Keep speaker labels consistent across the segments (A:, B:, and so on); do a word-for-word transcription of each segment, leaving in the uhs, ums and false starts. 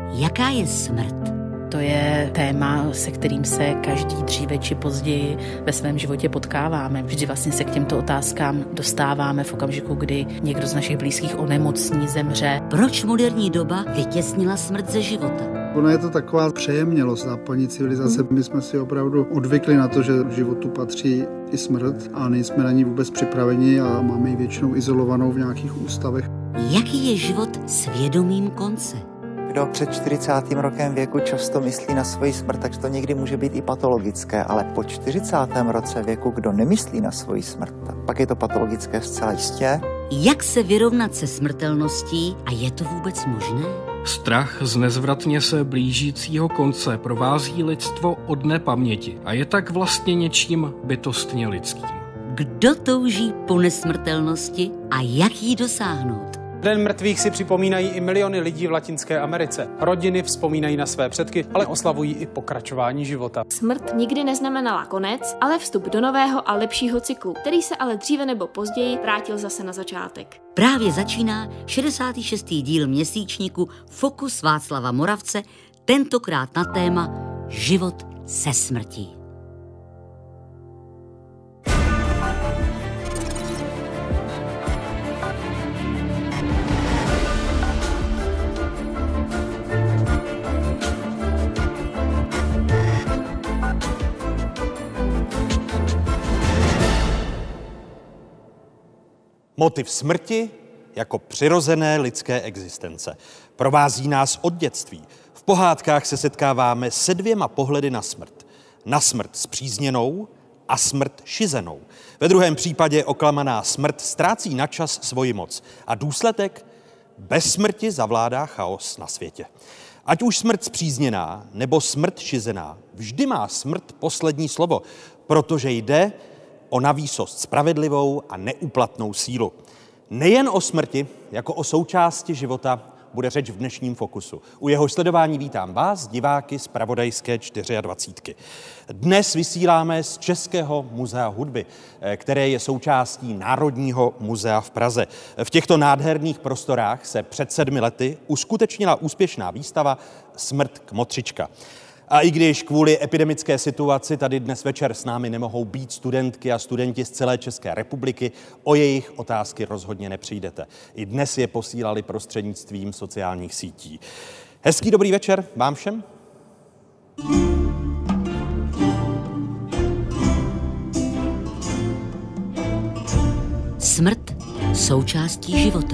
A: Jaká je smrt?
B: To je téma, se kterým se každý dříve či později ve svém životě potkáváme. Vždy vlastně se k těmto otázkám dostáváme v okamžiku, kdy někdo z našich blízkých onemocní, zemře.
A: Proč moderní doba vytěsnila smrt ze života?
C: Ona je to taková přejemnělost západní civilizace. My jsme si opravdu odvykli na to, že v životu patří i smrt a nejsme na ní vůbec připraveni a máme ji většinou izolovanou v nějakých ústavech.
A: Jaký je život s vědomím konce?
D: Kdo před čtyřicátým rokem věku často myslí na svoji smrt, takže to někdy může být i patologické, ale po čtyřicátém roce věku, kdo nemyslí na svoji smrt, pak je to patologické zcela jistě.
A: Jak se vyrovnat se smrtelností a je to vůbec možné?
E: Strach z nezvratně se blížícího konce provází lidstvo od nepaměti a je tak vlastně něčím bytostně lidským.
A: Kdo touží po nesmrtelnosti a jak jí dosáhnout?
F: Den mrtvých si připomínají i miliony lidí v Latinské Americe. Rodiny vzpomínají na své předky, ale oslavují i pokračování života.
G: Smrt nikdy neznamenala konec, ale vstup do nového a lepšího cyklu, který se ale dříve nebo později vrátil zase na začátek.
A: Právě začíná šedesátý šestý díl měsíčníku Fokus Václava Moravce, tentokrát na téma Život se smrtí.
H: Motiv smrti jako přirozené lidské existence provází nás od dětství. V pohádkách se setkáváme se dvěma pohledy na smrt. Na smrt spřízněnou a smrt šizenou. Ve druhém případě oklamaná smrt ztrácí na čas svoji moc a důsledek bez smrti zavládá chaos na světě. Ať už smrt spřízněná nebo smrt šizená, vždy má smrt poslední slovo, protože jde o navýsost spravedlivou a neúplatnou sílu. Nejen o smrti, jako o součásti života, bude řeč v dnešním Fokusu. U jeho sledování vítám vás, diváky z Pravodajské dvacítky čtyři. Dnes vysíláme z Českého muzea hudby, které je součástí Národního muzea v Praze. V těchto nádherných prostorách se před sedmi lety uskutečnila úspěšná výstava Smrt kmotřička. A i když kvůli epidemické situaci tady dnes večer s námi nemohou být studentky a studenti z celé České republiky, o jejich otázky rozhodně nepřijdete. I dnes je posílali prostřednictvím sociálních sítí. Hezký dobrý večer vám všem.
A: Smrt součástí života.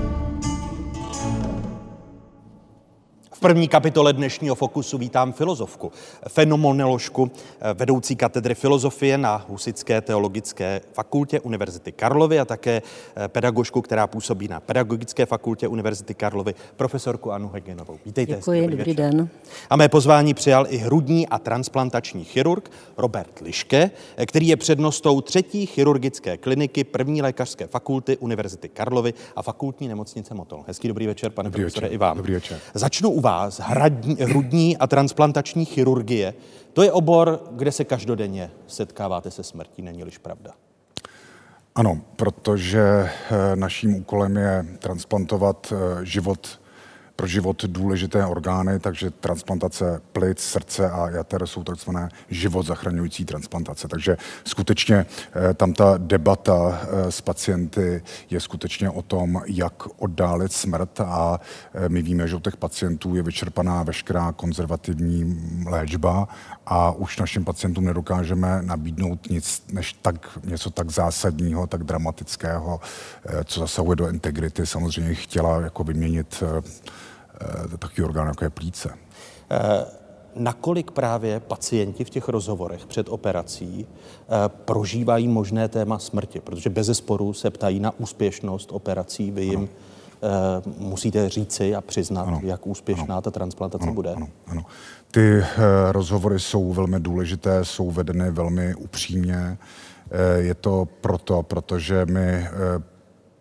H: V první kapitole dnešního Fokusu vítám filozofku, fenomenoložku, vedoucí katedry filozofie na Husitské teologické fakultě Univerzity Karlovy a také pedagožku, která působí na Pedagogické fakultě Univerzity Karlovy, profesorku Annu Hegenovou. Vítejte.
I: Děkuji, dobrý, dobrý den.
H: A mé pozvání přijal i hrudní a transplantační chirurg Robert Liške, který je přednostou třetí chirurgické kliniky první lékařské fakulty Univerzity Karlovy a fakultní nemocnice Motol. Hezký dobrý večer, pane
J: dobrý
H: profesore,
J: večer.
H: i vám.
J: Dobrý večer.
H: Začnu u vás. Hradní, hrudní a transplantační chirurgie. To je obor, kde se každodenně setkáváte se smrtí, není-liž pravda?
J: Ano, protože naším úkolem je transplantovat život, pro život důležité orgány, takže transplantace plic, srdce a jater jsou takzvané život zachraňující transplantace. Takže skutečně tam ta debata s pacienty je skutečně o tom, jak oddálit smrt a my víme, že u těch pacientů je vyčerpaná veškerá konzervativní léčba a už našim pacientům nedokážeme nabídnout nic, než tak, něco tak zásadního, tak dramatického, co zasahuje do integrity. Samozřejmě chtěla jako vyměnit takový orgán, jako je plíce.
H: Eh, nakolik právě pacienti v těch rozhovorech před operací eh, prožívají možné téma smrti? Protože bezesporu se ptají na úspěšnost operací. Vy jim eh, musíte říci a přiznat, ano. jak úspěšná ano. ta transplantace
J: ano.
H: bude.
J: Ano. Ano. Ty eh, rozhovory jsou velmi důležité, jsou vedeny velmi upřímně. Eh, je to proto, protože my eh,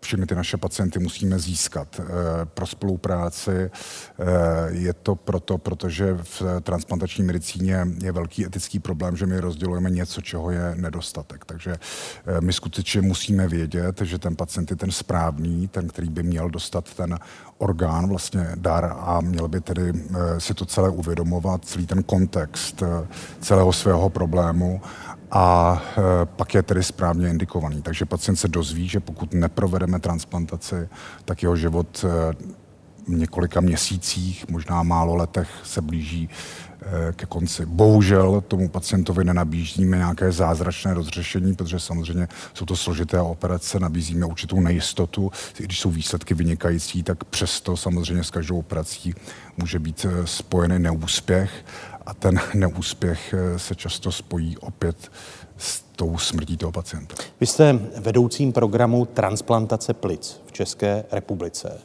J: všechny ty naše pacienty musíme získat pro spolupráci. Je to proto, protože v transplantační medicíně je velký etický problém, že my rozdělujeme něco, čeho je nedostatek. Takže my skutečně musíme vědět, že ten pacient je ten správný, ten, který by měl dostat ten orgán, vlastně dar, a měl by tedy si to celé uvědomovat, celý ten kontext celého svého problému, a e, pak je tedy správně indikovaný. Takže pacient se dozví, že pokud neprovedeme transplantaci, tak jeho život e, v několika měsících, možná málo letech se blíží e, ke konci. Bohužel tomu pacientovi nenabízíme nějaké zázračné rozřešení, protože samozřejmě jsou to složité operace, nabízíme určitou nejistotu. I když jsou výsledky vynikající, tak přesto samozřejmě s každou operací může být spojený neúspěch. A ten neúspěch se často spojí opět s tou smrtí toho pacienta.
H: Vy jste vedoucím programu transplantace plic v České republice.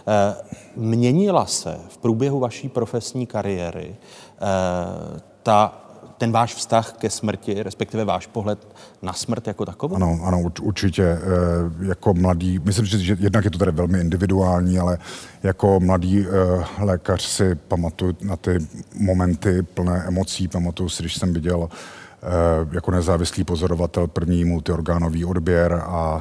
H: Měnila se v průběhu vaší profesní kariéry ta, ten váš vztah ke smrti, respektive váš pohled na smrt jako takovou?
J: Ano, ano, určitě. Jako mladý, myslím, že jednak je to tady velmi individuální, ale jako mladý lékař si pamatuju na ty momenty plné emocí. Pamatuju si, když jsem viděl jako nezávislý pozorovatel první multiorgánový odběr a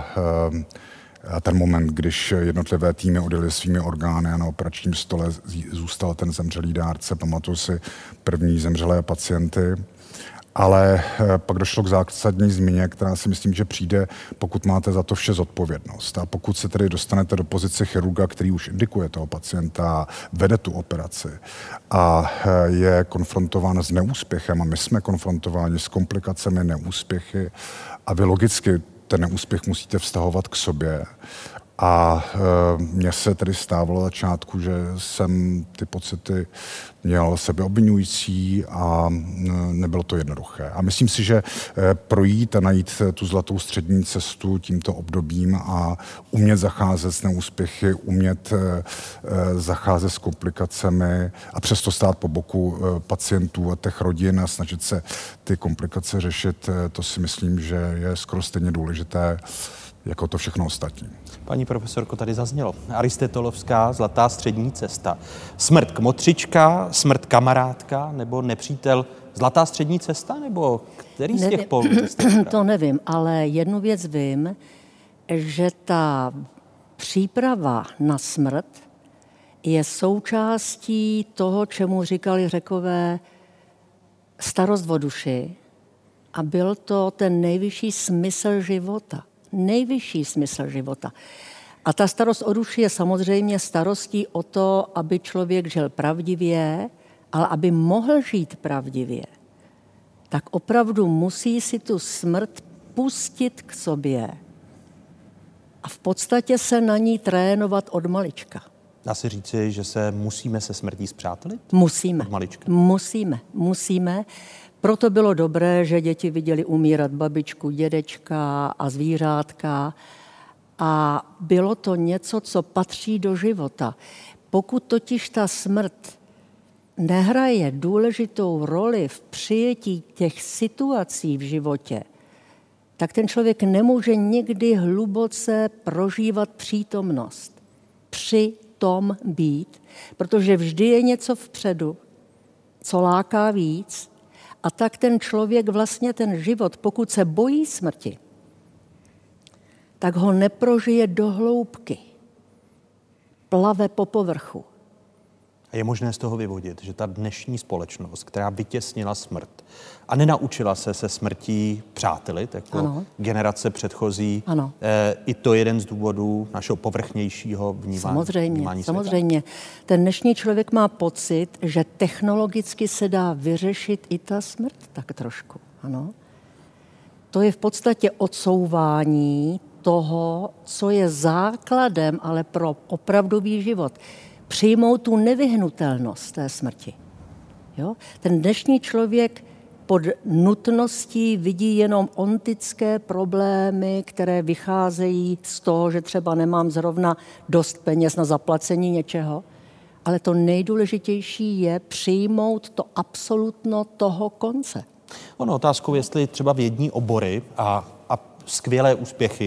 J: A ten moment, když jednotlivé týmy odjeli svými orgány a na operačním stole zůstal ten zemřelý dárce, pamatuju si první zemřelé pacienty. Ale pak došlo k zásadní změně, která si myslím, že přijde, pokud máte za to vše zodpovědnost. A pokud se tedy dostanete do pozice chirurga, který už indikuje toho pacienta, vede tu operaci a je konfrontován s neúspěchem, a my jsme konfrontováni s komplikacemi, neúspěchy, a vy logicky ten neúspěch musíte vztahovat k sobě. A e, mně se tedy stávalo na začátku, že jsem ty pocity měl sebeobviňující a nebylo to jednoduché. A myslím si, že e, projít a najít tu zlatou střední cestu tímto obdobím a umět zacházet s neúspěchy, umět e, zacházet s komplikacemi a přesto stát po boku e, pacientů a těch rodin a snažit se ty komplikace řešit, e, to si myslím, že je skoro stejně důležité jako to všechno ostatní.
H: Paní profesorko, tady zaznělo. Aristotelovská zlatá střední cesta. Smrt kmotřička, smrt kamarádka nebo nepřítel. Zlatá střední cesta nebo který z těch polů jste vybral?
I: To nevím, ale jednu věc vím, že ta příprava na smrt je součástí toho, čemu říkali Řekové starost o duši, a byl to ten nejvyšší smysl života. Nejvyšší smysl života. A ta starost o duši je samozřejmě starostí o to, aby člověk žil pravdivě, ale aby mohl žít pravdivě, tak opravdu musí si tu smrt pustit k sobě a v podstatě se na ní trénovat od malička.
H: Dá se říci, že se musíme se smrtí spřátelit?
I: Musíme.
H: Od malička.
I: Musíme, musíme. Proto bylo dobré, že děti viděli umírat babičku, dědečka a zvířátka. A bylo to něco, co patří do života. Pokud totiž ta smrt nehraje důležitou roli v přijetí těch situací v životě, tak ten člověk nemůže nikdy hluboce prožívat přítomnost. Při tom být, protože vždy je něco vpředu, co láká víc, a tak ten člověk vlastně ten život, pokud se bojí smrti, tak ho neprožije do hloubky. Plave po povrchu.
H: A je možné z toho vyvodit, že ta dnešní společnost, která vytěsnila smrt a nenaučila se se smrtí přátelit, jako ano. generace předchozí,
I: ano.
H: E, i to je jeden z důvodů našeho povrchnějšího vnímání,
I: samozřejmě,
H: vnímání světa.
I: Samozřejmě. Ten dnešní člověk má pocit, že technologicky se dá vyřešit i ta smrt tak trošku. Ano. To je v podstatě odsouvání toho, co je základem, ale pro opravdový život. Přijmout tu nevyhnutelnost té smrti. Jo? Ten dnešní člověk pod nutností vidí jenom ontické problémy, které vycházejí z toho, že třeba nemám zrovna dost peněz na zaplacení něčeho, ale to nejdůležitější je přijmout to absolutno toho konce.
H: Ono otázkou, jestli třeba vědní obory a, a skvělé úspěchy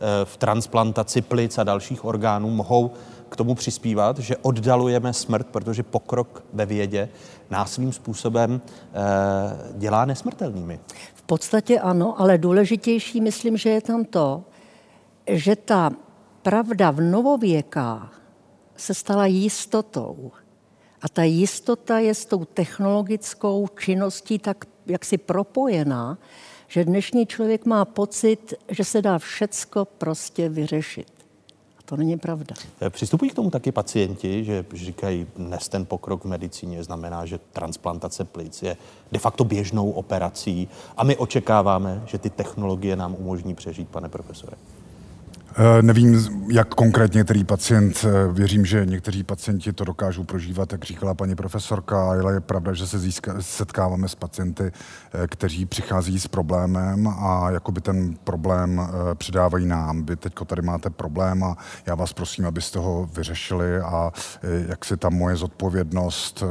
H: v transplantaci plic a dalších orgánů mohou k tomu přispívat, že oddalujeme smrt, protože pokrok ve vědě nás svým způsobem dělá nesmrtelnými?
I: V podstatě ano, ale důležitější myslím, že je tam to, že ta pravda v novověkách se stala jistotou. A ta jistota je s tou technologickou činností tak jaksi propojená, že dnešní člověk má pocit, že se dá všecko prostě vyřešit. A to není pravda.
H: Přistupují k tomu taky pacienti, že říkají, dnes ten pokrok v medicíně znamená, že transplantace plic je de facto běžnou operací a my očekáváme, že ty technologie nám umožní přežít, pane profesore.
J: Nevím, jak konkrétně který pacient, věřím, že někteří pacienti to dokážou prožívat, jak říkala paní profesorka, ale je pravda, že se získa, setkáváme s pacienty, kteří přichází s problémem a jakoby ten problém předávají nám. Vy teďko tady máte problém a já vás prosím, abyste ho vyřešili a jak si ta moje zodpovědnost,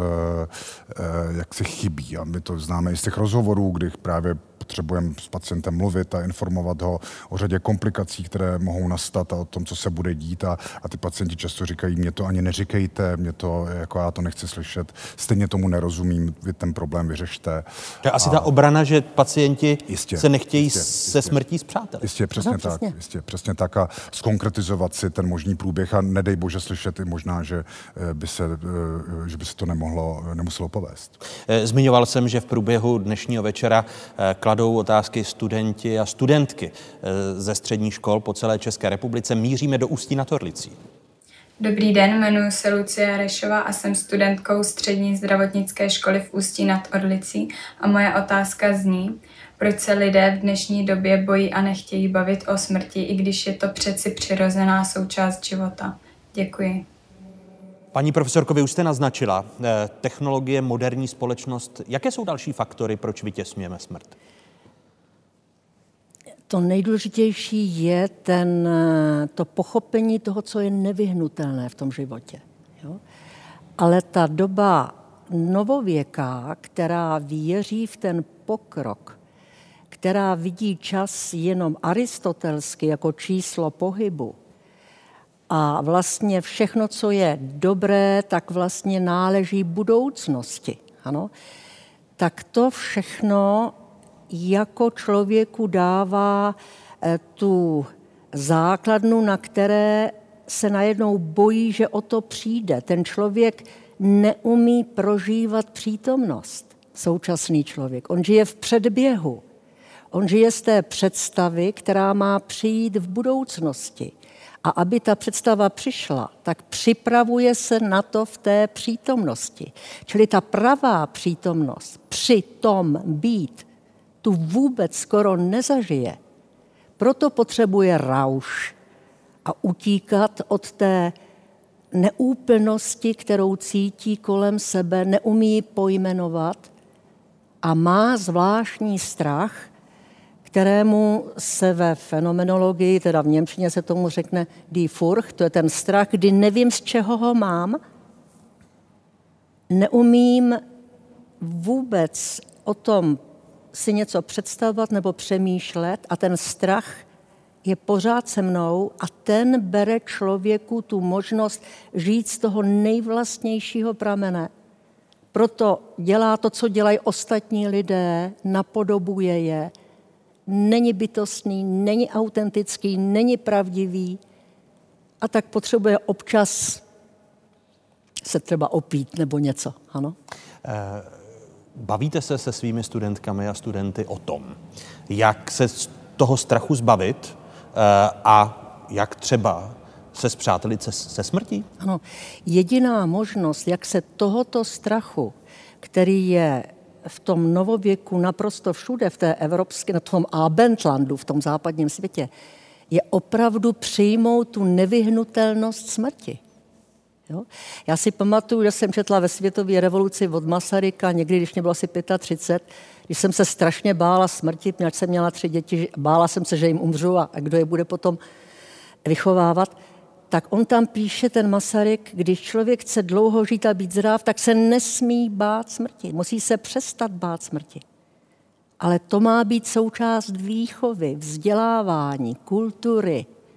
J: jak si chybí. A my to známe i z těch rozhovorů, kdy právě potřebujeme s pacientem mluvit a informovat ho o řadě komplikací, které mohou nastat a o tom, co se bude dít. A, a ty pacienti často říkají, mě to ani neříkejte, mě to, jako já to nechci slyšet, stejně tomu nerozumím, vy ten problém vyřešte.
H: To je asi a... ta obrana, že pacienti
J: jistě,
H: se nechtějí
J: jistě,
H: se
J: jistě,
H: smrtí zpřátelit.
J: Jistě, přesně no, tak, přesně. Jistě, přesně tak a zkonkretizovat si ten možný průběh a nedej bože slyšet i možná, že by se, že by se to nemohlo, nemuselo povést.
H: Zmiňoval jsem, že v průběhu dnešního večera kladou otázky studenti a studentky ze středních škol po celé České republice. Míříme do Ústí nad Orlicí.
K: Dobrý den, jmenuji se Lucie Rešová a jsem studentkou střední zdravotnické školy v Ústí nad Orlicí a moje otázka zní, proč se lidé v dnešní době bojí a nechtějí bavit o smrti, i když je to přeci přirozená součást života. Děkuji.
H: Paní profesorko, vy už jste naznačila technologie, moderní společnost. Jaké jsou další faktory, proč vytěsňujeme smrt?
I: To nejdůležitější je ten, to pochopení toho, co je nevyhnutelné v tom životě. Jo? Ale ta doba novověká, která věří v ten pokrok, která vidí čas jenom aristotelsky jako číslo pohybu a vlastně všechno, co je dobré, tak vlastně náleží budoucnosti. Ano? Tak to všechno jako člověku dává tu základnu, na které se najednou bojí, že o to přijde. Ten člověk neumí prožívat přítomnost, současný člověk. On žije v předběhu. On žije z té představy, která má přijít v budoucnosti. A aby ta představa přišla, tak připravuje se na to v té přítomnosti. Čili ta pravá přítomnost, při tom být, tu vůbec skoro nezažije. Proto potřebuje rauš a utíkat od té neúplnosti, kterou cítí kolem sebe, neumí ji pojmenovat a má zvláštní strach, kterému se ve fenomenologii, teda v němčině se tomu řekne die Furcht, to je ten strach, kdy nevím, z čeho ho mám, neumím vůbec o tom si něco představovat nebo přemýšlet a ten strach je pořád se mnou a ten bere člověku tu možnost žít z toho nejvlastnějšího pramene. Proto dělá to, co dělají ostatní lidé, napodobuje je, není bytostný, není autentický, není pravdivý a tak potřebuje občas se třeba opít nebo něco. Ano?
H: Uh... Bavíte se se svými studentkami a studenty o tom, jak se z toho strachu zbavit a jak třeba se spřátelit se, se smrtí?
I: Ano, jediná možnost, jak se tohoto strachu, který je v tom novověku naprosto všude, v té evropské, na tom Abendlandu, v tom západním světě, je opravdu přijmout tu nevyhnutelnost smrti. Jo? Já si pamatuju, že jsem četla ve světové revoluci od Masaryka, někdy, když mě bylo asi třicet pět, když jsem se strašně bála smrti, protože jsem měla tři děti, bála jsem se, že jim umřu a kdo je bude potom vychovávat, tak on tam píše, ten Masaryk, když člověk chce dlouho žít a být zdrav, tak se nesmí bát smrti, musí se přestat bát smrti. Ale to má být součást výchovy, vzdělávání, kultury,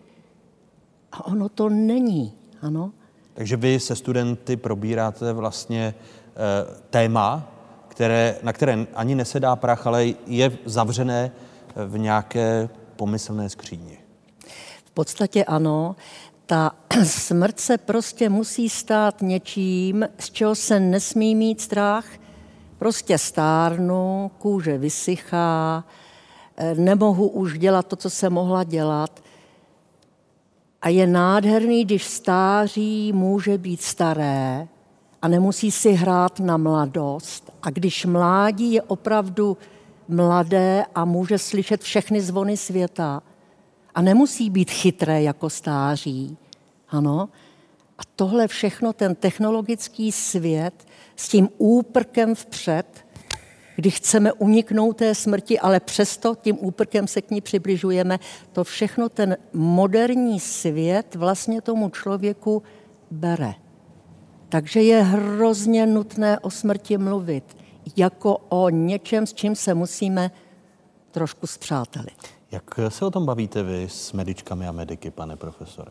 I: A ono to není, ano.
H: Takže vy se studenty probíráte vlastně e, téma, které, na které ani nesedá prach, ale je zavřené v nějaké pomyslné skříni.
I: V podstatě ano. Ta smrt se prostě musí stát něčím, z čeho se nesmí mít strach. Prostě stárnu, kůže vysychá, nemohu už dělat to, co jsem mohla dělat. A je nádherný, když stáří může být staré a nemusí si hrát na mladost. A když mládí je opravdu mladé a může slyšet všechny zvony světa. A nemusí být chytré jako stáří. Ano. A tohle všechno, ten technologický svět s tím úprkem vpřed, kdy chceme uniknout té smrti, ale přesto tím úprkem se k ní přibližujeme, to všechno ten moderní svět vlastně tomu člověku bere. Takže je hrozně nutné o smrti mluvit, jako o něčem, s čím se musíme trošku spřátelit.
H: Jak se o tom bavíte vy s medičkami a mediky, pane profesore?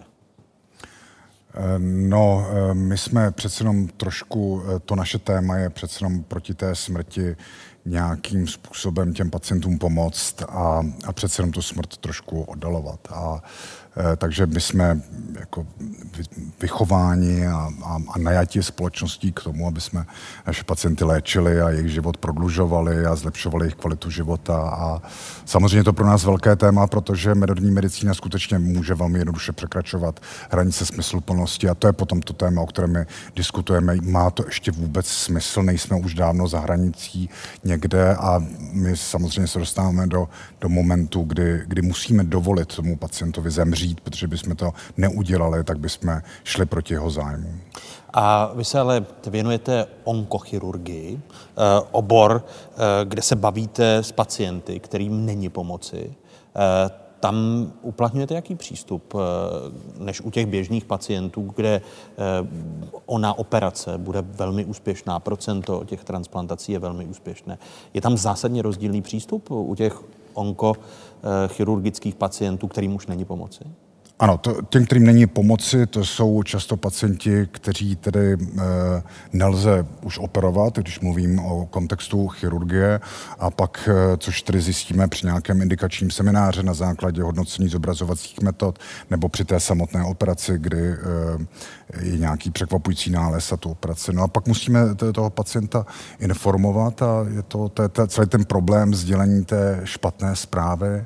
J: No, my jsme přece jenom trošku, to naše téma je přece jenom proti té smrti nějakým způsobem těm pacientům pomoct a, a přece jenom tu smrt trošku oddalovat. A e, takže my jsme jako vychováni a, a, a najati společností k tomu, aby jsme naše pacienty léčili a jejich život prodlužovali a zlepšovali jejich kvalitu života. A samozřejmě je to pro nás velké téma, protože moderní medicína skutečně může velmi jednoduše překračovat hranice smysluplnosti a to je potom to téma, o kterém my diskutujeme. Má to ještě vůbec smysl? Nejsme už dávno za hranicí někde a my samozřejmě se dostáváme do, do momentu, kdy, kdy musíme dovolit tomu pacientovi zemřít, protože bychom to neudělali, tak bychom šli proti jeho zájmu.
H: A vy se ale věnujete onkochirurgii, obor, kde se bavíte s pacienty, kterým není pomoci. Tam uplatňujete jaký přístup, než u těch běžných pacientů, kde ona operace bude velmi úspěšná, procento těch transplantací je velmi úspěšné. Je tam zásadně rozdílný přístup u těch onkochirurgických pacientů, kterým už není pomoci?
J: Ano, to, těm, kterým není pomoci, to jsou často pacienti, kteří tedy e, nelze už operovat, když mluvím o kontextu chirurgie, a pak, e, což tedy zjistíme při nějakém indikačním semináři na základě hodnocení zobrazovacích metod, nebo při té samotné operaci, kdy e, je nějaký překvapující nález a tu operaci. No a pak musíme toho pacienta informovat a je to, to, to celý ten problém sdělení té špatné zprávy,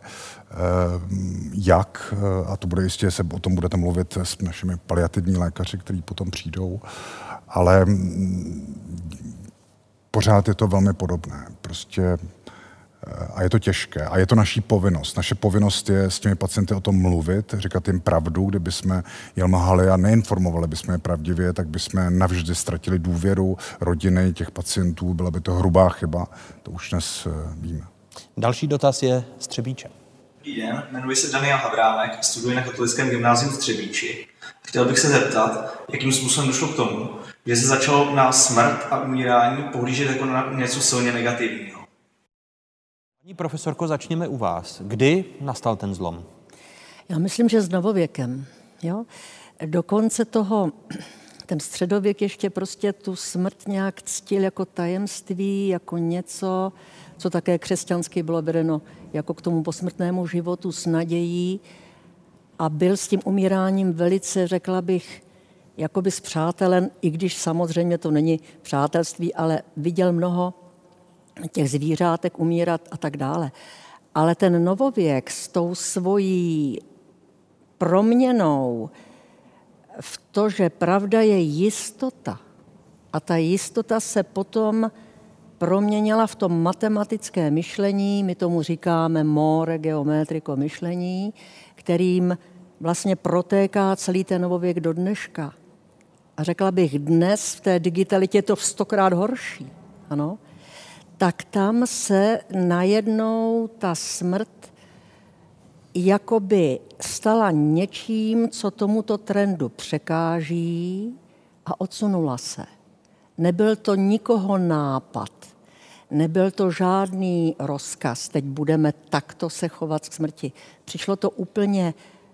J: jak, a to bude jistě, se o tom budete mluvit s našimi paliativní lékaři, kteří potom přijdou, ale pořád je to velmi podobné. Prostě a je to těžké. A je to naší povinnost. Naše povinnost je s těmi pacienty o tom mluvit, říkat jim pravdu. Kdyby jsme je lhali a neinformovali bychom je pravdivě, tak bychom navždy ztratili důvěru rodiny těch pacientů. Byla by to hrubá chyba. To už dnes víme.
H: Další dotaz je z Třebíče.
L: Dobrý den, jmenuji se Daniel Havránek a studuji na Katolickém gymnáziu v Třebíči. Chtěl bych se zeptat, jakým způsobem došlo k tomu, že se začalo na smrt a umírání pohlížet jako na něco silně negativního.
H: Paní profesorko, začněme u vás. Kdy nastal ten zlom?
I: Já myslím, že s novověkem. Jo? Do konce toho, ten středověk ještě prostě tu smrt nějak ctil jako tajemství, jako něco, co také křesťansky bylo vedeno jako k tomu posmrtnému životu s nadějí a byl s tím umíráním velice, řekla bych, jakoby spřátelen, i když samozřejmě to není přátelství, ale viděl mnoho těch zvířátek umírat a tak dále. Ale ten novověk s tou svojí proměnou v to, že pravda je jistota a ta jistota se potom proměnila v tom matematické myšlení, my tomu říkáme more geometriko myšlení, kterým vlastně protéká celý ten novověk do dneška. A řekla bych, dnes v té digitalitě je to stokrát horší, ano, tak tam se najednou ta smrt jakoby stala něčím, co tomuto trendu překáží a odsunula se. Nebyl to nikoho nápad, nebyl to žádný rozkaz, teď budeme takto se chovat k smrti. Přišlo to úplně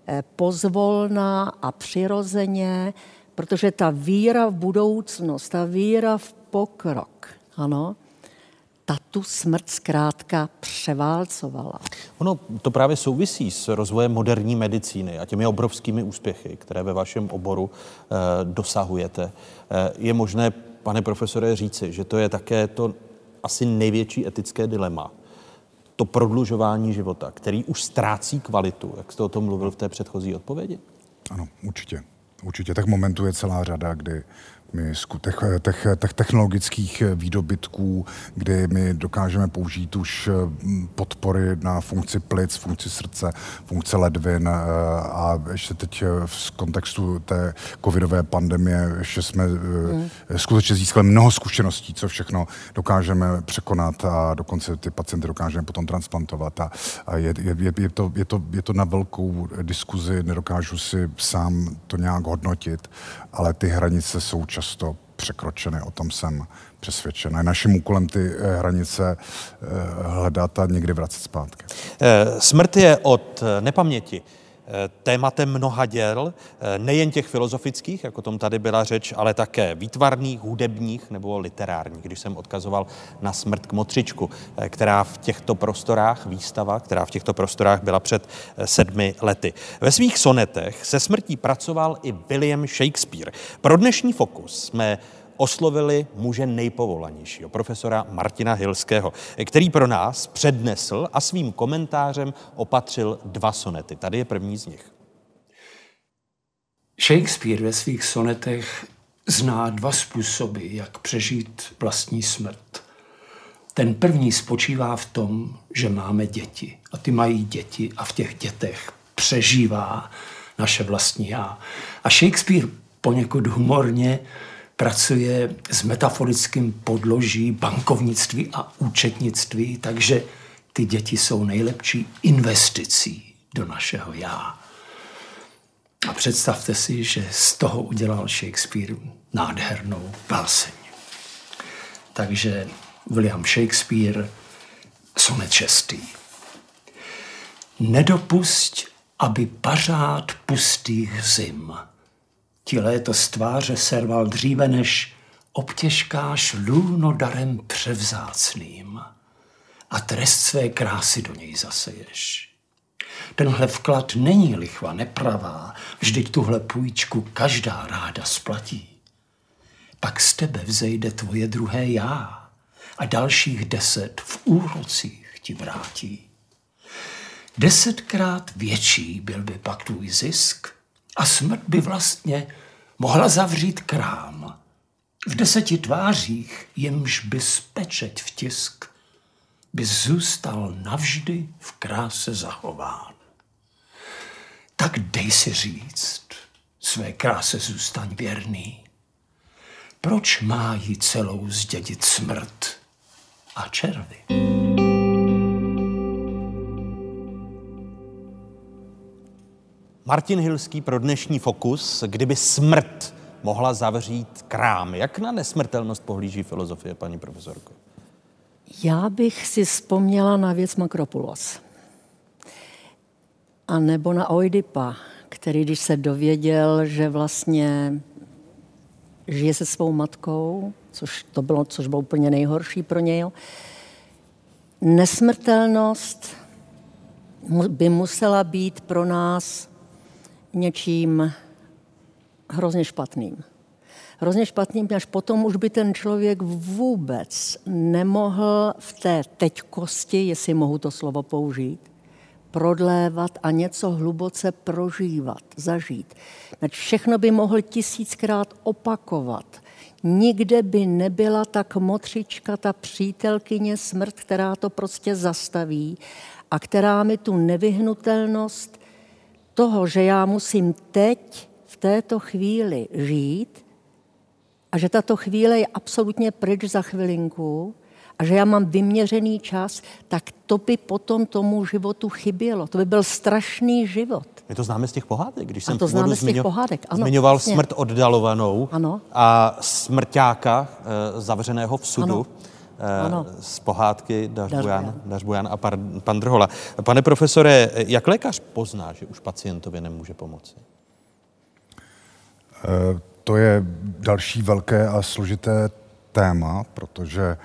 I: pozvolna a přirozeně, protože ta víra v budoucnost, ta víra v pokrok, ano, ta tu smrt zkrátka převálcovala.
H: Ono to právě souvisí s rozvojem moderní medicíny a těmi obrovskými úspěchy, které ve vašem oboru eh, dosahujete. Eh, je možné, pane profesore, říci, že to je také to asi největší etické dilema. To prodlužování života, který už ztrácí kvalitu, jak jste o tom mluvil v té předchozí odpovědi?
J: Ano, určitě. Určitě. Tak momentů je celá řada, kdy my z těch, těch, těch technologických výdobytků, kdy my dokážeme použít už podpory na funkci plic, funkci srdce, funkce ledvin a ještě teď v kontextu té covidové pandemie ještě jsme mm. skutečně získali mnoho zkušeností, co všechno dokážeme překonat a dokonce ty pacienty dokážeme potom transplantovat a, a je, je, je, to, je, to, je to na velkou diskuzi, nedokážu si sám to nějak hodnotit, ale ty hranice jsou často to překročené, o tom jsem přesvědčen. A naším úkolem ty hranice hledat a někdy vracet zpátky.
H: Smrt je od nepaměti tématem mnoha děl, nejen těch filozofických, jako tom tady byla řeč, ale také výtvarných, hudebních nebo literárních. Když jsem odkazoval na Smrt Kmotřičku, která v těchto prostorách, výstava, která v těchto prostorách byla před sedmi lety. Ve svých sonetech se smrtí pracoval i William Shakespeare. Pro dnešní Fokus jsme oslovili muže nejpovolanějšího, profesora Martina Hilského, který pro nás přednesl a svým komentářem opatřil dva sonety. Tady je první z nich.
E: Shakespeare ve svých sonetech zná dva způsoby, jak přežít vlastní smrt. Ten první spočívá v tom, že máme děti a ty mají děti a v těch dětech přežívá naše vlastní já. A Shakespeare poněkud humorně pracuje s metaforickým podloží bankovnictví a účetnictví, takže ty děti jsou nejlepší investicí do našeho já. A představte si, že z toho udělal Shakespeare nádhernou báseň. Takže William Shakespeare, sonet šestý. Nedopusť, aby pařád pustých zim ti léto z tváře serval dříve, než obtěžkáš lůno darem převzácným a trest své krásy do něj zaseješ. Tenhle vklad není lichva nepravá, vždyť tuhle půjčku každá ráda splatí. Pak z tebe vzejde tvoje druhé já a dalších deset v úrocích ti vrátí. Desetkrát větší byl by pak tvůj zisk a smrt by vlastně mohla zavřít krám. V deseti tvářích, jimž bys pečeť vtisk, bys zůstal navždy v kráse zachován. Tak dej si říct, své kráse zůstaň věrný. Proč má jí celou zdědit smrt a červy?
H: Martin Hilský pro dnešní Fokus, kdyby smrt mohla zavřít krám. Jak na nesmrtelnost pohlíží filozofie, paní profesorko?
I: Já bych si vzpomněla na věc Makropulos. A nebo na Oidipa, který, když se dověděl, že vlastně žije se svou matkou, což to bylo, což bylo úplně nejhorší pro něj. Nesmrtelnost by musela být pro nás něčím hrozně špatným. Hrozně špatným, až potom už by ten člověk vůbec nemohl v té teďkosti, jestli mohu to slovo použít, prodlévat a něco hluboce prožívat, zažít. Všechno by mohl tisíckrát opakovat. Nikde by nebyla ta kmotřička, ta přítelkyně smrt, která to prostě zastaví a která mi tu nevyhnutelnost toho, že já musím teď v této chvíli žít a že tato chvíle je absolutně pryč za chvilinku a že já mám vyměřený čas, tak to by potom tomu životu chybělo. To by byl strašný život.
H: My to známe z těch pohádek. Když jsem
I: to známe z těch pohádek, ano.
H: Zmiňoval
I: vlastně.
H: Smrt oddalovanou
I: ano.
H: a smrťáka e, zavřeného v sudu.
I: Ano. Ano.
H: z pohádky Dařbujan, Dařbujan a pan Drhola. Pane profesore, jak lékař pozná, že už pacientovi nemůže pomoci?
J: To je další velké a složité téma, protože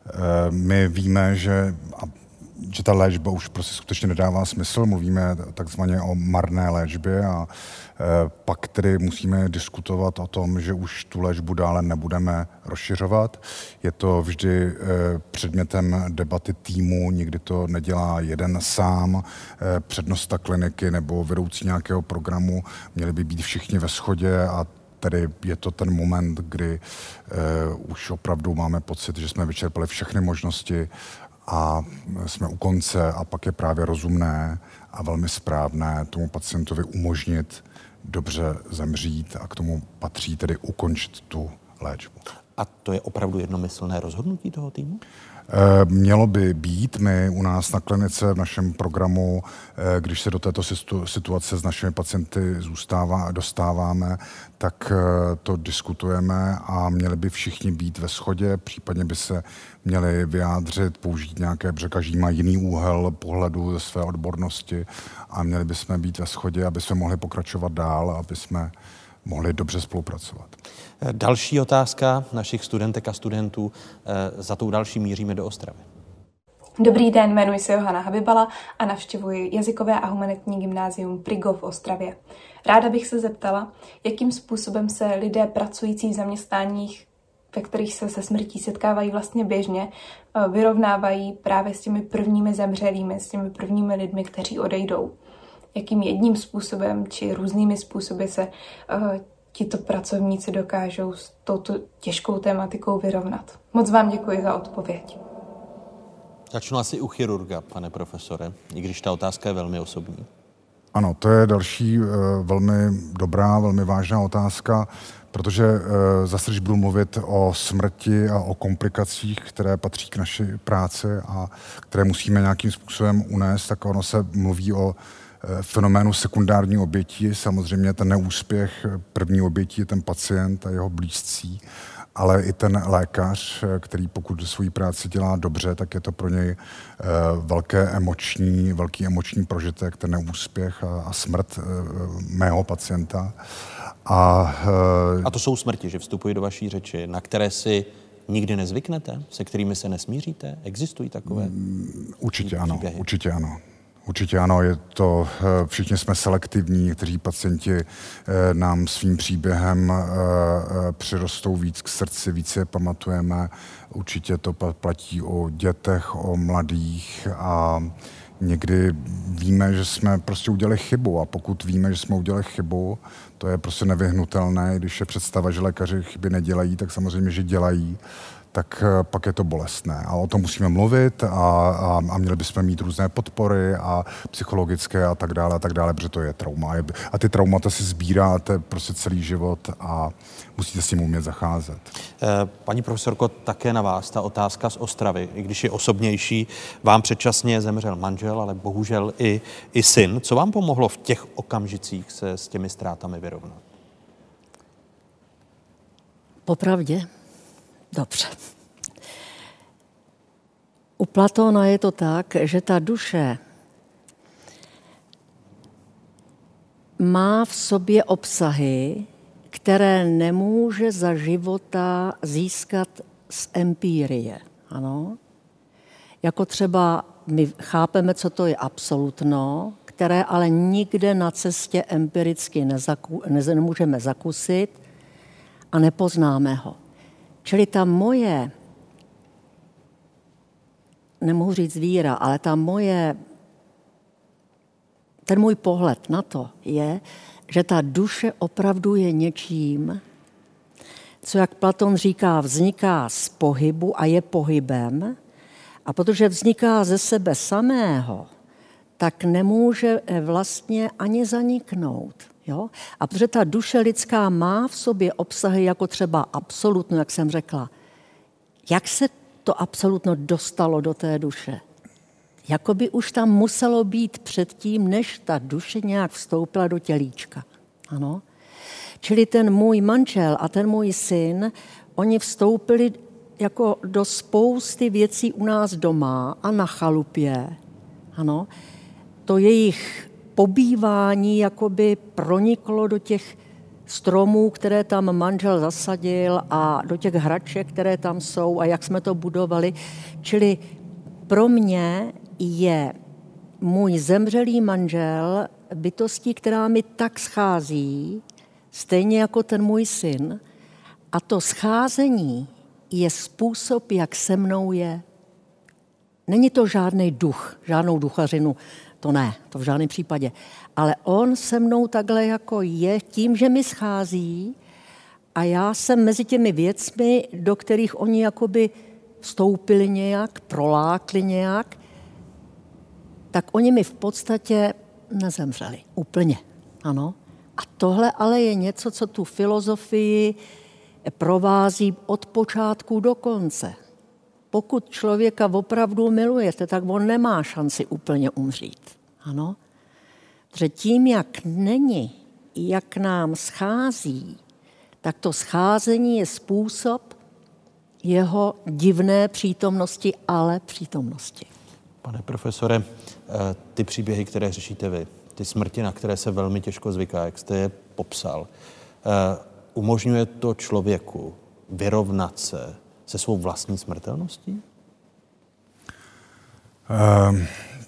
J: my víme, že, že ta léčba už prostě skutečně nedává smysl. Mluvíme takzvaně o marné léčbě a pak tedy musíme diskutovat o tom, že už tu léčbu dále nebudeme rozšiřovat. Je to vždy předmětem debaty týmu, nikdy to nedělá jeden sám, přednosta kliniky nebo vedoucí nějakého programu. Měli by být všichni ve shodě a tedy je to ten moment, kdy uh, už opravdu máme pocit, že jsme vyčerpali všechny možnosti a jsme u konce a pak je právě rozumné a velmi správné tomu pacientovi umožnit dobře zemřít a k tomu patří tedy ukončit tu léčbu.
H: A to je opravdu jednomyslné rozhodnutí toho týmu?
J: Mělo by být. My u nás na klinice v našem programu, když se do této situace s našimi pacienty zůstává, dostáváme, tak to diskutujeme a měli by všichni být ve shodě, případně by se měli vyjádřit, použít nějaké, protože každý má jiný úhel pohledu ze své odbornosti a měli bychom být ve shodě, aby jsme mohli pokračovat dál, aby jsme mohli dobře spolupracovat.
H: Další otázka našich studentek a studentů. Za tou další míříme do Ostravy.
M: Dobrý den, jmenuji se Johana Habibala a navštěvuji jazykové a humanitní gymnázium Prigo v Ostravě. Ráda bych se zeptala, jakým způsobem se lidé pracující v zaměstnáních, ve kterých se se smrtí setkávají vlastně běžně, vyrovnávají právě s těmi prvními zemřelými, s těmi prvními lidmi, kteří odejdou. Jakým jedním způsobem či různými způsoby se uh, tito pracovníci dokážou s touto těžkou tématikou vyrovnat. Moc vám děkuji za odpověď.
H: Začnu asi u chirurga, pane profesore, i když ta otázka je velmi osobní.
J: Ano, to je další uh, velmi dobrá, velmi vážná otázka, protože uh, zase, když budu mluvit o smrti a o komplikacích, které patří k naší práci a které musíme nějakým způsobem unést, tak ono se mluví o fenoménu sekundární oběti. Samozřejmě ten neúspěch první oběti je ten pacient a jeho blízcí, ale i ten lékař, který pokud svoji práci dělá dobře, tak je to pro něj velké emoční, velký emoční prožitek, ten neúspěch a, a smrt mého pacienta. A,
H: a to jsou smrti, že vstupují do vaší řeči, na které si nikdy nezvyknete, se kterými se nesmíříte? Existují takové?
J: Určitě ano, určitě ano. Určitě ano, je to, všichni jsme selektivní, někteří pacienti nám svým příběhem přirostou víc k srdci, víc je pamatujeme. Určitě to platí o dětech, o mladých a někdy víme, že jsme prostě udělali chybu a pokud víme, že jsme udělali chybu, to je prostě nevyhnutelné, když je představa, že lékaři chyby nedělají, tak samozřejmě, že dělají, tak pak je to bolestné. A o tom musíme mluvit a, a, a měli bychom mít různé podpory a psychologické a tak dále a tak dále, protože to je trauma. A ty traumata si sbíráte prostě celý život a musíte s tím umět zacházet.
H: Paní profesorko, také na vás ta otázka z Ostravy, i když je osobnější, vám předčasně zemřel manžel, ale bohužel i, i syn. Co vám pomohlo v těch okamžicích se s těmi ztrátami vyrovnat?
I: Popravdě? Dobře. U Platóna je to tak, že ta duše má v sobě obsahy, které nemůže za života získat z empírie. Ano? Jako třeba my chápeme, co to je absolutno, které ale nikde na cestě empiricky nezaku, ne, nemůžeme zakusit a nepoznáme ho. Čili ta moje, nemohu říct víra, ale ta moje, ten můj pohled na to je, že ta duše opravdu je něčím, co, jak Platon říká, vzniká z pohybu a je pohybem. A protože vzniká ze sebe samého, tak nemůže vlastně ani zaniknout. Jo? A protože ta duše lidská má v sobě obsahy jako třeba absolutno, jak jsem řekla. Jak se to absolutno dostalo do té duše? Jakoby už tam muselo být předtím, než ta duše nějak vstoupila do tělíčka. Ano? Čili ten můj manžel a ten můj syn, oni vstoupili jako do spousty věcí u nás doma a na chalupě, ano, to jejich pobývání jakoby proniklo do těch stromů, které tam manžel zasadil a do těch hraček, které tam jsou a jak jsme to budovali. Čili pro mě je můj zemřelý manžel bytostí, která mi tak schází, stejně jako ten můj syn. A to scházení je způsob, jak se mnou je. Není to žádný duch, žádnou duchařinu, to ne, to v žádném případě. Ale on se mnou takhle jako je tím, že mi schází a já jsem mezi těmi věcmi, do kterých oni jakoby vstoupili nějak, prolákli nějak, tak oni mi v podstatě nezemřeli. Úplně, ano. A tohle ale je něco, co tu filozofii provází od počátku do konce. Pokud člověka opravdu milujete, tak on nemá šanci úplně umřít. Ano? Protože tím, jak není, jak nám schází, tak to scházení je způsob jeho divné přítomnosti, ale přítomnosti.
H: Pane profesore, ty příběhy, které řešíte vy, ty smrti, na které se velmi těžko zvyká, jak jste je popsal, umožňuje to člověku vyrovnat se se svou vlastní smrtelností? Um,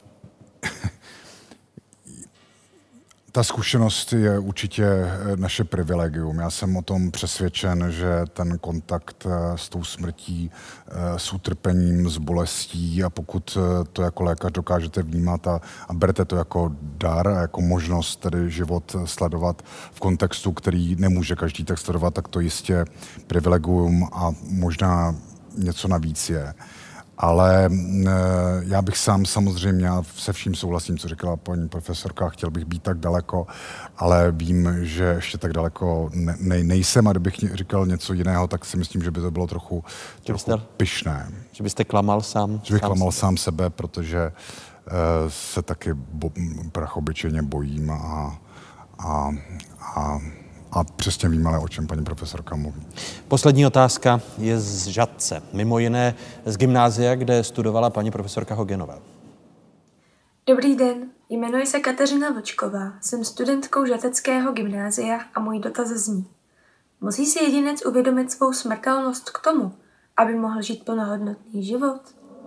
J: ta zkušenost je určitě naše privilegium. Já jsem o tom přesvědčen, že ten kontakt s tou smrtí, s utrpením, s bolestí, a pokud to jako lékař dokážete vnímat a, a berete to jako dar a jako možnost tedy život sledovat v kontextu, který nemůže každý tak sledovat, tak to jistě privilegium a možná něco navíc je. Ale já bych sám samozřejmě, já se vším souhlasím, co říkala paní profesorka, chtěl bych být tak daleko, ale vím, že ještě tak daleko ne, ne, nejsem, a kdybych říkal něco jiného, tak si myslím, že by to bylo trochu, trochu byste, pyšné.
H: Že byste klamal sám?
J: Že bych
H: sám
J: klamal sám sebe, protože uh, se taky bo, prachobyčejně bojím a, a, a A přesně vím, ale o čem paní profesorka mluví.
H: Poslední otázka je z Žatce, mimo jiné z gymnázia, kde studovala paní profesorka Hogenová.
N: Dobrý den, jmenuji se Kateřina Vlčková, jsem studentkou Žateckého gymnázia a můj dotaz zní. Musí si jedinec uvědomit svou smrtelnost k tomu, aby mohl žít plnohodnotný život?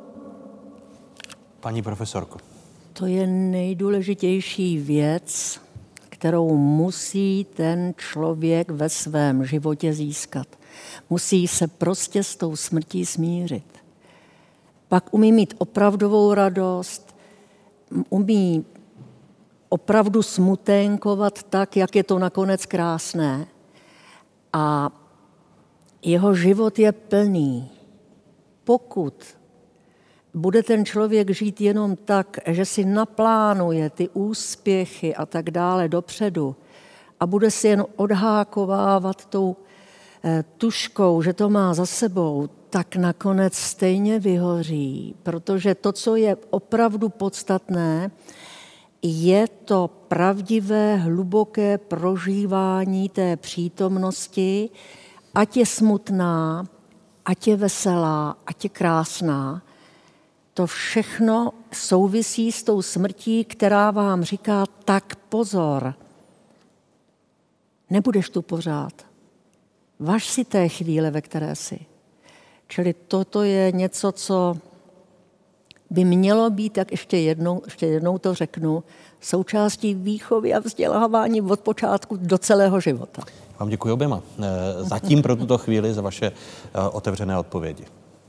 H: Paní profesorko.
I: To je nejdůležitější věc, kterou musí ten člověk ve svém životě získat. Musí se prostě s tou smrtí smířit. Pak umí mít opravdovou radost, umí opravdu smuténkovat tak, jak je to nakonec krásné. A jeho život je plný. Pokud bude ten člověk žít jenom tak, že si naplánuje ty úspěchy a tak dále dopředu a bude si jen odhákovávat tou eh, tužkou, že to má za sebou, tak nakonec stejně vyhoří, protože to, co je opravdu podstatné, je to pravdivé, hluboké prožívání té přítomnosti, ať je smutná, ať je veselá, ať je krásná. To všechno souvisí s tou smrtí, která vám říká, tak pozor, nebudeš tu pořád. Važ si té chvíle, ve které jsi. Čili toto je něco, co by mělo být, tak ještě jednou, ještě jednou to řeknu, součástí výchovy a vzdělávání od počátku do celého života.
H: Vám děkuji oběma. Zatím pro tuto chvíli za vaše otevřené odpovědi.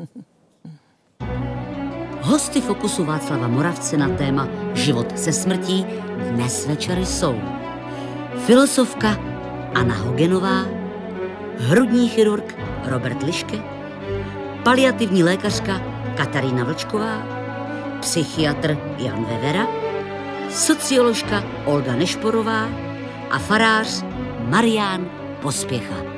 A: Hosty Fokusu Václava Moravce na téma Život se smrtí dnes večer jsou filozofka Anna Hogenová, hrudní chirurg Robert Liške, paliativní lékařka Katarína Vlčková, psychiatr Jan Vevera, socioložka Olga Nešporová a farář Marián Pospěcha.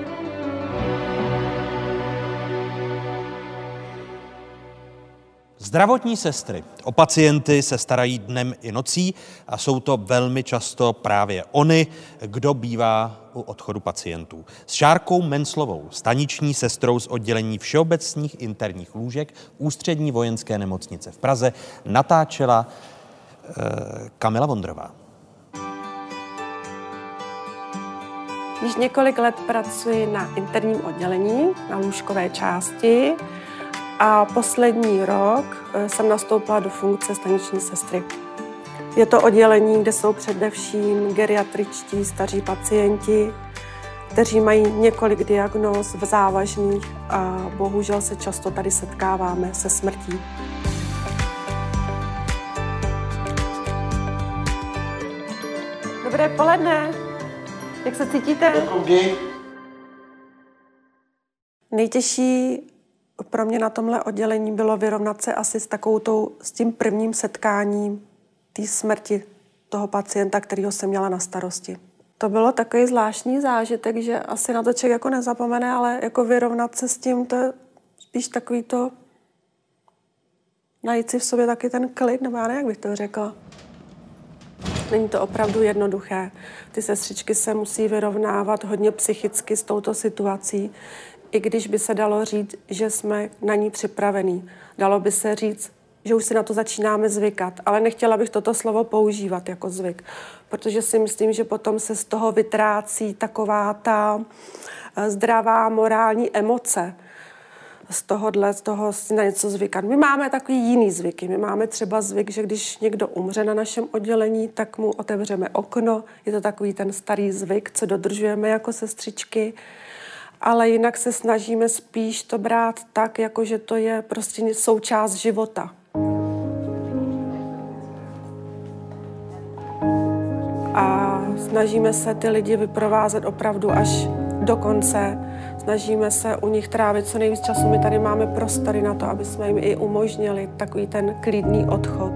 H: Zdravotní sestry o pacienty se starají dnem i nocí a jsou to velmi často právě oni, kdo bývá u odchodu pacientů. S Šárkou Menclovou, staniční sestrou z oddělení všeobecných interních lůžek Ústřední vojenské nemocnice v Praze, natáčela eh, Kamila Vondrová.
O: Již několik let pracuji na interním oddělení, na lůžkové části a poslední rok jsem nastoupila do funkce staniční sestry. Je to oddělení, kde jsou především geriatričtí staří pacienti, kteří mají několik diagnóz v závažných a bohužel se často tady setkáváme se smrtí. Dobré poledne. Jak se cítíte? Nejtěžší pro mě na tomhle oddělení bylo vyrovnat se asi s takovou tou, s tím prvním setkáním té smrti toho pacienta, kterýho jsem měla na starosti. To bylo takový zvláštní zážitek, že asi na to člověk jako nezapomene, ale jako vyrovnat se s tím, to je spíš takový to najít si v sobě taky ten klid, nebo já nevím, jak bych to řekla. Není to opravdu jednoduché. Ty sestřičky se musí vyrovnávat hodně psychicky s touto situací, i když by se dalo říct, že jsme na ní připravení. Dalo by se říct, že už si na to začínáme zvykat, ale nechtěla bych toto slovo používat jako zvyk, protože si myslím, že potom se z toho vytrácí taková ta zdravá morální emoce. Z tohohle, z toho si na něco zvykat. My máme takový jiný zvyky. My máme třeba zvyk, že když někdo umře na našem oddělení, tak mu otevřeme okno. Je to takový ten starý zvyk, co dodržujeme jako sestřičky. Ale jinak se snažíme spíš to brát tak, jako že to je prostě součást života. A snažíme se ty lidi vyprovázet opravdu až do konce. Snažíme se u nich trávit co nejvíc času. My tady máme prostory na to, aby jsme jim i umožnili takový ten klidný odchod.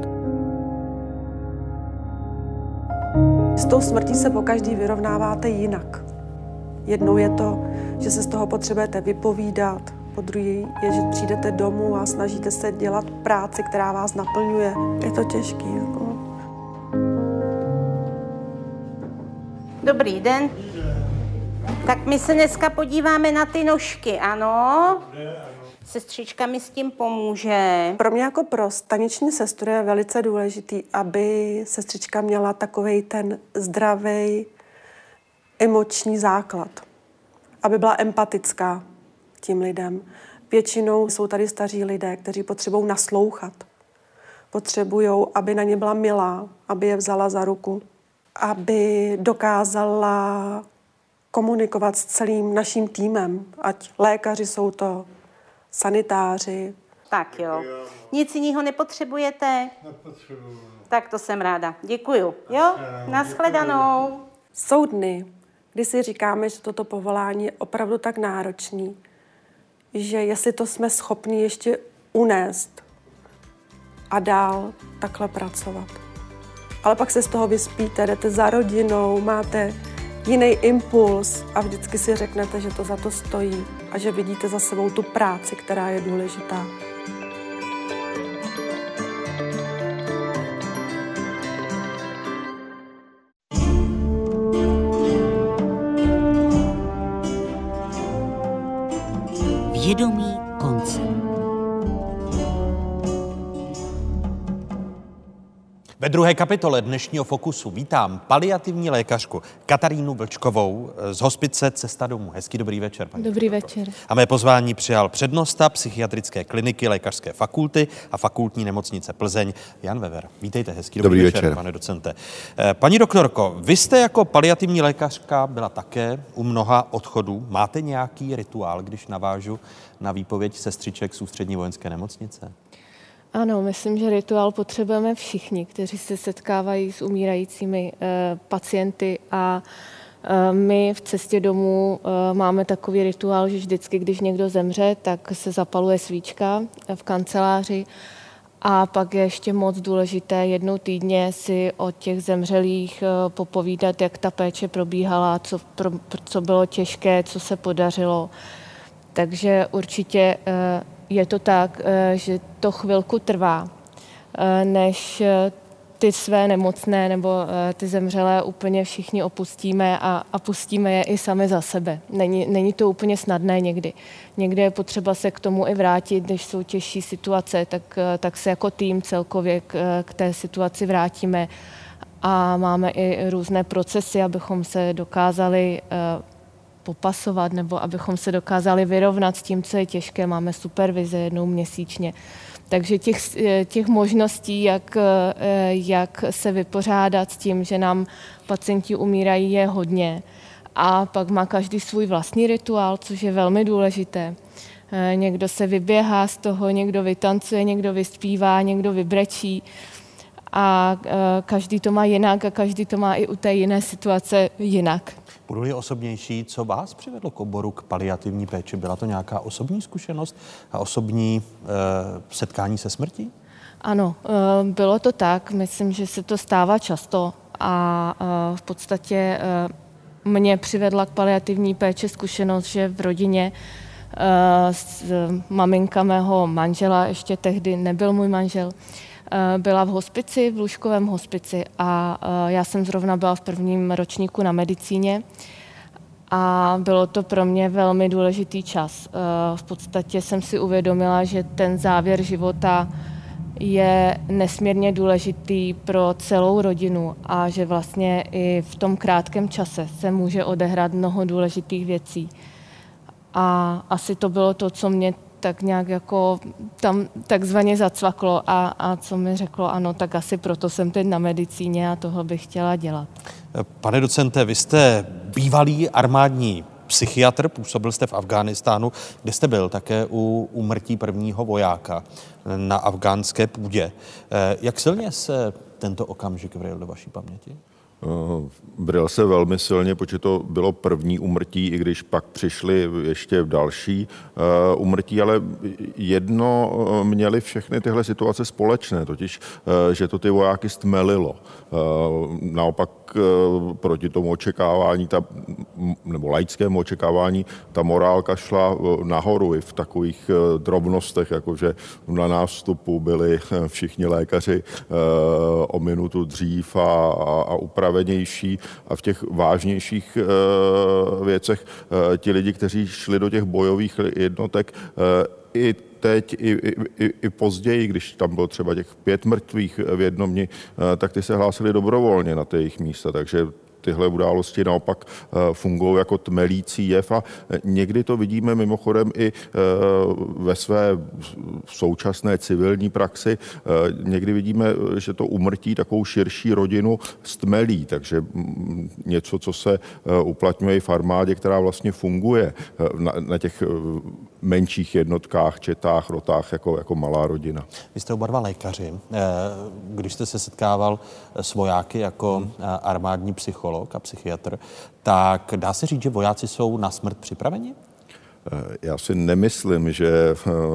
O: S tou smrtí se pokaždý vyrovnáváte jinak. Jednou je to, že se z toho potřebujete vypovídat, po druhý je, že přijdete domů a snažíte se dělat práci, která vás naplňuje. Je to těžký. Jako.
P: Dobrý den. Tak my se dneska podíváme na ty nožky, ano? Sestřička mi s tím pomůže.
O: Pro mě jako pro staniční sestru je velice důležitý, aby sestřička měla takovej ten zdravý emoční základ. Aby byla empatická tím lidem. Většinou jsou tady staří lidé, kteří potřebují naslouchat. Potřebují, aby na ně byla milá, aby je vzala za ruku, aby dokázala komunikovat s celým naším týmem, ať lékaři jsou to, sanitáři.
P: Tak jo. Nic jiného nepotřebujete?
Q: Nepotřebuji.
P: Tak to jsem ráda. Děkuju. Jo? Nashledanou.
O: Jsou dny, kdy si říkáme, že toto povolání je opravdu tak náročný, že jestli to jsme schopni ještě unést a dál takhle pracovat. Ale pak se z toho vyspíte, jdete za rodinou, máte jiný impuls a vždycky si řeknete, že to za to stojí a že vidíte za sebou tu práci, která je důležitá.
A: Vědomí konce.
H: Ve druhé kapitole dnešního Fokusu vítám paliativní lékařku Katarínu Vlčkovou z hospice Cesta domů. Hezký dobrý večer, paní
R: Dobrý
H: doktorko.
R: večer.
H: A mé pozvání přijal přednosta psychiatrické kliniky Lékařské fakulty a fakultní nemocnice Plzeň Jan Weber. Vítejte, hezký dobrý, dobrý večer, večer, pane docente. Paní doktorko, vy jste jako paliativní lékařka byla také u mnoha odchodů. Máte nějaký rituál, když navážu na výpověď sestřiček z Ústřední vojenské nemocnice?
R: Ano, myslím, že rituál potřebujeme všichni, kteří se setkávají s umírajícími e, pacienty a e, my v Cestě domů e, máme takový rituál, že vždycky, když někdo zemře, tak se zapaluje svíčka v kanceláři a pak je ještě moc důležité jednou týdně si o těch zemřelých e, popovídat, jak ta péče probíhala, co, pro, co bylo těžké, co se podařilo. Takže určitě e, je to tak, že to chvilku trvá, než ty své nemocné nebo ty zemřelé úplně všichni opustíme a, a pustíme je i sami za sebe. Není, není to úplně snadné někdy. Někdy je potřeba se k tomu i vrátit, když jsou těžší situace, tak, tak se jako tým celkově k, k té situaci vrátíme a máme i různé procesy, abychom se dokázali uh, popasovat nebo abychom se dokázali vyrovnat s tím, co je těžké. Máme supervize jednou měsíčně. Takže těch, těch možností, jak, jak se vypořádat s tím, že nám pacienti umírají, je hodně. A pak má každý svůj vlastní rituál, což je velmi důležité. Někdo se vyběhá z toho, někdo vytancuje, někdo vyspívá, někdo vybrečí. A každý to má jinak a každý to má i u té jiné situace jinak.
H: Budu-li osobnější, co vás přivedlo k oboru k paliativní péči? Byla to nějaká osobní zkušenost a osobní e, setkání se smrtí?
R: Ano, e, bylo to tak. Myslím, že se to stává často a e, v podstatě e, mě přivedla k paliativní péči zkušenost, že v rodině e, s, maminka mého manžela, ještě tehdy nebyl můj manžel, byla v hospici, v lůžkovém hospici a já jsem zrovna byla v prvním ročníku na medicíně a bylo to pro mě velmi důležitý čas. V podstatě jsem si uvědomila, že ten závěr života je nesmírně důležitý pro celou rodinu a že vlastně i v tom krátkém čase se může odehrát mnoho důležitých věcí. A asi to bylo to, co mě tak nějak jako tam takzvaně zacvaklo a, a co mi řeklo, ano, tak asi proto jsem teď na medicíně a toho bych chtěla dělat.
H: Pane docente, vy jste bývalý armádní psychiatr, působil jste v Afghánistánu, kde jste byl také u úmrtí prvního vojáka na afgánské půdě. Jak silně se tento okamžik vril do vaší paměti?
Q: Vril se velmi silně, protože to bylo první úmrtí, i když pak přišly ještě další úmrtí, ale jedno měly všechny tyhle situace společné, totiž, že to ty vojáky stmelilo. Naopak proti tomu očekávání, ta, nebo laickému očekávání, ta morálka šla nahoru i v takových drobnostech, jakože na nástupu byli všichni lékaři o minutu dřív a, a, a upravenější a v těch vážnějších věcech ti lidi, kteří šli do těch bojových jednotek, i teď, i, i, i později, když tam bylo třeba těch pět mrtvých v jednom dni, tak ty se hlásili dobrovolně na ty jejich místa, takže tyhle události naopak fungují jako tmelící jev a někdy to vidíme mimochodem i ve své současné civilní praxi. Někdy vidíme, že to úmrtí takovou širší rodinu stmelí, takže něco, co se uplatňuje i v armádě, která vlastně funguje na, na těch menších jednotkách, četách, rotách jako, jako malá rodina.
H: Vy jste oba dva lékaři. Když jste se setkával s vojáky jako armádní psycholog a psychiatr, tak dá se říct, že vojáci jsou na smrt připraveni?
Q: Já si nemyslím, že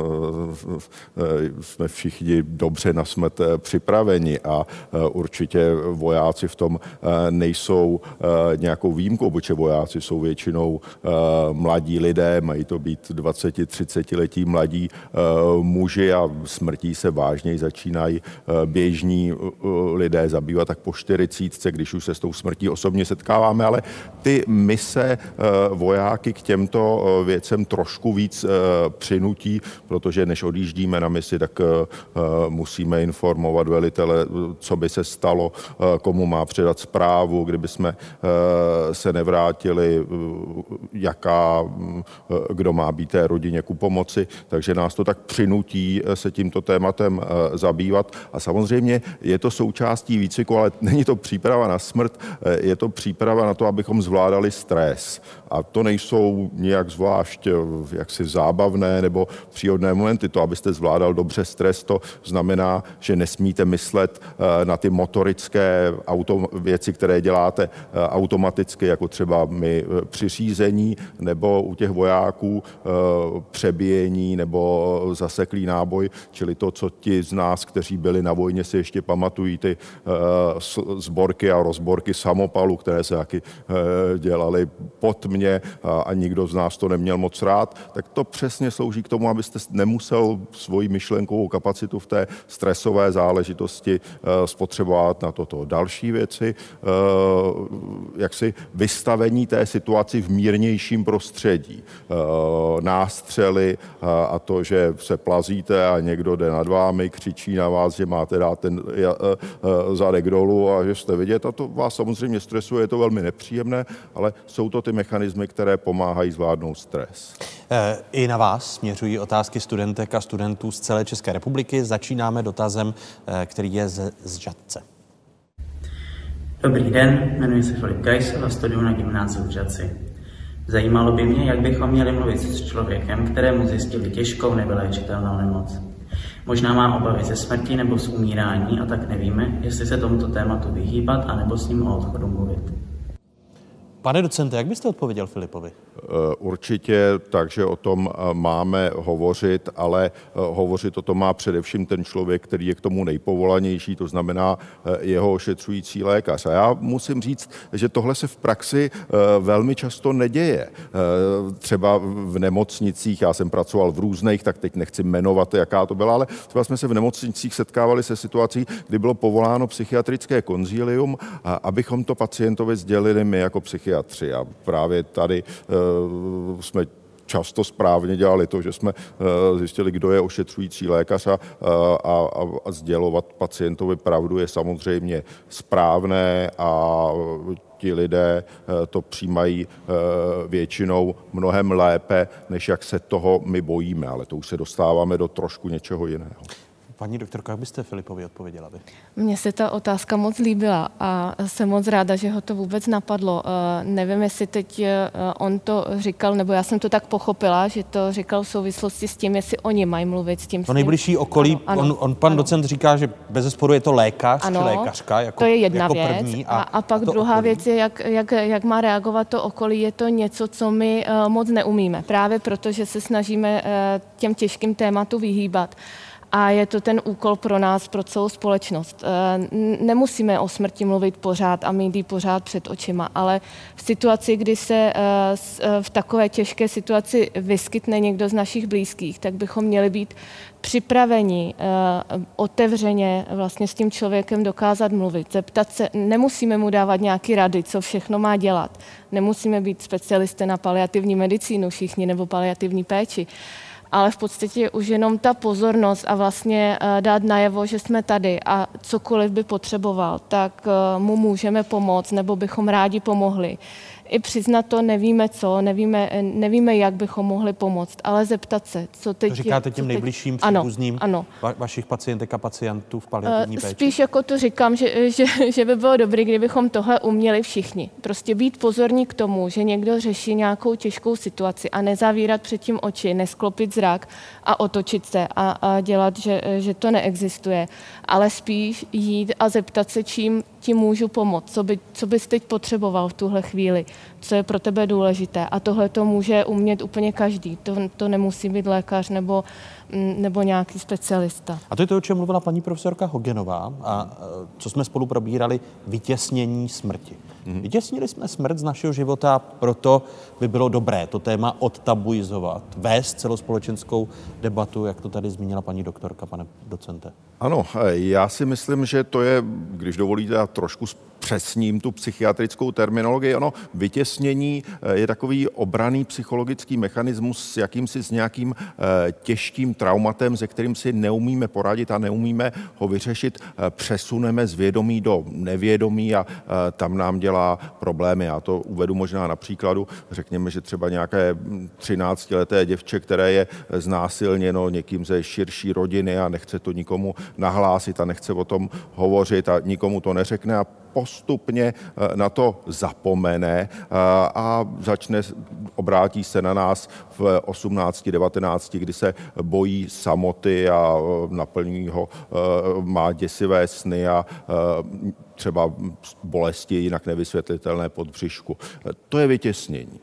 Q: jsme všichni dobře na smrt připraveni a určitě vojáci v tom nejsou nějakou výjimkou, protože vojáci jsou většinou mladí lidé, mají to být dvacet třicet letí mladí muži a smrtí se vážněji začínají běžní lidé zabývat tak po čtyřicítce, když už se s tou smrtí osobně setkáváme, ale ty mise vojáky k těmto věcem trošku víc e, přinutí, protože než odjíždíme na misi, tak e, musíme informovat velitele, co by se stalo, e, komu má předat zprávu, kdyby jsme e, se nevrátili, e, jaká, e, kdo má být té rodině ku pomoci, takže nás to tak přinutí se tímto tématem e, zabývat a samozřejmě je to součástí výcviku, ale není to příprava na smrt, e, je to příprava na to, abychom zvládali stres a to nejsou nějak zvlášť jaksi zábavné nebo příhodné momenty. To, abyste zvládal dobře stres, to znamená, že nesmíte myslet na ty motorické auto, věci, které děláte automaticky, jako třeba my při řízení nebo u těch vojáků přebíjení nebo zaseklý náboj, čili to, co ti z nás, kteří byli na vojně, si ještě pamatují, ty sborky a rozborky samopalu, které se taky dělaly pod mě a nikdo z nás to neměl moc moc rád, tak to přesně slouží k tomu, abyste nemusel svoji myšlenkovou kapacitu v té stresové záležitosti spotřebovat na toto. Další věci, jaksi vystavení té situaci v mírnějším prostředí. Nástřely a to, že se plazíte a někdo jde nad vámi, křičí na vás, že máte dát ten zadek dolů a že jste vidět. A to vás samozřejmě stresuje, je to velmi nepříjemné, ale jsou to ty mechanismy, které pomáhají zvládnout stres.
H: I na vás směřují otázky studentek a studentů z celé České republiky. Začínáme dotazem, který je z, z Žatce.
S: Dobrý den, jmenuji se Filip Geisel a studuju na gymnáziu v Žatci. Zajímalo by mě, jak bychom měli mluvit s člověkem, kterému zjistili těžkou nevyléčitelnou nemoc. Možná má obavy ze smrti nebo z umírání a tak nevíme, jestli se tomuto tématu vyhýbat anebo s ním o odchodu mluvit.
H: Pane docente, jak byste odpověděl Filipovi?
Q: Určitě, takže o tom máme hovořit, ale hovořit o tom má především ten člověk, který je k tomu nejpovolanější, to znamená jeho ošetřující lékař. A já musím říct, že tohle se v praxi velmi často neděje. Třeba v nemocnicích, já jsem pracoval v různých, tak teď nechci jmenovat, jaká to byla, ale třeba jsme se v nemocnicích setkávali se situací, kdy bylo povoláno psychiatrické konzílium, abychom to pacientovi sdělili my jako psychiatři. A právě tady uh, jsme často správně dělali to, že jsme uh, zjistili, kdo je ošetřující lékař a, a, a sdělovat pacientovi pravdu je samozřejmě správné a ti lidé uh, to přijímají uh, většinou mnohem lépe, než jak se toho my bojíme, ale to už se dostáváme do trošku něčeho jiného.
H: Paní doktorka, jak byste Filipovi odpověděla vy?
R: Mně se ta otázka moc líbila a jsem moc ráda, že ho to vůbec napadlo. Uh, nevím, jestli teď uh, on to říkal, nebo já jsem to tak pochopila, že to říkal v souvislosti s tím, jestli oni mají mluvit s tím.
H: To nejbližší okolí, ano, ano, on, on pan ano. docent říká, že bezesporu je to lékař
R: ano,
H: či lékařka jako,
R: to je jedna
H: jako
R: věc.
H: první. A,
R: a, a pak a druhá okolí. věc je, jak, jak, jak má reagovat to okolí. Je to něco, co my uh, moc neumíme. Právě proto, že se snažíme uh, těm těžkým tématu vyhýbat. A je to ten úkol pro nás, pro celou společnost. Nemusíme o smrti mluvit pořád a mít ji pořád před očima, ale v situaci, kdy se v takové těžké situaci vyskytne někdo z našich blízkých, tak bychom měli být připraveni otevřeně vlastně s tím člověkem dokázat mluvit, zeptat se, nemusíme mu dávat nějaké rady, co všechno má dělat. Nemusíme být specialisté na paliativní medicínu všichni nebo paliativní péči, ale v podstatě už jenom ta pozornost a vlastně dát najevo, že jsme tady a cokoliv by potřeboval, tak mu můžeme pomoct nebo bychom rádi pomohli. I přiznat to, nevíme co, nevíme, nevíme, jak bychom mohli pomoct, ale zeptat se, co teď...
H: To říkáte těm nejbližším příbuzním va- vašich pacientek a pacientů v paliativní péči?
R: Spíš jako to říkám, že, že, že by bylo dobré, kdybychom tohle uměli všichni. Prostě být pozorní k tomu, že někdo řeší nějakou těžkou situaci a nezavírat před tím oči, nesklopit zrak a otočit se a, a dělat, že, že to neexistuje, ale spíš jít a zeptat se, čím ti můžu pomoct, co, by, co bys teď potřeboval v tuhle chvíli, co je pro tebe důležité. A tohle to může umět úplně každý. To, to nemusí být lékař nebo, nebo nějaký specialista.
H: A to je to, o čem mluvila paní profesorka Hogenová a co jsme spolu probírali, vytěsnění smrti. Mm-hmm. Vytěsnili jsme smrt z našeho života, proto by bylo dobré to téma odtabuizovat, vést celospolečenskou debatu, jak to tady zmínila paní doktorka, pane docente.
Q: Ano, já si myslím, že to je, když dovolíte, já trošku zpřesním tu psychiatrickou terminologii. Ano, vytěsnění je takový obranný psychologický mechanismus s jakýmsi s nějakým těžkým traumatem, se kterým si neumíme poradit a neumíme ho vyřešit. Přesuneme z vědomí do nevědomí a tam nám dělá problémy. Já to uvedu možná na příkladu. Řekněme, že třeba nějaké třináctileté děvče, které je znásilněno někým ze širší rodiny a nechce to nikomu nahlásit a nechce o tom hovořit a nikomu to neřekne a postupně na to zapomene a začne, obrátí se na nás v osmnácti, devatenácti, kdy se bojí samoty a naplní ho, má děsivé sny a třeba bolesti jinak nevysvětlitelné pod břišku. To je vytěsnění.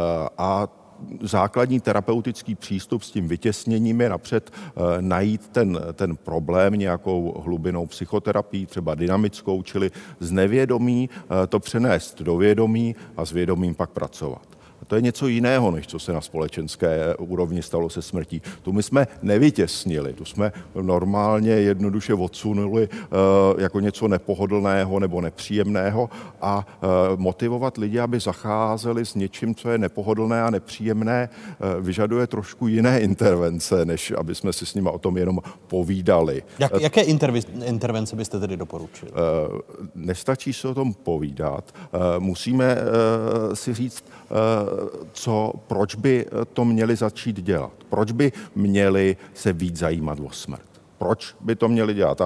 Q: A základní terapeutický přístup s tím vytěsněním je napřed e, najít ten, ten problém nějakou hlubinou psychoterapii, třeba dynamickou, čili z nevědomí e, to přenést do vědomí a s vědomím pak pracovat. To je něco jiného, než co se na společenské úrovni stalo se smrtí. Tu my jsme nevytěsnili, tu jsme normálně jednoduše odsunuli jako něco nepohodlného nebo nepříjemného a motivovat lidi, aby zacházeli s něčím, co je nepohodlné a nepříjemné, vyžaduje trošku jiné intervence, než aby jsme si s nimi o tom jenom povídali.
H: Jak, jaké intervence byste tedy doporučili?
Q: Nestačí se o tom povídat. Musíme si říct, co, proč by to měli začít dělat. Proč by měli se víc zajímat o smrt. Proč by to měli dělat. A,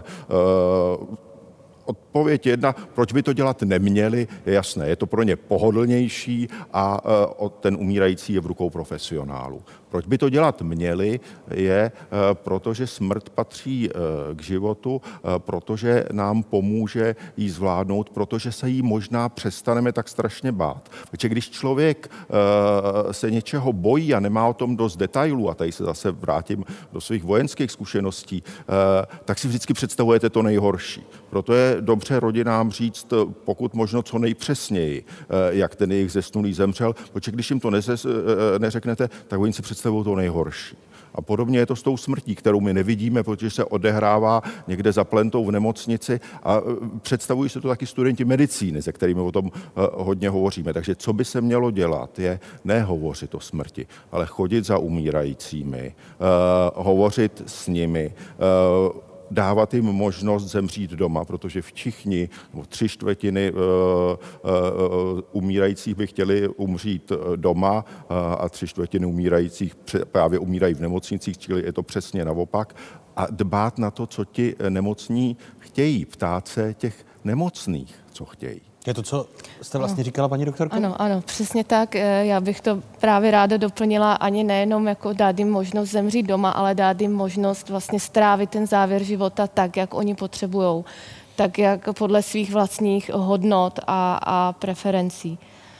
Q: Odpověď jedna, proč by to dělat neměli, je jasné. Je to pro ně pohodlnější a ten umírající je v rukou profesionálů. Proč by to dělat měli, je, protože smrt patří k životu, protože nám pomůže jí zvládnout, protože se jí možná přestaneme tak strašně bát. Protože když člověk se něčeho bojí a nemá o tom dost detailů, a tady se zase vrátím do svých vojenských zkušeností, tak si vždycky představujete to nejhorší. Proto je dobře rodinám říct, pokud možno co nejpřesněji, jak ten jejich zesnulý zemřel, protože když jim to neřeknete, tak oni si představují to nejhorší. A podobně je to s tou smrtí, kterou my nevidíme, protože se odehrává někde za plentou v nemocnici a představují se to taky studenti medicíny, se kterými o tom hodně hovoříme. Takže co by se mělo dělat, je nehovořit o smrti, ale chodit za umírajícími, hovořit s nimi, dávat jim možnost zemřít doma, protože všichni, tři čtvrtiny uh, uh, umírajících by chtěli umřít doma uh, a tři čtvrtiny umírajících právě umírají v nemocnicích, čili je to přesně naopak. A dbát na to, co ti nemocní chtějí, ptát se těch nemocných, co chtějí.
H: Je to, co jste vlastně říkala, paní doktorko?
R: Ano, ano, přesně tak. Já bych to právě ráda doplnila, ani nejenom jako dát jim možnost zemřít doma, ale dát jim možnost vlastně strávit ten závěr života tak, jak oni potřebujou, tak jak podle svých vlastních hodnot a, a preferencí.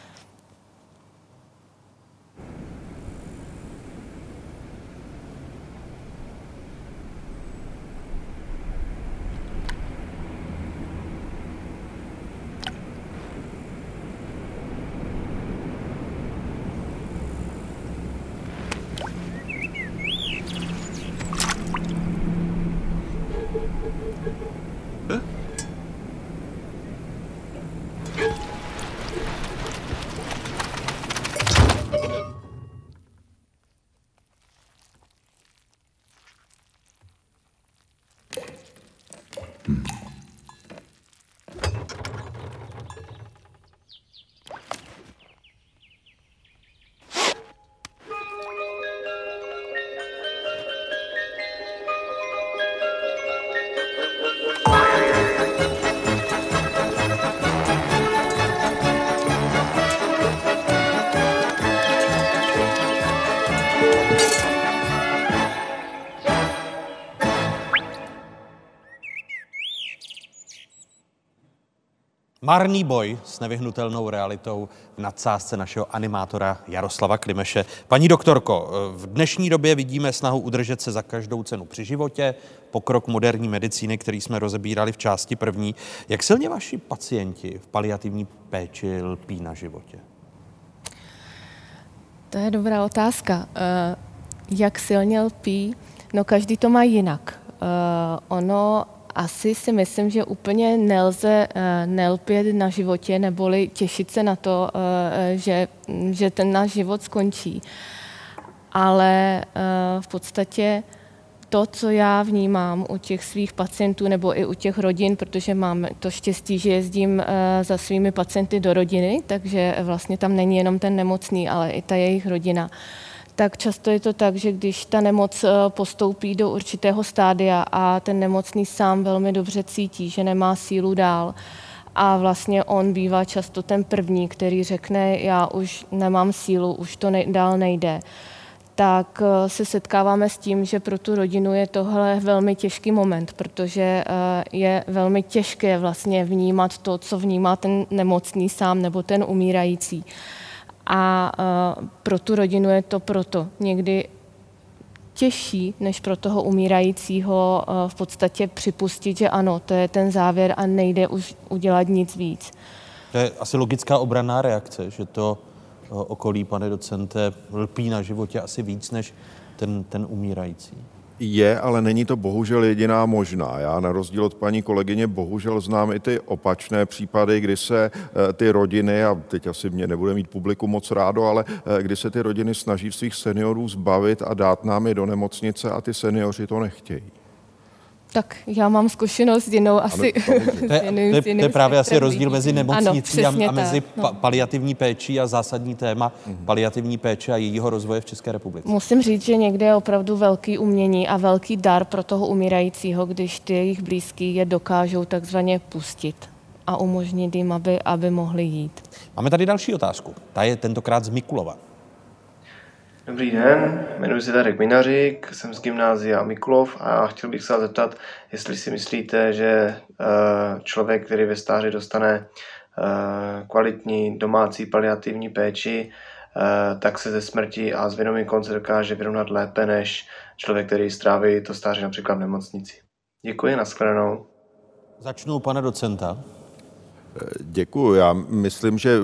H: Marný boj s nevyhnutelnou realitou v nadsázce našeho animátora Jaroslava Klimeše. Paní doktorko, v dnešní době vidíme snahu udržet se za každou cenu při životě, pokrok moderní medicíny, který jsme rozebírali v části první. Jak silně vaši pacienti v paliativní péči lpí na životě?
R: To je dobrá otázka. Jak silně lpí? No každý to má jinak. Ono asi si myslím, že úplně nelze nelpět na životě neboli těšit se na to, že, že ten náš život skončí. Ale v podstatě to, co já vnímám u těch svých pacientů nebo i u těch rodin, protože mám to štěstí, že jezdím za svými pacienty do rodiny, takže vlastně tam není jenom ten nemocný, ale i ta jejich rodina. Tak často je to tak, že když ta nemoc postoupí do určitého stádia a ten nemocný sám velmi dobře cítí, že nemá sílu dál a vlastně on bývá často ten první, který řekne, já už nemám sílu, už to ne- dál nejde, tak se setkáváme s tím, že pro tu rodinu je tohle velmi těžký moment, protože je velmi těžké vlastně vnímat to, co vnímá ten nemocný sám nebo ten umírající. A uh, pro tu rodinu je to proto někdy těžší, než pro toho umírajícího uh, v podstatě připustit, že ano, to je ten závěr a nejde už udělat nic víc.
H: To je asi logická obranná reakce, že to okolí, pane docente, lpí na životě asi víc než ten, ten umírající.
Q: Je, ale není to bohužel jediná možná. Já na rozdíl od paní kolegyně bohužel znám i ty opačné případy, kdy se ty rodiny, a teď asi mě nebude mít publikum moc rádo, ale kdy se ty rodiny snaží svých seniorů zbavit a dát nám je do nemocnice a ty seniori to nechtějí.
R: Tak já mám zkušenost jinou asi.
H: To je, to je právě asi rozdíl mezi nemocnicí ano, a, a mezi tak, no. pa, paliativní péčí a zásadní téma paliativní péče a jejího rozvoje v České republice.
R: Musím říct, že někde je opravdu velký umění a velký dar pro toho umírajícího, když ty jejich blízký je dokážou takzvaně pustit a umožnit jim, aby, aby mohli jít.
H: Máme tady další otázku. Ta je tentokrát z Mikulova.
T: Dobrý den, jmenuji se Darek Minařík, jsem z gymnázia Mikulov a chtěl bych se vás zeptat, jestli si myslíte, že člověk, který ve stáří dostane kvalitní domácí paliativní péči, tak se ze smrti a z vědomí konce dokáže vyrovnat lépe než člověk, který stráví to stáří například v nemocnici. Děkuji, nashledanou.
H: Začnu pana docenta.
Q: Děkuji, já myslím, že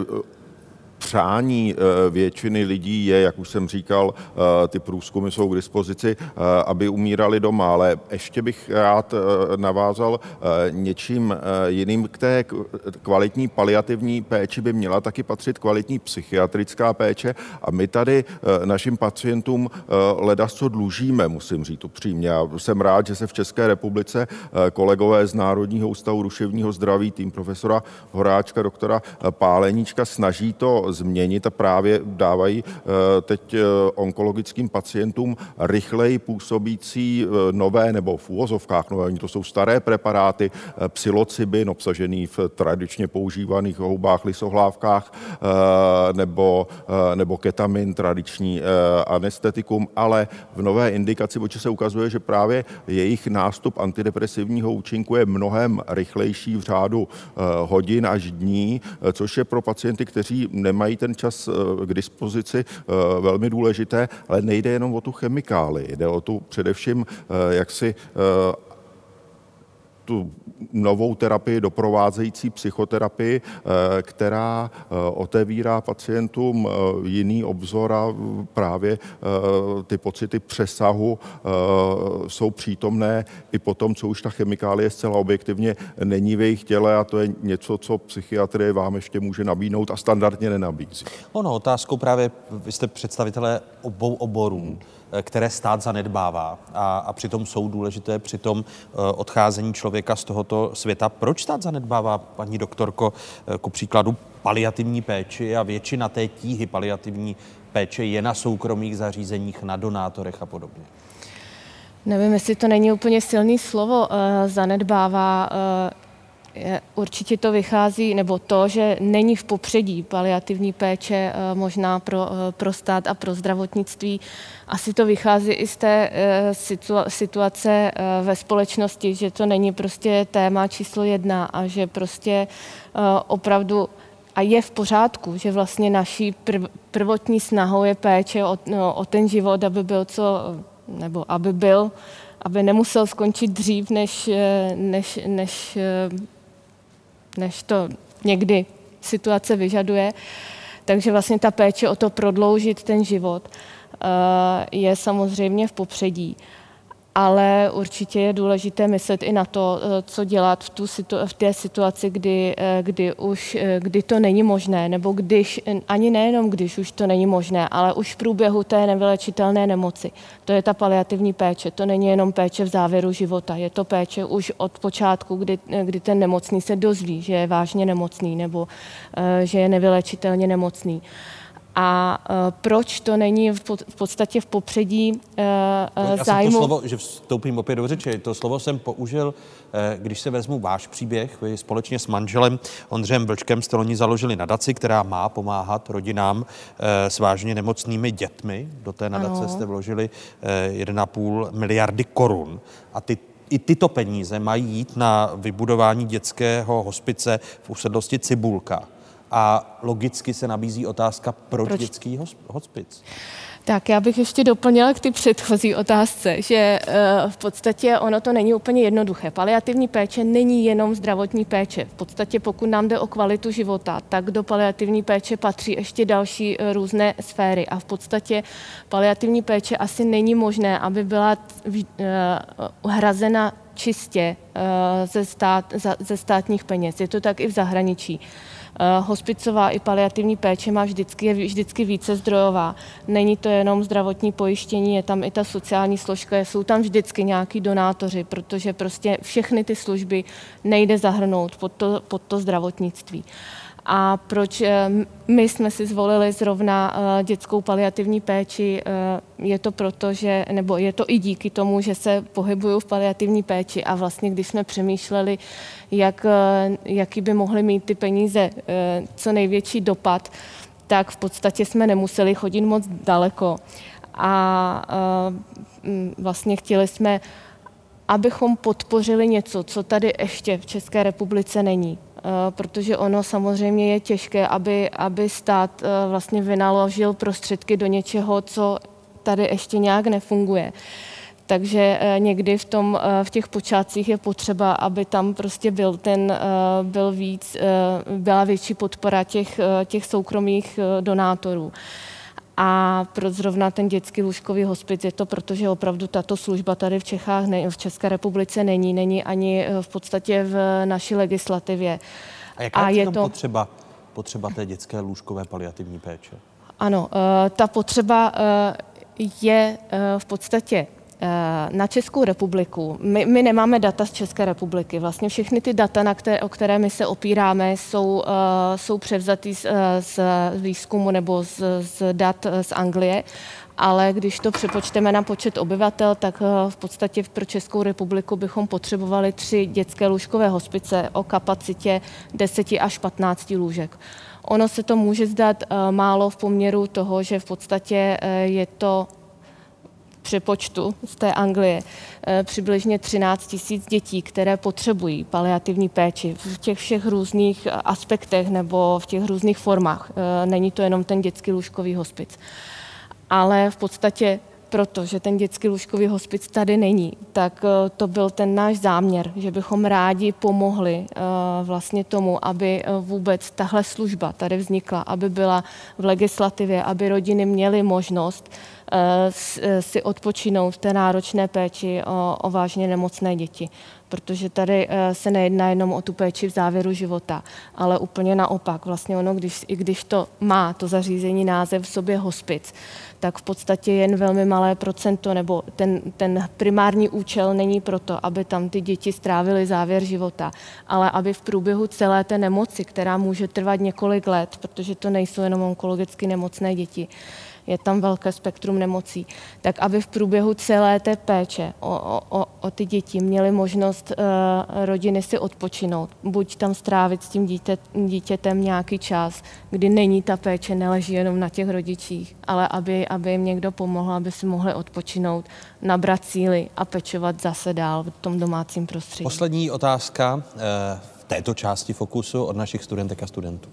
Q: přání většiny lidí je, jak už jsem říkal, ty průzkumy jsou k dispozici, aby umírali doma, ale ještě bych rád navázal něčím jiným. K té kvalitní paliativní péči by měla taky patřit kvalitní psychiatrická péče a my tady našim pacientům ledasco dlužíme, musím říct upřímně. Já jsem rád, že se v České republice kolegové z Národního ústavu duševního zdraví, tým profesora Horáčka, doktora Páleníčka snaží to změnit a právě dávají teď onkologickým pacientům rychleji působící nové, nebo v úvozovkách nové, to jsou staré preparáty, psilocybin obsažený v tradičně používaných houbách, lisohlávkách, nebo, nebo ketamin, tradiční anestetikum, ale v nové indikaci, protože se ukazuje, že právě jejich nástup antidepresivního účinku je mnohem rychlejší v řádu hodin až dní, což je pro pacienty, kteří nemají mají ten čas k dispozici velmi důležité, ale nejde jenom o tu chemikálii, jde o tu především jaksi tu novou terapii, doprovázející psychoterapii, která otevírá pacientům jiný obzor a právě ty pocity přesahu jsou přítomné i po tom, co už ta chemikálie zcela objektivně není v jejich těle a to je něco, co psychiatrie vám ještě může nabídnout a standardně nenabízí.
H: Ono, otázkou právě, vy jste představitelé obou oborů, hmm. které stát zanedbává a, a přitom jsou důležité při tom uh, odcházení člověka z tohoto světa. Proč stát zanedbává, paní doktorko, ku příkladu paliativní péči a většina té tíhy paliativní péče je na soukromých zařízeních, na donátorech a podobně?
R: Nevím, jestli to není úplně silné slovo, uh, zanedbává. Uh, Určitě to vychází, nebo to, že není v popředí paliativní péče možná pro, pro stát a pro zdravotnictví. Asi to vychází i z té situace ve společnosti, že to není prostě téma číslo jedna a že prostě opravdu a je v pořádku, že vlastně naší prv, prvotní snahou je péče o, no, o ten život, aby byl co, nebo aby byl, aby nemusel skončit dřív, než, než, než než to někdy situace vyžaduje. Takže vlastně ta péče o to prodloužit ten život je samozřejmě v popředí. Ale určitě je důležité myslet i na to, co dělat v, tu situ- v té situaci, kdy, kdy, už, kdy to není možné, nebo když, ani nejenom když už to není možné, ale už v průběhu té nevylečitelné nemoci. To je ta paliativní péče, to není jenom péče v závěru života, je to péče už od počátku, kdy, kdy ten nemocný se dozví, že je vážně nemocný nebo že je nevylečitelně nemocný. A uh, proč to není v, pod, v podstatě v popředí uh,
H: Já
R: zájmu?
H: To slovo, že vstoupím opět do řeči, to slovo jsem použil, eh, když se vezmu váš příběh. Vy společně s manželem Ondřejem Vlčkem jste loni založili nadaci, která má pomáhat rodinám eh, s vážně nemocnými dětmi. Do té nadace ano. jste vložili eh, jedna a půl miliardy korun. A ty I tyto peníze mají jít na vybudování dětského hospice v usedlosti Cibulka. A logicky se nabízí otázka, proč, proč? dětský hospic?
R: Tak já bych ještě doplnila k ty předchozí otázce, že v podstatě ono to není úplně jednoduché. Paliativní péče není jenom zdravotní péče. V podstatě pokud nám jde o kvalitu života, tak do paliativní péče patří ještě další různé sféry. A v podstatě paliativní péče asi není možné, aby byla hrazena čistě ze, stát, ze státních peněz. Je to tak i v zahraničí. Hospicová i paliativní péče má vždycky, je vždycky více zdrojová. Není to jenom zdravotní pojištění, je tam i ta sociální složka, jsou tam vždycky nějaký donátoři, protože prostě všechny ty služby nejde zahrnout pod to, pod to zdravotnictví. A proč my jsme si zvolili zrovna dětskou paliativní péči, je to proto, že, nebo je to i díky tomu, že se pohybuju v paliativní péči a vlastně když jsme přemýšleli, jak, jaký by mohly mít ty peníze co největší dopad, tak v podstatě jsme nemuseli chodit moc daleko. A vlastně chtěli jsme, abychom podpořili něco, co tady ještě v České republice není. Protože ono samozřejmě je těžké, aby, aby stát vlastně vynaložil prostředky do něčeho, co tady ještě nějak nefunguje. Takže někdy v, tom, v těch počátcích je potřeba, aby tam prostě byl ten, byl víc, byla větší podpora těch, těch soukromých donátorů. A pro zrovna ten dětský lůžkový hospic je to, protože opravdu tato služba tady v Čechách, ne, v České republice není, není ani v podstatě v naší legislativě.
H: A jaká je to potřeba, potřeba té dětské lůžkové paliativní péče?
R: Ano, ta potřeba je v podstatě na Českou republiku. My, my nemáme data z České republiky. Vlastně všechny ty data, na které, o které my se opíráme, jsou, uh, jsou převzatý z, z výzkumu nebo z, z dat z Anglie, ale když to přepočteme na počet obyvatel, tak uh, v podstatě pro Českou republiku bychom potřebovali tři dětské lůžkové hospice o kapacitě deset až patnáct lůžek. Ono se to může zdát uh, málo v poměru toho, že v podstatě uh, je to přepočtu z té Anglie přibližně třináct tisíc dětí, které potřebují paliativní péči v těch všech různých aspektech nebo v těch různých formách. Není to jenom ten dětský lůžkový hospic. Ale v podstatě proto, že ten dětský lůžkový hospic tady není, tak to byl ten náš záměr, že bychom rádi pomohli vlastně tomu, aby vůbec tahle služba tady vznikla, aby byla v legislativě, aby rodiny měly možnost si odpočinout v té náročné péči o, o vážně nemocné děti. Protože tady se nejedná jenom o tu péči v závěru života, ale úplně naopak. Vlastně ono, když, i když to má to zařízení název v sobě hospic, tak v podstatě jen velmi malé procento, nebo ten, ten primární účel není proto, aby tam ty děti strávily závěr života, ale aby v průběhu celé té nemoci, která může trvat několik let, protože to nejsou jenom onkologicky nemocné děti, je tam velké spektrum nemocí, tak aby v průběhu celé té péče o, o, o ty děti měly možnost uh, rodiny si odpočinout, buď tam strávit s tím dítě, dítětem nějaký čas, kdy není ta péče, neleží jenom na těch rodičích, ale aby, aby jim někdo pomohl, aby si mohli odpočinout, nabrat síly a pečovat zase dál v tom domácím prostředí.
H: Poslední otázka v této části Fokusu od našich studentek a studentů.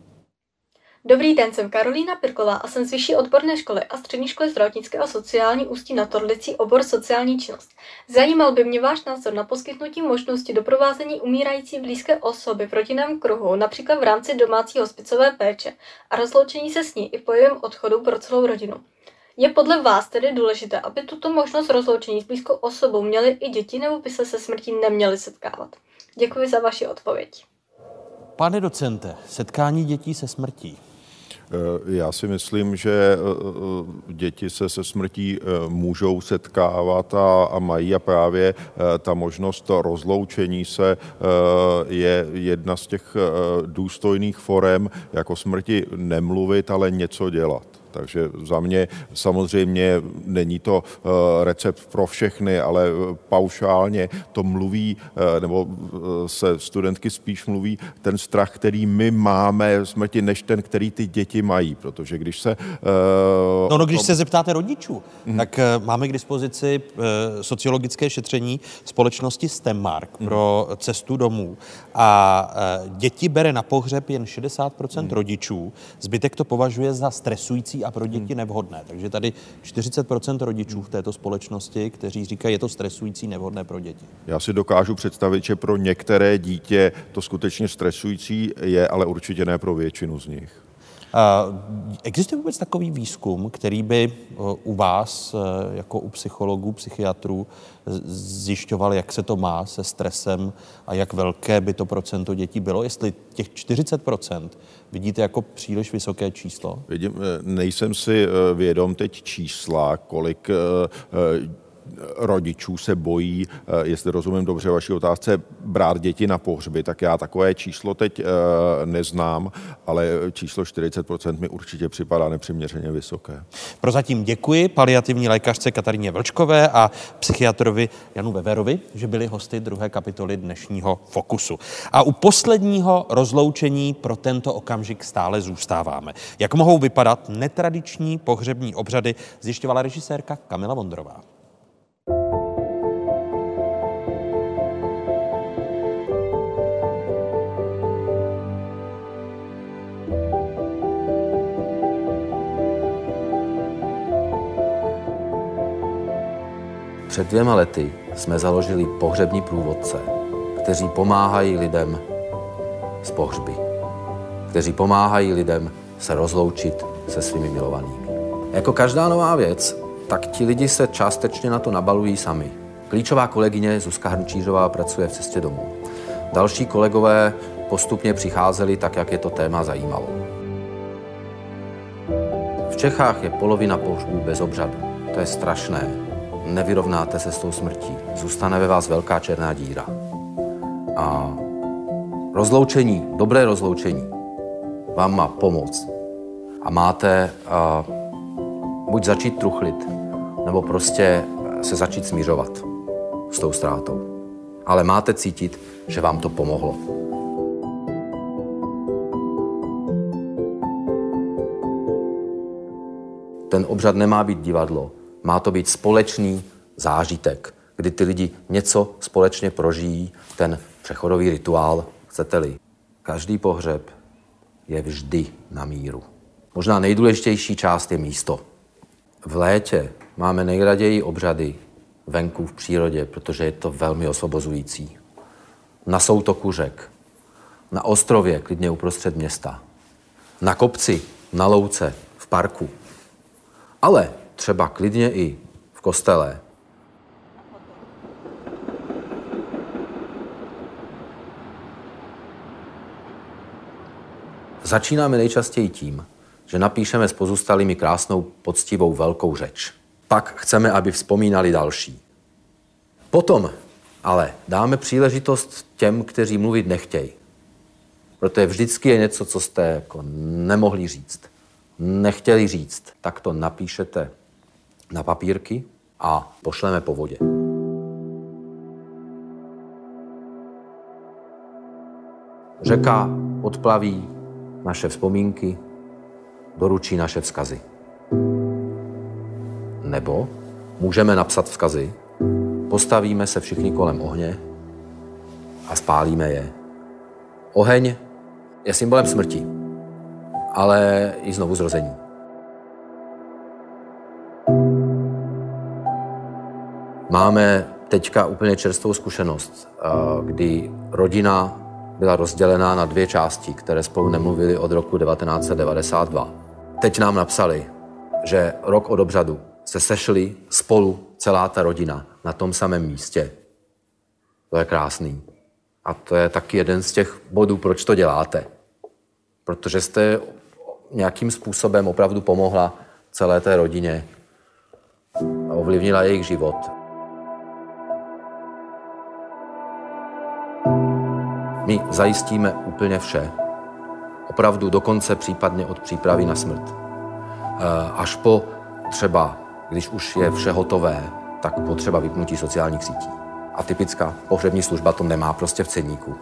U: Dobrý den, jsem Karolína Pirklová a jsem z Vyšší odborné školy a Střední školy zdravotnické a sociální Ústí nad Orlicí, obor sociální činnost. Zajímal by mě váš názor na poskytnutí možnosti doprovázení umírající blízké osoby v rodinném kruhu, například v rámci domácí hospicové péče a rozloučení se s ní i po jejím odchodu pro celou rodinu. Je podle vás tedy důležité, aby tuto možnost rozloučení s blízkou osobou měly i děti, nebo by se se smrtí neměly setkávat? Děkuji za vaši odpověď.
H: Pane docente, setkání dětí se smrtí.
Q: Já si myslím, že děti se se smrtí můžou setkávat a, a mají a právě ta možnost rozloučení se je jedna z těch důstojných forem, jako smrti nemluvit, ale něco dělat. Takže za mě samozřejmě není to recept pro všechny, ale paušálně to mluví, nebo se studentky spíš mluví ten strach, který my máme smrti, než ten, který ty děti mají, protože když se...
H: No, no když se zeptáte rodičů, hmm. tak máme k dispozici sociologické šetření společnosti STEMmark hmm. pro cestu domů a děti bere na pohřeb jen šedesát procent hmm. rodičů, zbytek to považuje za stresující stresující a pro děti nevhodné. Takže tady čtyřicet procent rodičů v této společnosti, kteří říkají, je to stresující, nevhodné pro děti.
Q: Já si dokážu představit, že pro některé dítě to skutečně stresující je, ale určitě ne pro většinu z nich.
H: Existuje vůbec takový výzkum, který by u vás, jako u psychologů, psychiatrů, zjišťoval, jak se to má se stresem a jak velké by to procento dětí bylo? Jestli těch čtyřicet procent vidíte jako příliš vysoké číslo?
Q: Vidím, nejsem si vědom teď čísla, kolik rodičů se bojí, jestli rozumím dobře vaší otázce, brát děti na pohřby, tak já takové číslo teď neznám, ale číslo čtyřicet procent mi určitě připadá nepřiměřeně vysoké.
H: Prozatím děkuji paliativní lékařce Kataríně Vlčkové a psychiatrovi Janu Weberovi, že byli hosty druhé kapitoly dnešního Fokusu. A u posledního rozloučení pro tento okamžik stále zůstáváme. Jak mohou vypadat netradiční pohřební obřady, zjišťovala režisérka Kamila Vondrová.
B: Před dvěma lety jsme založili pohřební průvodce, kteří pomáhají lidem z pohřby, kteří pomáhají lidem se rozloučit se svými milovanými. Jako každá nová věc, tak ti lidi se částečně na to nabalují sami. Klíčová kolegyně Zuzka Hrnčířová pracuje v cestě domů. Další kolegové postupně přicházeli tak, jak je to téma zajímalo. V Čechách je polovina pohřbů bez obřadu. To je strašné. Nevyrovnáte se s tou smrtí. Zůstane ve vás velká černá díra. A rozloučení, dobré rozloučení vám má pomoct. A máte uh, buď začít truchlit, nebo prostě se začít smířovat s tou ztrátou. Ale máte cítit, že vám to pomohlo. Ten obřad nemá být divadlo. Má to být společný zážitek, kdy ty lidi něco společně prožijí, ten přechodový rituál, chcete-li. Každý pohřeb je vždy na míru. Možná nejdůležitější část je místo. V létě máme nejraději obřady venku v přírodě, protože je to velmi osvobozující. Na soutoku řek, na ostrově, klidně uprostřed města, na kopci, na louce, v parku. Ale třeba klidně i v kostele. Začínáme nejčastěji tím, že napíšeme s pozůstalými krásnou, poctivou, velkou řeč. Pak chceme, aby vzpomínali další. Potom ale dáme příležitost těm, kteří mluvit nechtějí. Protože vždycky je něco, co jste jako nemohli říct. Nechtěli říct, tak to napíšete na papírky a pošleme po vodě. Řeka odplaví naše vzpomínky, doručí naše vzkazy. Nebo můžeme napsat vzkazy, postavíme se všichni kolem ohně a spálíme je. Oheň je symbolem smrti, ale i znovuzrození. Máme teďka úplně čerstvou zkušenost, kdy rodina byla rozdělená na dvě části, které spolu nemluvily od roku devatenáct set devadesát dva. Teď nám napsali, že rok od obřadu se sešli spolu celá ta rodina na tom samém místě. To je krásný. A to je taky jeden z těch bodů, proč to děláte. Protože jste nějakým způsobem opravdu pomohla celé té rodině a ovlivnila jejich život. My zajistíme úplně vše. Opravdu dokonce případně od přípravy na smrt. Až po třeba, když už je vše hotové, tak potřeba vypnutí sociálních sítí. A typická pohřební služba to nemá prostě v ceníku.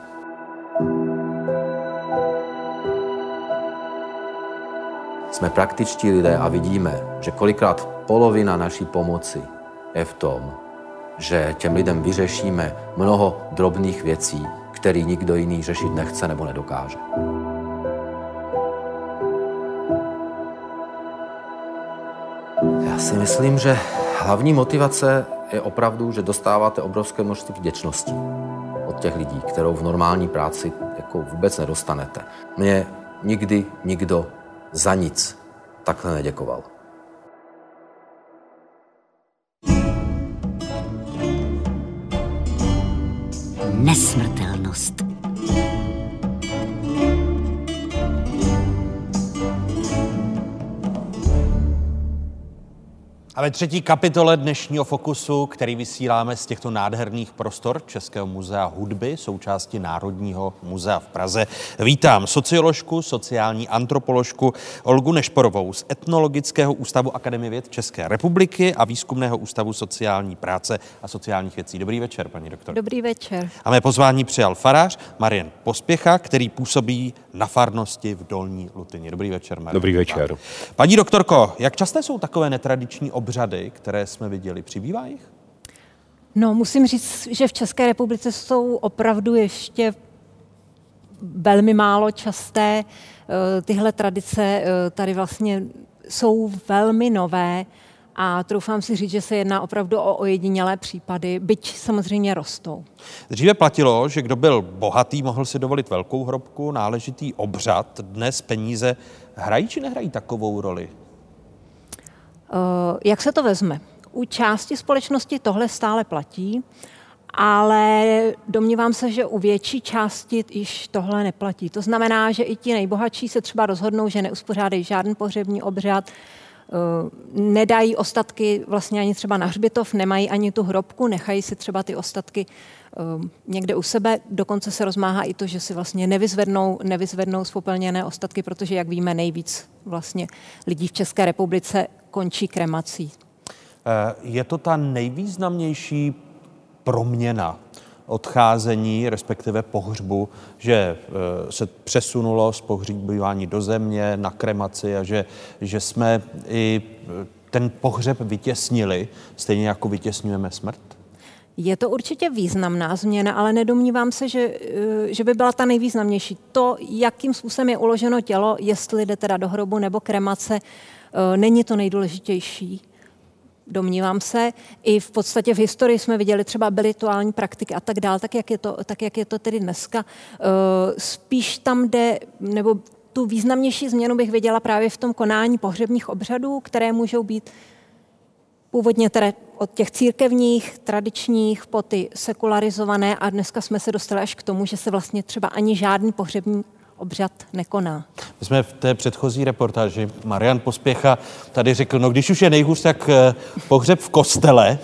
B: Jsme praktičtí lidé a vidíme, že kolikrát polovina naší pomoci je v tom, že těm lidem vyřešíme mnoho drobných věcí, který nikdo jiný řešit nechce nebo nedokáže. si myslím, že hlavní motivace je opravdu, že dostáváte obrovské množství vděčnosti od těch lidí, kterou v normální práci jako vůbec nedostanete. Mně nikdy nikdo za nic takhle neděkoval.
A: Nesmrtelnost.
H: A ve třetí kapitole dnešního Fokusu, který vysíláme z těchto nádherných prostor Českého muzea hudby, součásti Národního muzea v Praze, vítám socioložku, sociální antropoložku Olgu Nešporovou z Etnologického ústavu Akademie věd České republiky a Výzkumného ústavu sociální práce a sociálních věcí. Dobrý večer, paní doktorko.
I: Dobrý večer.
H: A mé pozvání přijal farář Marian Pospěcha, který působí na farnosti v Dolní Lutyni. Dobrý večer, Marian.
C: Dobrý večer.
H: Paní doktorko, jak časté jsou takové netradiční obřady, které jsme viděli? Přibývá jich?
I: No, musím říct, že v České republice jsou opravdu ještě velmi málo časté. Tyhle tradice tady vlastně jsou velmi nové a troufám si říct, že se jedná opravdu o ojedinělé případy, byť samozřejmě rostou.
H: Dříve platilo, že kdo byl bohatý, mohl si dovolit velkou hrobku, náležitý obřad. Dnes peníze hrají či nehrají takovou roli?
I: Jak se to vezme? U části společnosti tohle stále platí, ale domnívám se, že u větší části již tohle neplatí. To znamená, že i ti nejbohatší se třeba rozhodnou, že neuspořádají žádný pohřební obřad, nedají ostatky vlastně ani třeba na hřbitov, nemají ani tu hrobku, nechají si třeba ty ostatky někde u sebe. Dokonce se rozmáhá i to, že si vlastně nevyzvednou, nevyzvednou spopelněné ostatky, protože, jak víme, nejvíc vlastně lidí v České republice končí kremací.
H: Je to ta nejvýznamnější proměna odcházení, respektive pohřbu, že se přesunulo z pohřbívání do země na kremaci a že, že jsme i ten pohřeb vytěsnili, stejně jako vytěsňujeme smrt?
I: Je to určitě významná změna, ale nedomnívám se, že, že by byla ta nejvýznamnější. To, jakým způsobem je uloženo tělo, jestli jde teda do hrobu nebo kremace, není to nejdůležitější. Domnívám se, i v podstatě v historii jsme viděli třeba rituální praktiky a tak dál, tak jak je to, tak jak je to tedy dneska. Spíš tam jde, nebo tu významnější změnu bych viděla právě v tom konání pohřebních obřadů, které můžou být původně tedy od těch církevních, tradičních, po ty sekularizované a dneska jsme se dostali až k tomu, že se vlastně třeba ani žádný pohřební obřad nekoná. My
H: jsme v té předchozí reportáži, Marian Pospěcha tady řekl, no když už je nejhůř, tak pohřeb v kostele,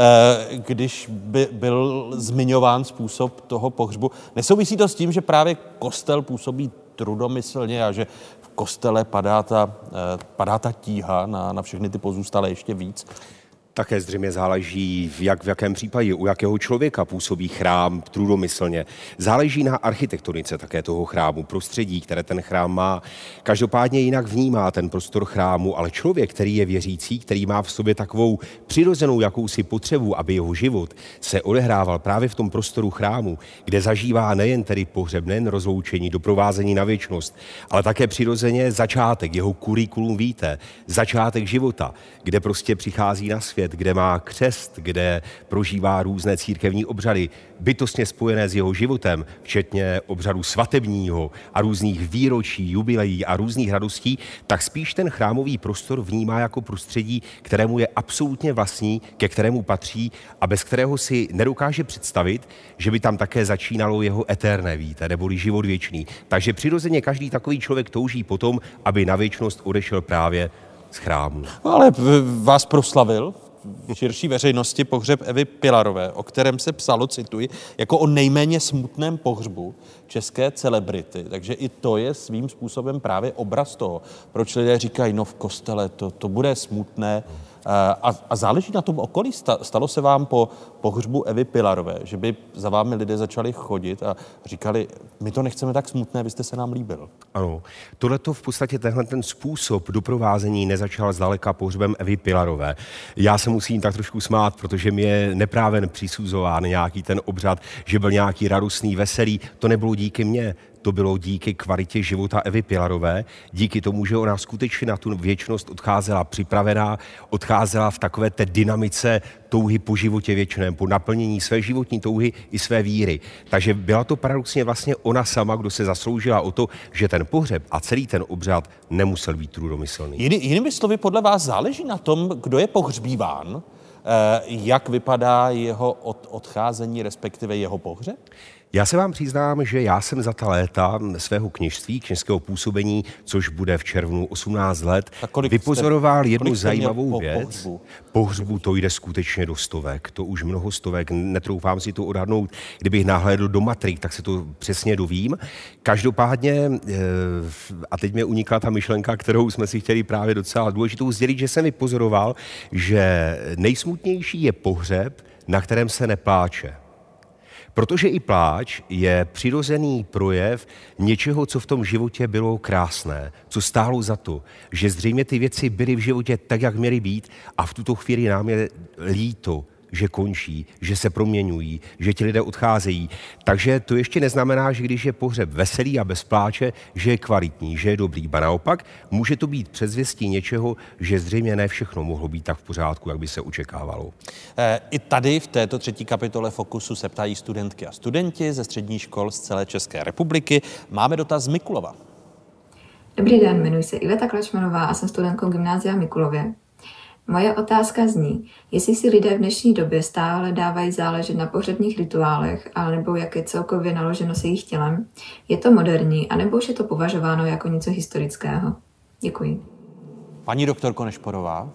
H: když by byl zmiňován způsob toho pohřbu. Nesouvisí to s tím, že právě kostel působí trudomyslně a že v kostele padá ta, padá ta tíha na, na všechny ty pozůstalé ještě víc?
C: Také zřejmě záleží, v, jak, v jakém případě, u jakého člověka působí chrám trudomyslně. Záleží na architektonice také toho chrámu, prostředí, které ten chrám má. Každopádně jinak vnímá ten prostor chrámu, ale člověk, který je věřící, který má v sobě takovou přirozenou jakousi potřebu, aby jeho život se odehrával právě v tom prostoru chrámu, kde zažívá nejen tedy pohřeb, nejen rozloučení, doprovázení na věčnost, ale také přirozeně začátek, jeho kurikulum vitae, začátek života, kde prostě přichází na svět, kde má křest, kde prožívá různé církevní obřady, bytostně spojené s jeho životem, včetně obřadu svatebního a různých výročí, jubileí a různých radostí, tak spíš ten chrámový prostor vnímá jako prostředí, kterému je absolutně vlastní, ke kterému patří a bez kterého si nedokáže představit, že by tam také začínalo jeho eterné vitae, neboli život věčný. Takže přirozeně každý takový člověk touží potom, aby na věčnost odešel právě z chrámu.
H: No ale vás proslavil v širší veřejnosti pohřeb Evy Pilarové, o kterém se psalo, cituji, jako o nejméně smutném pohřbu české celebrity. Takže i to je svým způsobem právě obraz toho, proč lidé říkají, no v kostele to, to bude smutné. A, a záleží na tom okolí. Stalo se vám po pohřbu Evy Pilarové, že by za vámi lidé začali chodit a říkali, my to nechceme tak smutné, vy jste se nám líbil.
C: Ano, tohleto v podstatě tenhle ten způsob doprovázení nezačal zdaleka pohřbem Evy Pilarové. Já se musím tak trošku smát, protože mi je neprávem přisuzován nějaký ten obřad, že byl nějaký radostný, veselý. To nebylo díky mně. to bylo díky kvalitě života Evy Pilarové, díky tomu, že ona skutečně na tu věčnost odcházela připravená, odcházela v takové té dynamice touhy po životě věčném, po naplnění své životní touhy i své víry. Takže byla to paradoxně vlastně ona sama, kdo se zasloužila o to, že ten pohřeb a celý ten obřad nemusel být trudomyslný.
H: Jiný, jinými slovy, podle vás záleží na tom, kdo je pohřbíván, jak vypadá jeho od, odcházení, respektive jeho pohřeb?
C: Já se vám přiznám, že já jsem za ta léta svého kněžství, kněžského působení, což bude v červnu osmnáct let, vypozoroval jste, jednu zajímavou po, věc. Pohřbu? pohřbu to jde skutečně do stovek, to už mnoho stovek, netroufám si to odhadnout. Kdybych nahlédl do matrik, tak se to přesně dovím. Každopádně, a teď mě unikla ta myšlenka, kterou jsme si chtěli právě docela důležitou sdělit, že jsem vypozoroval, že nejsmutnější je pohřeb, na kterém se nepláče. Protože i pláč je přirozený projev něčeho, co v tom životě bylo krásné, co stálo za to, že zřejmě ty věci byly v životě tak, jak měly být a v tuto chvíli nám je líto, že končí, že se proměňují, že ti lidé odcházejí. Takže to ještě neznamená, že když je pohřeb veselý a bez pláče, že je kvalitní, že je dobrý. Ba naopak, může to být předzvěstí něčeho, že zřejmě ne všechno mohlo být tak v pořádku, jak by se očekávalo.
H: I tady v této třetí kapitole Fokusu se ptají studentky a studenti ze středních škol z celé České republiky. Máme dotaz z Mikulova.
D: Dobrý den, jmenuji se Iveta Klačmanová a jsem studentkou gymnázia v Mikulově. Moje otázka zní, jestli si lidé v dnešní době stále dávají záležet na pohřebních rituálech, alebo jak je celkově naloženo se jejich tělem. Je to moderní, anebo už je to považováno jako něco historického? Děkuji.
H: Paní doktorko Nešporová.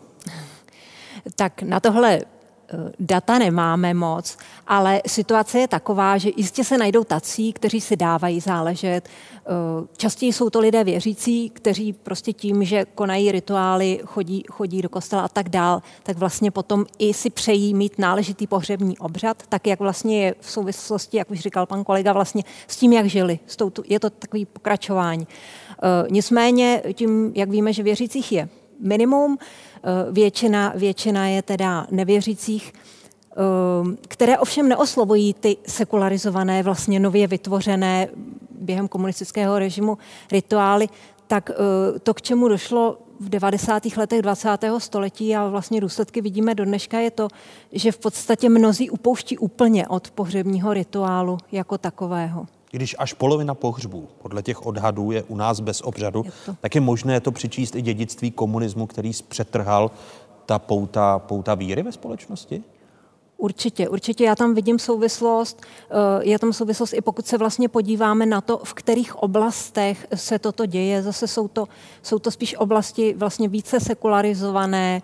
I: Tak na tohle data nemáme moc, ale situace je taková, že jistě se najdou tací, kteří si dávají záležet. Častěji jsou to lidé věřící, kteří prostě tím, že konají rituály, chodí, chodí do kostela a tak dál, tak vlastně potom i si přejí mít náležitý pohřební obřad, tak jak vlastně je v souvislosti, jak už říkal pan kolega, vlastně s tím, jak žili. Je to takový pokračování. Nicméně tím, jak víme, že věřících je minimum, většina, většina je teda nevěřících, které ovšem neoslovují ty sekularizované, vlastně nově vytvořené během komunistického režimu rituály, tak to, k čemu došlo v devadesátých letech dvacátého století a vlastně důsledky vidíme do dneška, je to, že v podstatě mnozí upouští úplně od pohřebního rituálu jako takového.
H: Když až polovina pohřbů podle těch odhadů je u nás bez obřadu, je tak je možné to přičíst i dědictví komunismu, který zpřetrhal ta pouta, pouta víry ve společnosti?
I: Určitě, určitě. Já tam vidím souvislost, je tam souvislost i pokud se vlastně podíváme na to, v kterých oblastech se toto děje. Zase jsou to, jsou to spíš oblasti vlastně více sekularizované,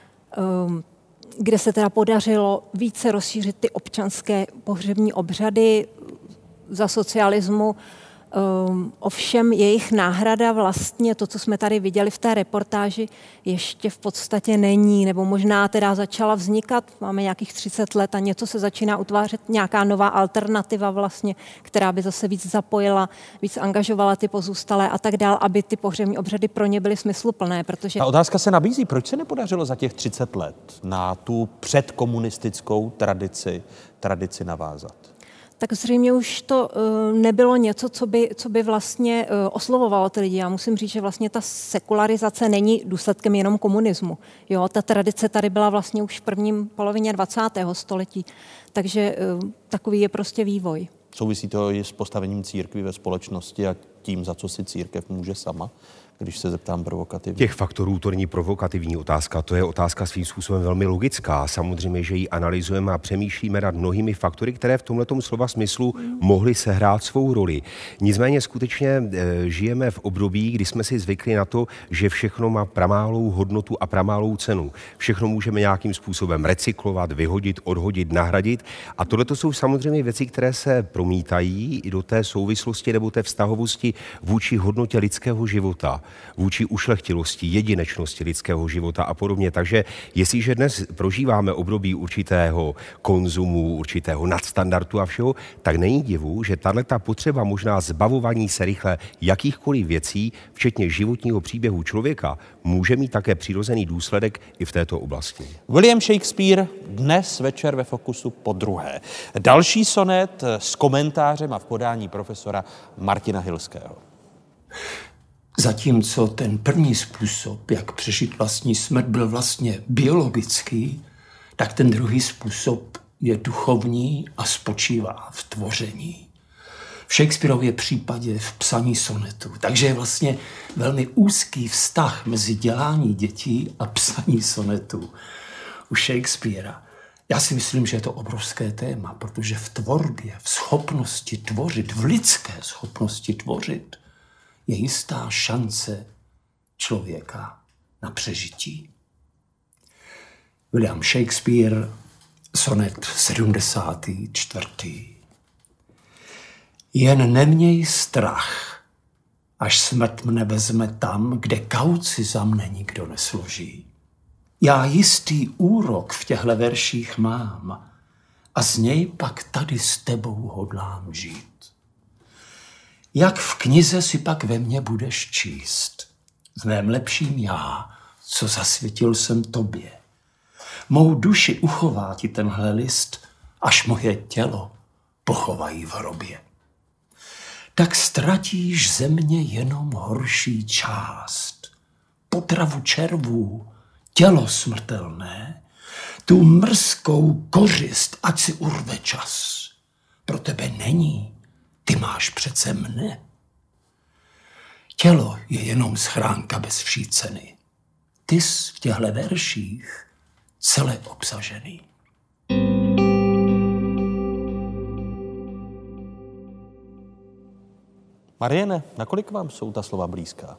I: kde se teda podařilo více rozšířit ty občanské pohřební obřady za socialismu. Um, ovšem jejich náhrada vlastně, to, co jsme tady viděli v té reportáži, ještě v podstatě není, nebo možná teda začala vznikat, máme nějakých třicet let a něco se začíná utvářet, nějaká nová alternativa vlastně, která by zase víc zapojila, víc angažovala ty pozůstalé a tak dál, aby ty pohřební obřady pro ně byly smysluplné, protože...
H: Ta otázka se nabízí, proč se nepodařilo za těch třicet let na tu předkomunistickou tradici, tradici navázat?
I: Tak zřejmě už to uh, nebylo něco, co by, co by vlastně uh, oslovovalo ty lidi. Já musím říct, že vlastně ta sekularizace není důsledkem jenom komunismu. Jo, ta tradice tady byla vlastně už v prvním polovině dvacátého století. Takže uh, takový je prostě vývoj.
H: Souvisí to i s postavením církví ve společnosti a tím, za co si církev může sama? Když se zeptám provokativně.
C: Těch faktorů to není provokativní otázka, to je otázka svým způsobem velmi logická. Samozřejmě, že ji analyzujeme a přemýšlíme nad mnohými faktory, které v tomhletom slova smyslu mohly sehrát svou roli. Nicméně skutečně e, žijeme v období, kdy jsme si zvykli na to, že všechno má pramálou hodnotu a pramálou cenu. Všechno můžeme nějakým způsobem recyklovat, vyhodit, odhodit, nahradit. A tohle to jsou samozřejmě věci, které se promítají i do té souvislosti nebo té vztahovosti vůči hodnotě lidského života. vůči ušlechtilosti, jedinečnosti lidského života a podobně. Takže jestliže dnes prožíváme období určitého konzumu, určitého nadstandardu a všeho, tak není divu, že tato potřeba možná zbavování se rychle jakýchkoliv věcí, včetně životního příběhu člověka, může mít také přirozený důsledek i v této oblasti.
H: William Shakespeare dnes večer ve Fokusu po druhé. Další sonet s komentářem a v podání profesora Martina Hilského.
E: Zatímco ten první způsob, jak přežít vlastní smrt, byl vlastně biologický, tak ten druhý způsob je duchovní a spočívá v tvoření. V Shakespearově případě v psaní sonetu. Takže je vlastně velmi úzký vztah mezi dělání dětí a psaní sonetu u Shakespearea. Já si myslím, že je to obrovské téma, protože v tvorbě, v schopnosti tvořit, v lidské schopnosti tvořit, je jistá šance člověka na přežití. William Shakespeare, sonet sedmdesátý čtvrtý. Jen neměj strach, až smrt mne vezme tam, kde kauci za mne nikdo nesloží. Já jistý úrok v těchto verších mám a z něj pak tady s tebou hodlám žít. Jak v knize si pak ve mně budeš číst, v mém lepším já, co zasvětil jsem tobě. Mou duši uchová ti tenhle list, až moje tělo pochovají v hrobě. Tak ztratíš ze mě jenom horší část, potravu červů, tělo smrtelné, tu mrzkou kořist, ať si urve čas. Pro tebe není, ty máš přece mne. Tělo je jenom schránka bez vší ceny. Ty jsi v těchto verších celé obsažený.
H: Mariane, nakolik vám jsou ta slova blízká?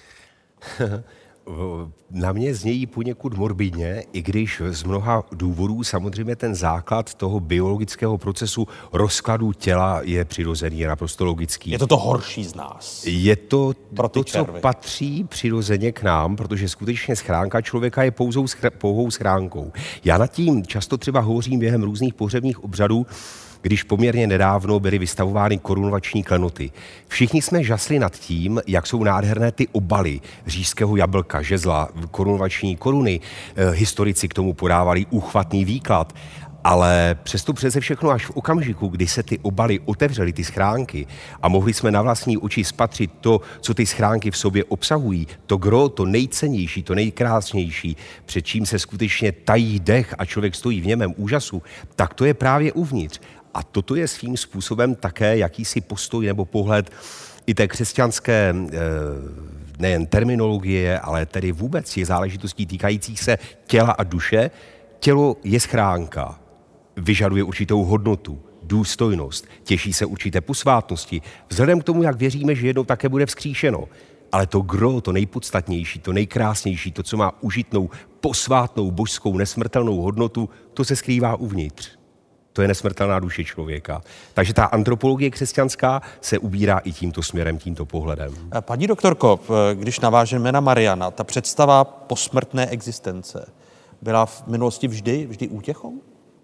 C: Na mě znějí poněkud morbidně, i když z mnoha důvodů samozřejmě ten základ toho biologického procesu rozkladu těla je přirozený, je naprosto logický.
H: Je to to horší z nás.
C: Je to to, co
H: červy.
C: patří přirozeně k nám, protože skutečně schránka člověka je pouzou, pouhou schránkou. Já nad tím často třeba hovořím během různých pohřebních obřadů, když poměrně nedávno byly vystavovány korunovační klenoty. Všichni jsme žasli nad tím, jak jsou nádherné ty obaly říšského jablka, žezla, korunovační koruny. Historici k tomu podávali úchvatný výklad. Ale přesto přeze všechno až v okamžiku, kdy se ty obaly otevřely, ty schránky, a mohli jsme na vlastní oči spatřit to, co ty schránky v sobě obsahují, to gro, to nejcennější, to nejkrásnější, před čím se skutečně tají dech a člověk stojí v němém úžasu, tak to je právě uvnitř. A toto je svým způsobem také jakýsi postoj nebo pohled i té křesťanské nejen terminologie, ale tedy vůbec je záležitostí týkajících se těla a duše. Tělo je schránka, vyžaduje určitou hodnotu, důstojnost, těší se určité posvátnosti, vzhledem k tomu, jak věříme, že jednou také bude vzkříšeno. Ale to gro, to nejpodstatnější, to nejkrásnější, to, co má užitnou, posvátnou, božskou, nesmrtelnou hodnotu, to se skrývá uvnitř. To je nesmrtelná duše člověka. Takže ta antropologie křesťanská se ubírá i tímto směrem, tímto pohledem.
H: Paní doktorko, když navážeme na Mariana, ta představa posmrtné existence byla v minulosti vždy, vždy útěchou?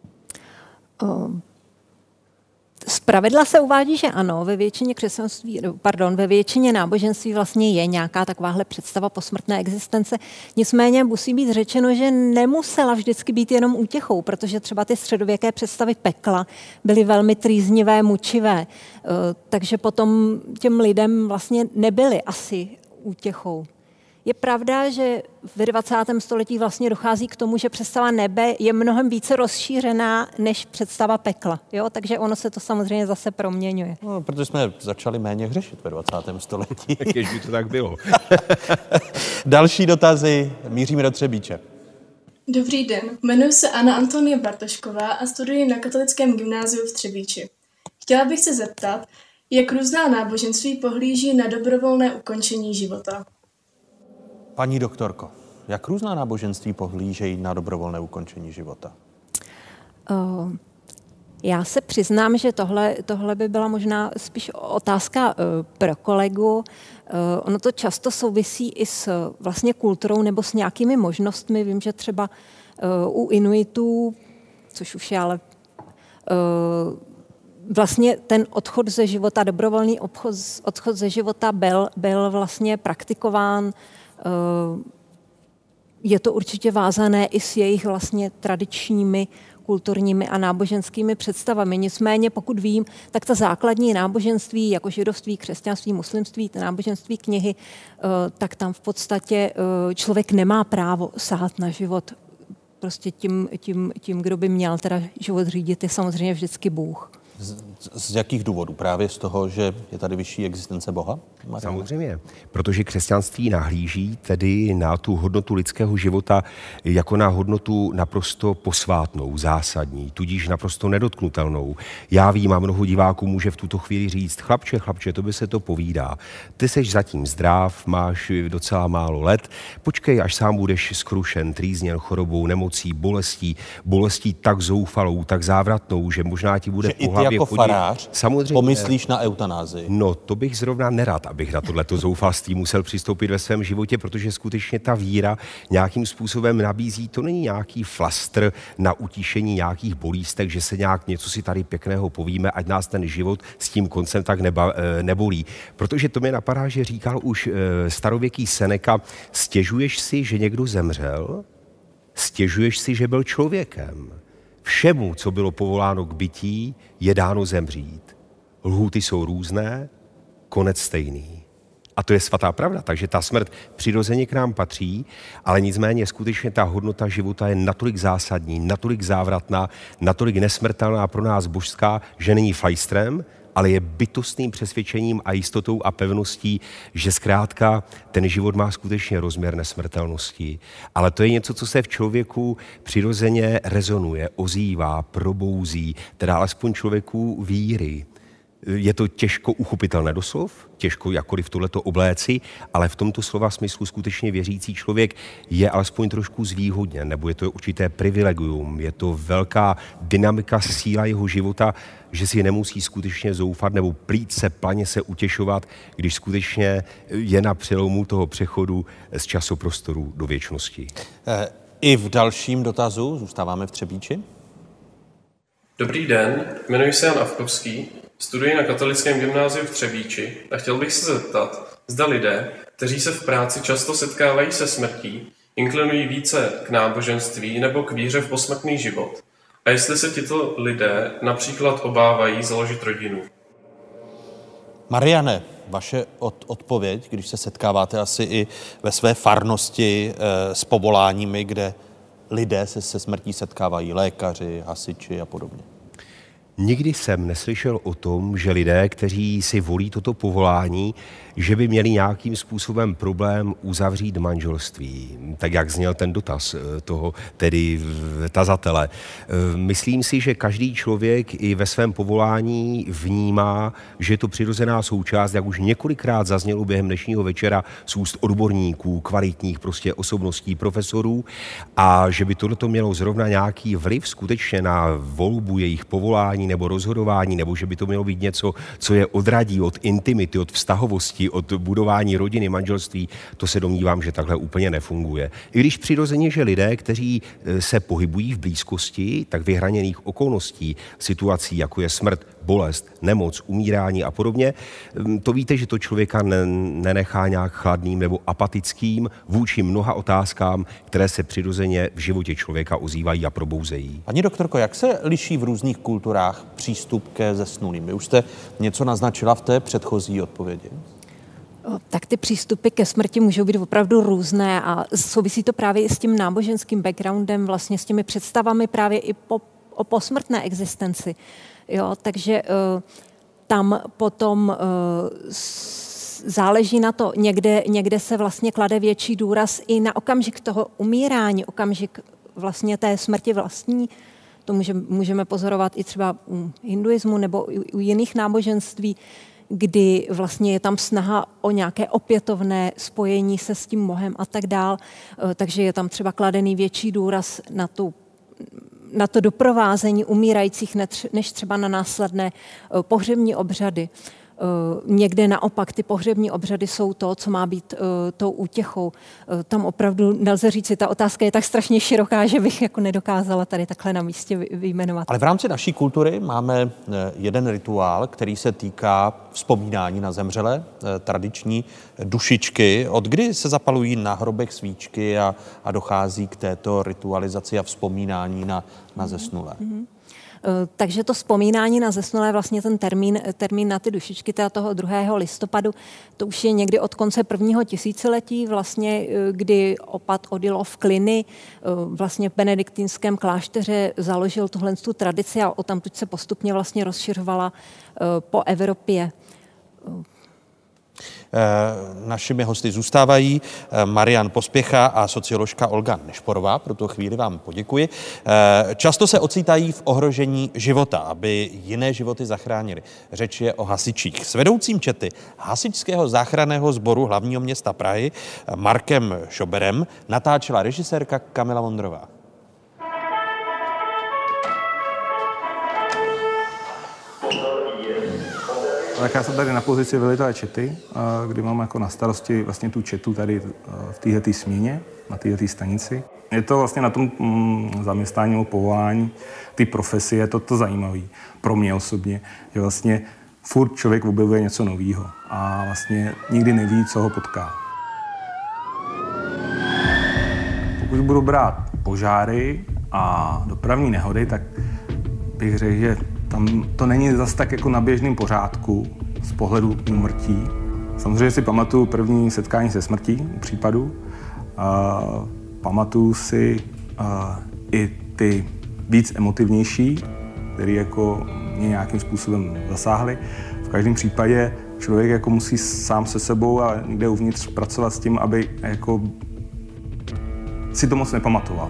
I: Um. Zpravidla se uvádí, že ano, ve většině křesťanství, pardon, ve většině náboženství vlastně je nějaká takováhle představa posmrtné existence. Nicméně musí být řečeno, že nemusela vždycky být jenom útěchou, protože třeba ty středověké představy pekla byly velmi trýznivé, mučivé, takže potom těm lidem vlastně nebyly asi útěchou. Je pravda, že ve dvacátém století vlastně dochází k tomu, že představa nebe je mnohem více rozšířená než představa pekla. Jo? Takže ono se to samozřejmě zase proměňuje.
H: No, protože jsme začali méně hřešit ve dvacátém století.
C: Když by to tak bylo.
H: Další dotazy, míříme do Třebíče.
F: Dobrý den, jmenuji se Anna Antonie Bartošková a studuji na katolickém gymnáziu v Třebíči. Chtěla bych se zeptat, jak různá náboženství pohlíží na dobrovolné ukončení života.
H: Paní doktorko, jak různá náboženství pohlížejí na dobrovolné ukončení života?
I: Uh,
G: Já se přiznám, že tohle, tohle by byla možná spíš otázka uh, pro kolegu. Uh, ono to často souvisí i s vlastně kulturou nebo s nějakými možnostmi. Vím, že třeba uh, u Inuitů, což už je ale uh, vlastně ten odchod ze života, dobrovolný obchod, odchod ze života byl, byl vlastně praktikován. Uh, je to určitě vázané i s jejich vlastně tradičními kulturními a náboženskými představami. Nicméně, pokud vím, tak ta základní náboženství, jako židovství, křesťanství, muslimství, ty náboženství knihy, tak tam v podstatě člověk nemá právo sahat na život. Prostě tím, tím, tím, kdo by měl teda život řídit, je samozřejmě vždycky Bůh.
H: Z, z jakých důvodů? Právě z toho, že je tady vyšší existence Boha?
C: Mariana? Samozřejmě, protože křesťanství nahlíží tedy na tu hodnotu lidského života jako na hodnotu naprosto posvátnou, zásadní, tudíž naprosto nedotknutelnou. Já vím, a mnoho diváků může v tuto chvíli říct, chlapče, chlapče, to by se to povídá. Ty seš zatím zdrav, máš docela málo let, počkej, až sám budeš zkrušen, trýzněn chorobou, nemocí, bolestí, bolestí tak zoufalou, tak závratnou, že možná ti bude pohlavě
H: jako
C: chodit.
H: Farář
C: Samozřejmě
H: pomyslíš na eutanázii?
C: No, to bych zrovna nerad, abych na tohleto zoufalství musel přistoupit ve svém životě, protože skutečně ta víra nějakým způsobem nabízí, to není nějaký flastr na utišení nějakých bolístek, že se nějak něco si tady pěkného povíme, ať nás ten život s tím koncem tak neba, nebolí. Protože to mě napadá, že říkal už starověký Seneca, stěžuješ si, že někdo zemřel? Stěžuješ si, že byl člověkem? Všemu, co bylo povoláno k bytí, je dáno zemřít. Lhůty jsou různé, konec stejný. A to je svatá pravda, takže ta smrt přirozeně k nám patří, ale nicméně skutečně ta hodnota života je natolik zásadní, natolik závratná, natolik nesmrtelná pro nás božská, že není flajstrem, ale je bytostným přesvědčením a jistotou a pevností, že zkrátka ten život má skutečně rozměr nesmrtelnosti. Ale to je něco, co se v člověku přirozeně rezonuje, ozývá, probouzí, teda alespoň člověku víry. Je to těžko uchopitelné doslov, těžko jakkoliv tohleto obléci, ale v tomto slova smyslu skutečně věřící člověk je alespoň trošku zvýhodněn, nebo je to určité privilegium, je to velká dynamika, síla jeho života, že si nemusí skutečně zoufat nebo plít se, planě se utěšovat, když skutečně je na přelomu toho přechodu z časoprostoru do věčnosti.
H: I v dalším dotazu zůstáváme v Třebíči.
V: Dobrý den, jmenuji se Jan Avkovský, studuji na katolickém gymnáziu v Třebíči a chtěl bych se zeptat, zda lidé, kteří se v práci často setkávají se smrtí, inklinují více k náboženství nebo k víře v posmrtný život. A jestli se tito lidé například obávají založit rodinu.
H: Mariane, vaše od, odpověď, když se setkáváte asi i ve své farnosti e, s povoláními, kde lidé se se smrtí setkávají, lékaři, hasiči a podobně.
C: Nikdy jsem neslyšel o tom, že lidé, kteří si volí toto povolání, že by měli nějakým způsobem problém uzavřít manželství. Tak jak zněl ten dotaz toho, tedy tazatele. Myslím si, že každý člověk i ve svém povolání vnímá, že je to přirozená součást, jak už několikrát zaznělo během dnešního večera z úst odborníků, kvalitních prostě osobností, profesorů, a že by tohleto mělo zrovna nějaký vliv skutečně na volbu jejich povolání nebo rozhodování, nebo že by to mělo být něco, co je odradí od intimity, od vztahovosti, od budování rodiny, manželství, to se domnívám, že takhle úplně nefunguje. I když přirozeně, že lidé, kteří se pohybují v blízkosti tak vyhraněných okolností, situací, jako je smrt, bolest, nemoc, umírání a podobně, to víte, že to člověka nenechá nějak chladným nebo apatickým vůči mnoha otázkám, které se přirozeně v životě člověka ozývají a probouzejí.
H: Paní doktorko, jak se liší v různých kulturách přístup ke zesnulým? Vy už jste něco naznačila v té předchozí odpovědi.
G: Tak ty přístupy ke smrti můžou být opravdu různé a souvisí to právě i s tím náboženským backgroundem, vlastně s těmi představami právě i po, o posmrtné existenci. Jo, takže uh, tam potom uh, záleží na to, někde, někde se vlastně klade větší důraz i na okamžik toho umírání, okamžik vlastně té smrti vlastní. To můžeme, můžeme pozorovat i třeba u hinduismu nebo u, u jiných náboženství, kdy vlastně je tam snaha o nějaké opětovné spojení se s tím Bohem a tak dál. Takže je tam třeba kladený větší důraz na tu na to doprovázení umírajících než třeba na následné pohřební obřady. Někde naopak ty pohřební obřady jsou to, co má být uh, tou útěchou. Uh, tam opravdu nelze říci, ta otázka je tak strašně široká, že bych jako nedokázala tady takhle na místě vyjmenovat.
H: Ale v rámci naší kultury máme jeden rituál, který se týká vzpomínání na zemřelé, tradiční dušičky. Od kdy se zapalují na hrobech svíčky a, a dochází k této ritualizaci a vzpomínání na, na zesnulé? Mm-hmm.
G: Takže to vzpomínání na zesnulé, vlastně ten termín, termín na ty dušičky, teda toho druhého listopadu, to už je někdy od konce prvního tisíciletí, vlastně, kdy opat Odilov Kliny vlastně v benediktínském klášteře založil tuhle tu tradici a odtamtud se postupně vlastně rozšiřovala po Evropě.
H: Našimi hosty zůstávají Marian Pospěcha a socioložka Olga Nešporová. Pro tu chvíli vám poděkuji. Často se ocitají v ohrožení života, aby jiné životy zachránili. Řeč je o hasičích. S vedoucím čety Hasičského záchranného sboru hlavního města Prahy Markem Šoberem natáčela režisérka Kamila Vondrová.
K: Tak já jsem tady na pozici velitele čety, kdy mám jako na starosti vlastně tu četu tady v této směně, na této stanici. Je to vlastně na tom zaměstnání nebo povolání, ty profesie, je to, to zajímavé pro mě osobně, že vlastně furt člověk objevuje něco nového a vlastně nikdy neví, co ho potká. Pokud budu brát požáry a dopravní nehody, tak bych řekl, že tam to není zase tak jako na běžném pořádku z pohledu úmrtí. Samozřejmě si pamatuju první setkání se smrtí u případu. A pamatuju si a, i ty víc emotivnější, které jako mě nějakým způsobem zasáhly. V každém případě člověk jako musí sám se sebou a někde uvnitř pracovat s tím, aby jako si to moc nepamatoval.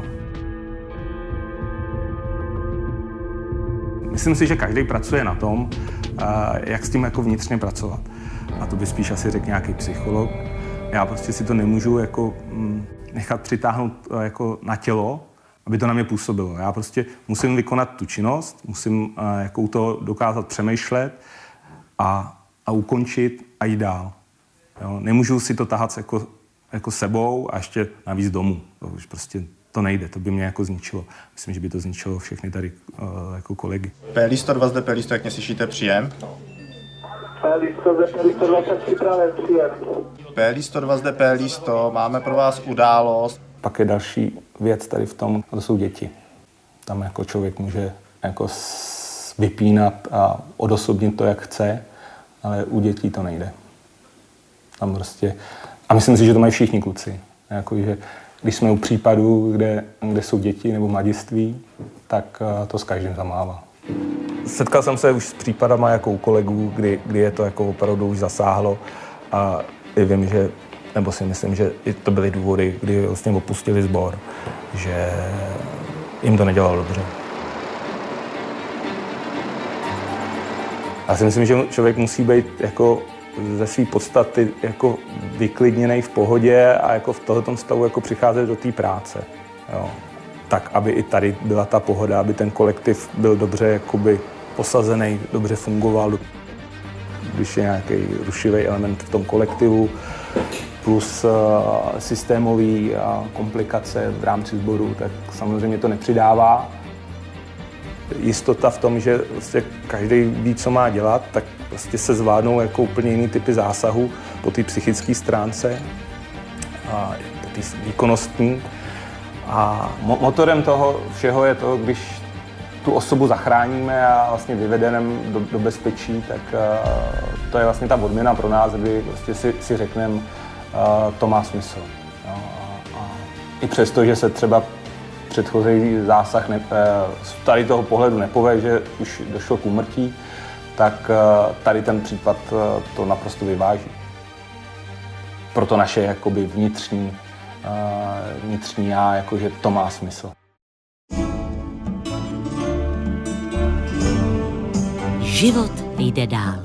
K: Myslím si, že každý pracuje na tom, jak s tím jako vnitřně pracovat. A to by spíš asi řekl nějaký psycholog. Já prostě si to nemůžu jako nechat přitáhnout jako na tělo, aby to na mě působilo. Já prostě musím vykonat tu činnost, musím jako u toho dokázat přemýšlet a, a ukončit a jít dál. Jo? Nemůžu si to tahat jako, jako sebou a ještě navíc domů. To už prostě to nejde, to by mě jako zničilo. Myslím, že by to zničilo všechny tady uh, jako kolegy.
L: P listo dva zde, P listo, jak mě slyšíte, příjem?
W: P listo zde, P listo dva, jsem připraven, příjem.
L: P listo dva zde, P listo, máme pro vás událost.
K: Pak je další věc tady v tom, to jsou děti. Tam jako člověk může jako vypínat a odosobnit to, jak chce, ale u dětí to nejde. Tam prostě, a myslím si, že to mají všichni kluci. Jako, že když jsme u případů, kde, kde jsou děti nebo mladiství, tak to s každým zamává. Setkal jsem se už s případama jako u kolegů, kdy, kdy je to jako opravdu už zasáhlo a vím, že, nebo si myslím, že i to byly důvody, kdy vlastně opustili sbor, že jim to nedělalo dobře. Já si myslím, že člověk musí být jako ze své podstaty jako vyklidněnej v pohodě a jako v tohoto stavu jako přicházet do té práce. Jo. Tak, aby i tady byla ta pohoda, aby ten kolektiv byl dobře jakoby posazený, dobře fungoval. Když je nějaký rušivý element v tom kolektivu, plus uh, systémový uh, komplikace v rámci sboru, tak samozřejmě to nepřidává. Jistota v tom, že vlastně každý ví, co má dělat, tak vlastně se zvládnou jako úplně jiný typy zásahů po té psychické stránce, a po té výkonnostní. A mo- motorem toho všeho je to, když tu osobu zachráníme a vlastně vyvedeme do, do bezpečí, tak uh, to je vlastně ta odměna pro nás, kdy vlastně si, si řekneme, uh, to má smysl. No, a, a i přesto, že se třeba předchozí zásah ne, z tady toho pohledu nepovede, že už došlo k úmrtí, tak tady ten případ to naprosto vyváží. Proto naše jakoby vnitřní, vnitřní já, jakože to má smysl.
A: Život jde dál.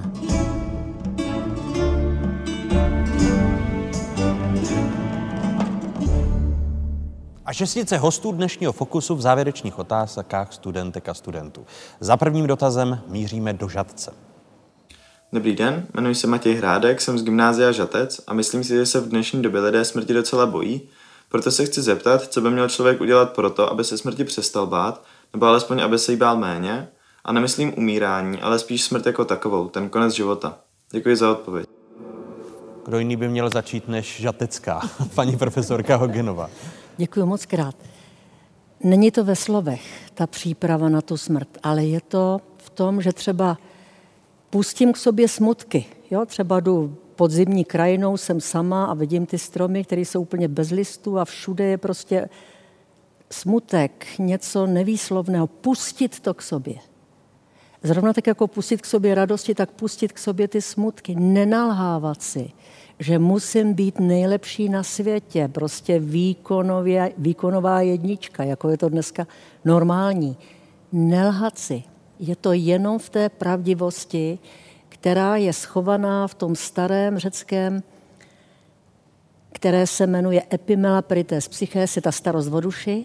H: A šestice hostů dnešního Fokusu v závěrečných otázkách studentek a studentů. Za prvním dotazem míříme do Žatce.
J: Dobrý den, jmenuji se Matěj Hrádek, jsem z gymnázia Žatec a myslím si, že se v dnešní době lidé smrti docela bojí. Proto se chci zeptat, co by měl člověk udělat proto, aby se smrti přestal bát, nebo alespoň, aby se jí bál méně. A nemyslím umírání, ale spíš smrt jako takovou, ten konec života. Děkuji za odpověď.
H: Kdo jiný by měl začít než žatecká, paní profesorka Hogenová?
I: Děkuji moc krát. Není to ve slovech, ta příprava na tu smrt, ale je to v tom, že třeba pustím k sobě smutky. Jo? Třeba jdu podzimní krajinou, jsem sama a vidím ty stromy, které jsou úplně bez listů a všude je prostě smutek, něco nevýslovného. Pustit to k sobě. Zrovna tak jako pustit k sobě radosti, tak pustit k sobě ty smutky. Nenalhávat si, že musím být nejlepší na světě, prostě výkonově, výkonová jednička, jako je to dneska normální. Nelhat si. Je to jenom v té pravdivosti, která je schovaná v tom starém řeckém, které se jmenuje epimela perites psyches, je ta starost o duši,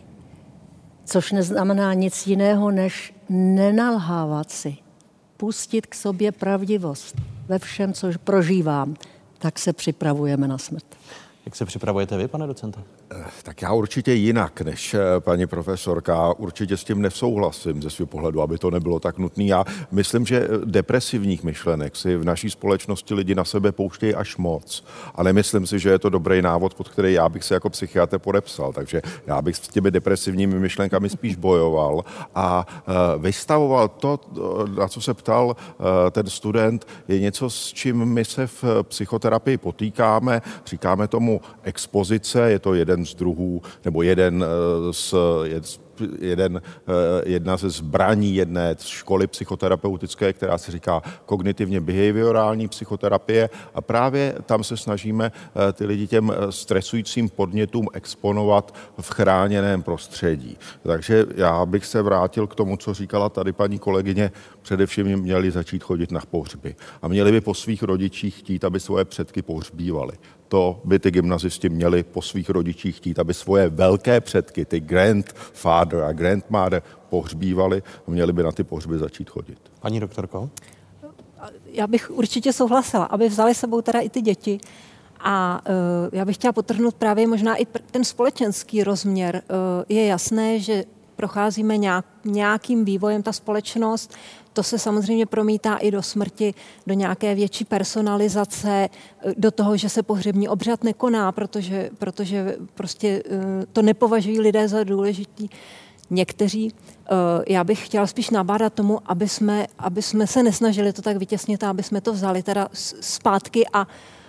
I: což neznamená nic jiného, než nenalhávat si. Pustit k sobě pravdivost ve všem, co prožívám, tak se připravujeme na smrt.
H: Jak se připravujete vy, pane docente?
Q: Tak já určitě jinak než paní profesorka. Určitě s tím nesouhlasím ze svého pohledu, aby to nebylo tak nutné. Já myslím, že depresivních myšlenek si v naší společnosti lidi na sebe pouštějí až moc. A nemyslím si, že je to dobrý návod, pod který já bych se jako psychiatr podepsal. Takže já bych s těmi depresivními myšlenkami spíš bojoval a vystavoval to, na co se ptal ten student, je něco, s čím my se v psychoterapii potýkáme. Říkáme tomu expozice, je to jeden z druhů, nebo jeden z, jeden, jedna ze zbraní jedné školy psychoterapeutické, která se říká kognitivně behaviorální psychoterapie a právě tam se snažíme ty lidi těm stresujícím podnětům exponovat v chráněném prostředí. Takže já bych se vrátil k tomu, co říkala tady paní kolegyně, především měli začít chodit na pohřby a měli by po svých rodičích chtít, aby svoje předky pohřbívali. To by ty gymnazisti měli po svých rodičích chtít, aby svoje velké předky, ty grandfather a grandmother, pohřbívali a měli by na ty pohřby začít chodit.
H: Paní doktorko?
G: Já bych určitě souhlasila, aby vzali sebou teda i ty děti. A uh, já bych chtěla podtrhnout právě možná i ten společenský rozměr. Uh, je jasné, že procházíme nějak, nějakým vývojem ta společnost. To se samozřejmě promítá i do smrti, do nějaké větší personalizace, do toho, že se pohřební obřad nekoná, protože, protože prostě to nepovažují lidé za důležitý. Někteří. Já bych chtěla spíš nabádat tomu, aby jsme, aby jsme se nesnažili to tak vytěsnit a aby jsme to vzali teda zpátky a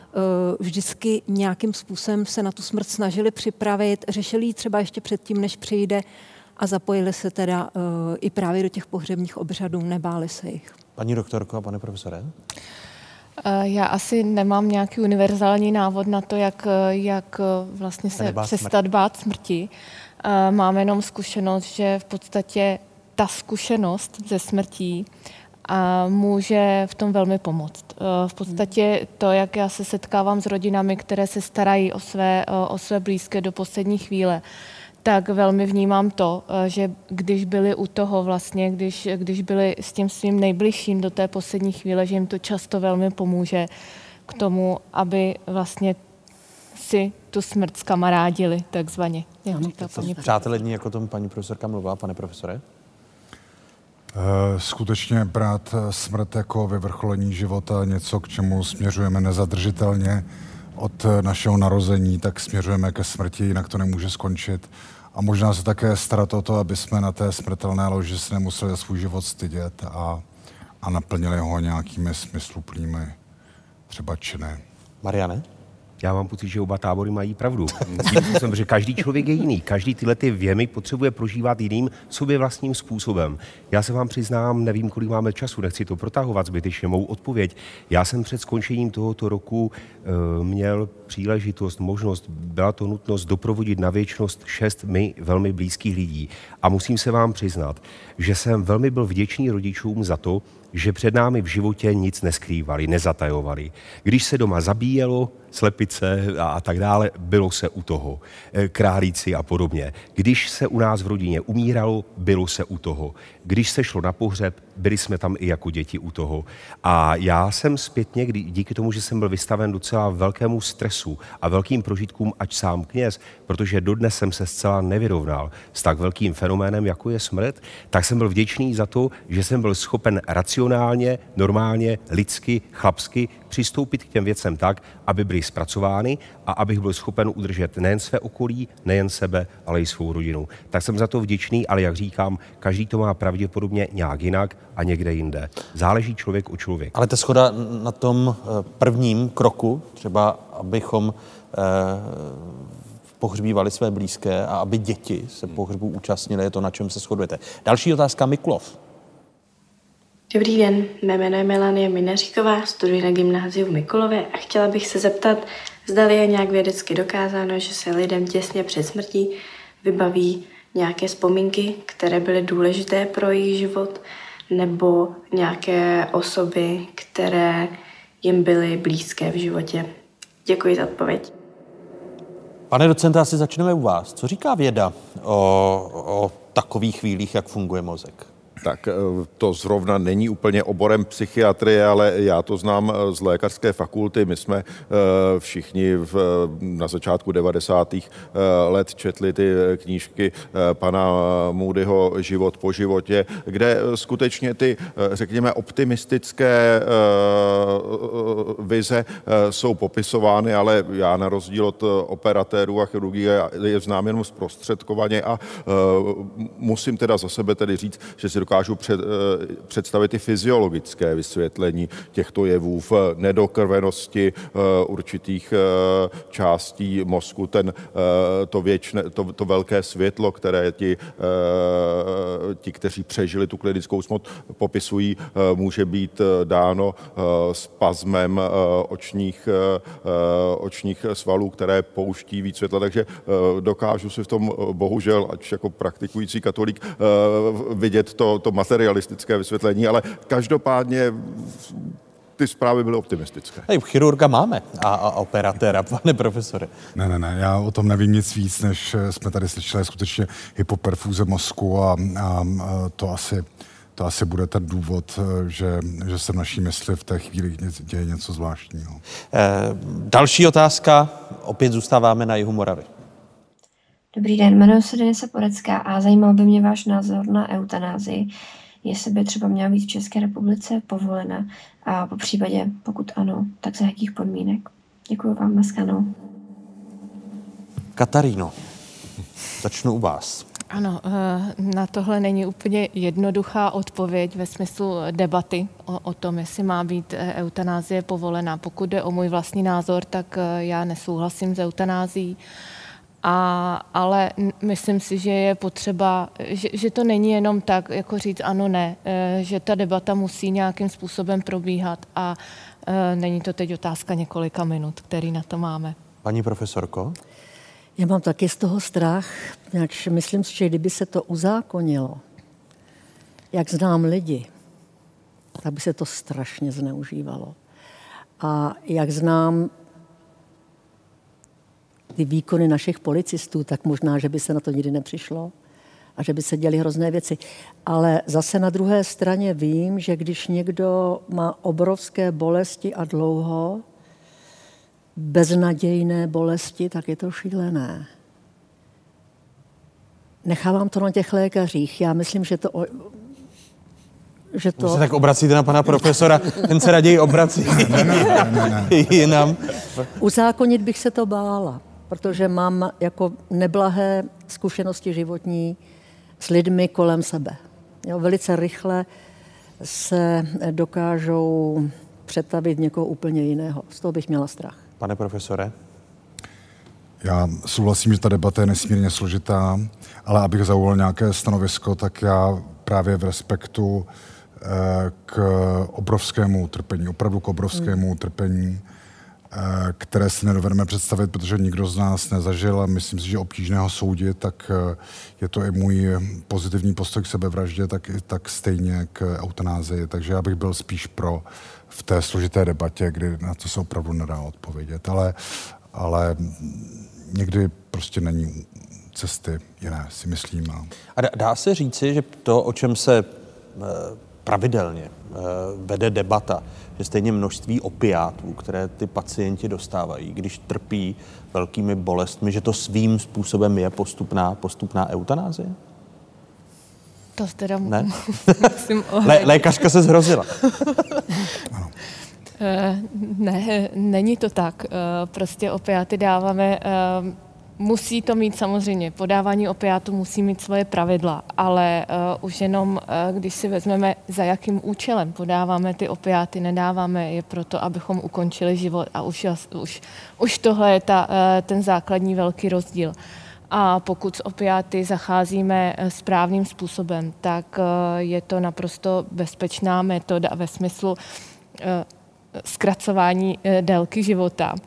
G: vždycky nějakým způsobem se na tu smrt snažili připravit, řešili ji třeba ještě předtím, než přijde, a zapojili se teda uh, i právě do těch pohřebních obřadů, nebáli se jich.
H: Paní doktorko a pane profesore?
R: Já asi nemám nějaký univerzální návod na to, jak, jak vlastně se přestat smrt. bát smrti. Mám jenom zkušenost, že v podstatě ta zkušenost ze smrtí a může v tom velmi pomoct. V podstatě to, jak já se setkávám s rodinami, které se starají o své, o své blízké do poslední chvíle, tak velmi vnímám to, že když byli u toho vlastně, když, když byli s tím svým nejbližším do té poslední chvíle, že jim to často velmi pomůže k tomu, aby vlastně si tu smrt zkamarádili, takzvaně.
H: Jo, no, to přátelení, jako tomu paní profesorka mluvila, pane profesore?
M: Skutečně brát smrt jako vyvrcholení života, něco, k čemu směřujeme nezadržitelně od našeho narození, tak směřujeme ke smrti, jinak to nemůže skončit. A možná se také starat o to, aby jsme na té smrtelné loži se nemuseli za svůj život stydět a, a naplnili ho nějakými smysluplnými třeba činy.
H: Mariane?
C: Já mám pocit, že oba tábory mají pravdu. Jsem, že každý člověk je jiný. Každý tyhle ty věmy potřebuje prožívat jiným, sobě vlastním způsobem. Já se vám přiznám, nevím, kolik máme času, nechci to protahovat zbytečně, mou odpověď. Já jsem před skončením tohoto roku e, měl příležitost, možnost, byla to nutnost doprovodit na věčnost šest mi velmi blízkých lidí. A musím se vám přiznat, že jsem velmi byl vděčný rodičům za to, že před námi v životě nic neskrývali, nezatajovali. Když se doma zabíjelo, slepice a, a tak dále, bylo se u toho. Králíci a podobně. Když se u nás v rodině umíralo, bylo se u toho. Když se šlo na pohřeb, byli jsme tam i jako děti u toho. A já jsem zpětně, kdy, díky tomu, že jsem byl vystaven docela velkému stresu a velkým prožitkům, ať sám kněz, protože dodnes jsem se zcela nevyrovnal s tak velkým fenoménem, jako je smrt, tak jsem byl vděčný za to, že jsem byl schopen racionálně, normálně, lidsky, chlapsky přistoupit k těm věcem tak, aby byly zpracovány a abych byl schopen udržet nejen své okolí, nejen sebe, ale i svou rodinu. Tak jsem za to vděčný, ale jak říkám, každý to má pravděpodobně nějak jinak a někde jinde. Záleží člověk od člověka.
H: Ale ta shoda na tom prvním kroku, třeba abychom eh, pohřbívali své blízké a aby děti se pohřbu účastnily, je to, na čem se shodujete. Další otázka, Mikulov.
N: Dobrý den, mé jméno je Melanie Minaříková, studuji na gymnáziu v Mikulově a chtěla bych se zeptat, zdali je nějak vědecky dokázáno, že se lidem těsně před smrtí vybaví nějaké vzpomínky, které byly důležité pro jejich život, nebo nějaké osoby, které jim byly blízké v životě. Děkuji za odpověď.
H: Pane docente, asi začneme u vás. Co říká věda o, o takových chvílích, jak funguje mozek?
Q: Tak to zrovna není úplně oborem psychiatrie, ale já to znám z lékařské fakulty. My jsme všichni v, na začátku devadesátých let četli ty knížky pana Moodyho Život po životě, kde skutečně ty, řekněme, optimistické vize jsou popisovány, ale já na rozdíl od operatérů a chirurgů je znám jenom zprostředkovaně a musím teda za sebe tedy říct, že si dokážu před, představit i fyziologické vysvětlení těchto jevů v nedokrvenosti určitých částí mozku. Ten, to, věčné, to, to velké světlo, které ti, ti, kteří přežili tu klinickou smrt, popisují, může být dáno spazmem očních, očních svalů, které pouští víc světla. Takže dokážu si v tom bohužel, ať jako praktikující katolík, vidět to, to materialistické vysvětlení, ale každopádně ty zprávy byly optimistické.
H: Hej, chirurga máme a, a operatéra, pane profesore.
M: Ne, ne, ne, já o tom nevím nic víc, než jsme tady slyšeli skutečně hypoperfuze mozku a, a, a to asi To asi bude ten důvod, že, že se v naší mysli v té chvíli děje něco zvláštního.
H: Eh, další otázka, opět zůstáváme na jihu Moravy.
O: Dobrý den, jmenuji se Denisa Porecká a zajímal by mě váš názor na eutanázii. Jestli by třeba měla být v České republice povolena a po případě, pokud ano, tak za jakých podmínek. Děkuji vám, naschledanou.
H: Kataríno, začnu u vás.
R: Ano, na tohle není úplně jednoduchá odpověď ve smyslu debaty o, o tom, jestli má být eutanázie povolená. Pokud jde o můj vlastní názor, tak já nesouhlasím s eutanází, a, ale myslím si, že je potřeba, že, že to není jenom tak, jako říct ano, ne, že ta debata musí nějakým způsobem probíhat a není to teď otázka několika minut, který na to máme.
H: Paní profesorko?
I: Já mám taky z toho strach, takže myslím si, že kdyby se to uzákonilo, jak znám lidi, tak by se to strašně zneužívalo. A jak znám ty výkony našich policistů, tak možná, že by se na to nikdy nepřišlo a že by se děly hrozné věci. Ale zase na druhé straně vím, že když někdo má obrovské bolesti a dlouho, beznadějné bolesti, tak je to šílené. Nechávám to na těch lékařích. Já myslím, že to... Že to...
H: Vy se tak obracíte na pana profesora, ten se raději obrací
M: ne, ne, ne, ne.
H: jinam.
I: Uzákonit bych se to bála, protože mám jako neblahé zkušenosti životní s lidmi kolem sebe. Jo, velice rychle se dokážou přetavit někoho úplně jiného. Z toho bych měla strach.
H: Pane profesore?
M: Já souhlasím, že ta debata je nesmírně složitá, ale abych zaujal nějaké stanovisko, tak já právě v respektu eh, k obrovskému utrpení, opravdu k obrovskému utrpení, eh, které si nedovedeme představit, protože nikdo z nás nezažil a myslím si, že obtížné ho soudit, tak je to i můj pozitivní postoj k sebevraždě, tak, tak stejně k eutanázii. Takže já bych byl spíš pro v té složité debatě, kdy na to se opravdu nedá odpovědět. Ale, ale někdy prostě není cesty jiné, si myslím.
H: A dá se říci, že to, o čem se pravidelně vede debata, že stejně množství opiátů, které ty pacienti dostávají, když trpí velkými bolestmi, že to svým způsobem je postupná, postupná eutanázie?
R: To teda
H: ne?
R: musím
H: Lé, lékařka se zhrozila.
R: Ne, není to tak. Prostě opiáty dáváme, musí to mít samozřejmě, podávání opiátu musí mít svoje pravidla, ale už jenom, když si vezmeme, za jakým účelem podáváme ty opiáty, nedáváme je proto, abychom ukončili život a už, už, už tohle je ta, ten základní velký rozdíl. A pokud s opiáty zacházíme správným způsobem, tak je to naprosto bezpečná metoda ve smyslu zkracování délky života.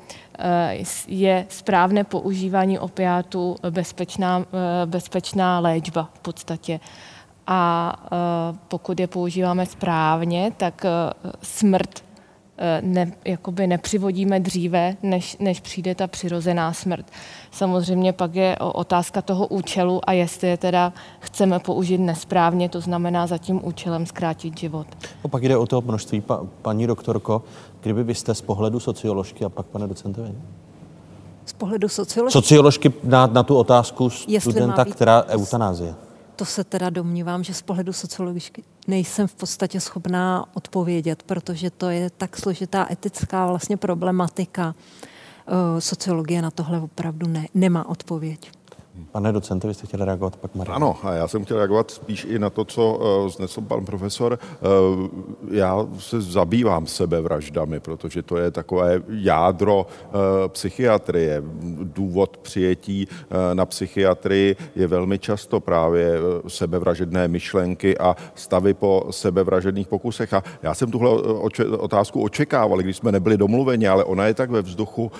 R: Je správné používání opiátů bezpečná, bezpečná léčba v podstatě. A pokud je používáme správně, tak smrt ne, jakoby nepřivodíme dříve, než, než přijde ta přirozená smrt. Samozřejmě pak je otázka toho účelu a jestli je teda chceme použít nesprávně, to znamená za tím účelem zkrátit život.
H: A pak jde o to množství, pa, paní doktorko, kdyby vy jste z pohledu socioložky a pak pane docente vy?
G: Z pohledu socioložky?
H: Socioložky na, na tu otázku studenta,
G: být...
H: která eutanázie.
G: To se teda domnívám, že z pohledu sociologicky nejsem v podstatě schopná odpovědět, protože to je tak složitá etická vlastně problematika. Sociologie na tohle opravdu ne, nemá odpověď.
H: Pane docente, vy jste chtěli reagovat, pak Marie.
Q: Ano, a já jsem chtěl reagovat spíš i na to, co vznesl pan profesor. Já se zabývám sebevraždami, protože to je takové jádro psychiatrie. Důvod přijetí na psychiatrii je velmi často právě sebevražedné myšlenky a stavy po sebevražedných pokusech. A já jsem tuhle otázku očekával, když jsme nebyli domluveni, ale ona je tak ve vzduchu.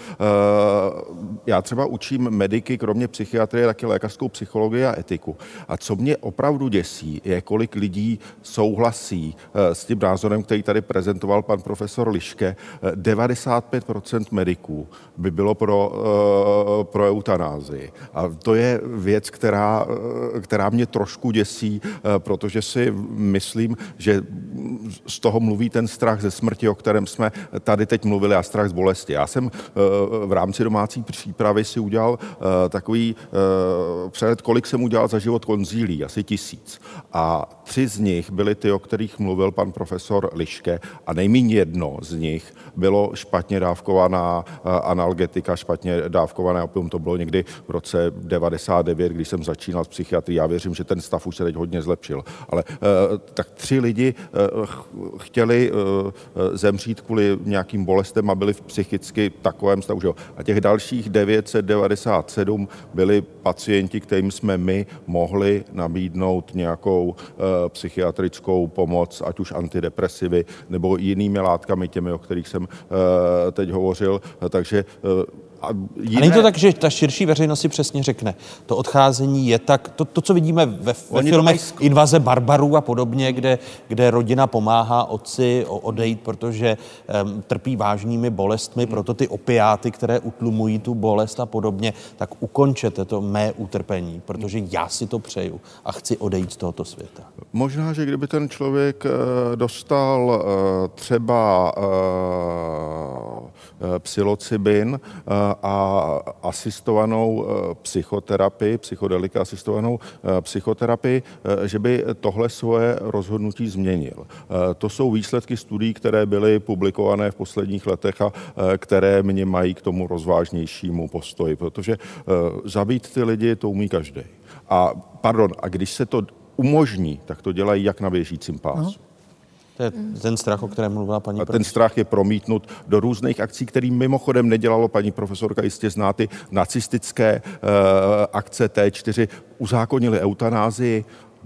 Q: Já třeba učím mediky, kromě psychiatrie, taky lékařskou psychologii a etiku. A co mě opravdu děsí, je, kolik lidí souhlasí s tím názorem, který tady prezentoval pan profesor Liške. devadesát pět procent mediků by bylo pro, pro eutanázii. A to je věc, která, která mě trošku děsí, protože si myslím, že z toho mluví ten strach ze smrti, o kterém jsme tady teď mluvili, a strach z bolesti. Já jsem v rámci domácí přípravy si udělal takový přehled, kolik jsem udělal za život konzílí, asi tisíc. A tři z nich byly ty, o kterých mluvil pan profesor Liške, a nejméně jedno z nich bylo špatně dávkovaná analgetika, špatně dávkované opium. To bylo někdy v roce devadesát devět, když jsem začínal s psychiatrií. Já věřím, že ten stav už se teď hodně zlepšil. Ale tak tři lidi chtěli zemřít kvůli nějakým bolestem a byli psychicky takovém stavu. A těch dalších devět set devadesát sedm byli pacienti, kterým jsme my mohli nabídnout nějakou uh, psychiatrickou pomoc, ať už antidepresivy nebo jinými látkami, těmi, o kterých jsem uh, teď hovořil. Takže uh,
H: A, jiné... a není to tak, že ta širší veřejnost si přesně řekne, to odcházení je tak, to, to co vidíme ve, ve filmech mají... Invaze barbarů a podobně, kde, kde rodina pomáhá otci odejít, protože um, trpí vážnými bolestmi, hmm. proto ty opiáty, které utlumují tu bolest a podobně, tak ukončete to mé utrpení, protože já si to přeju a chci odejít z tohoto světa.
Q: Možná, že kdyby ten člověk uh, dostal uh, třeba uh, psilocybin uh, a asistovanou psychoterapii, psychodelika asistovanou psychoterapii, že by tohle svoje rozhodnutí změnil. To jsou výsledky studií, které byly publikované v posledních letech a které mě mají k tomu rozvážnějšímu postoji, protože zabít ty lidi to umí každý. A pardon, a když se to umožní, tak to dělají jak na běžícím pásu. No.
H: To je ten strach, o kterém mluvila paní profesorka.
Q: Ten strach je promítnut do různých akcí, který mimochodem nedělalo, paní profesorka jistě zná, ty nacistické uh, akce T čtyři, uzákonili eutanázii.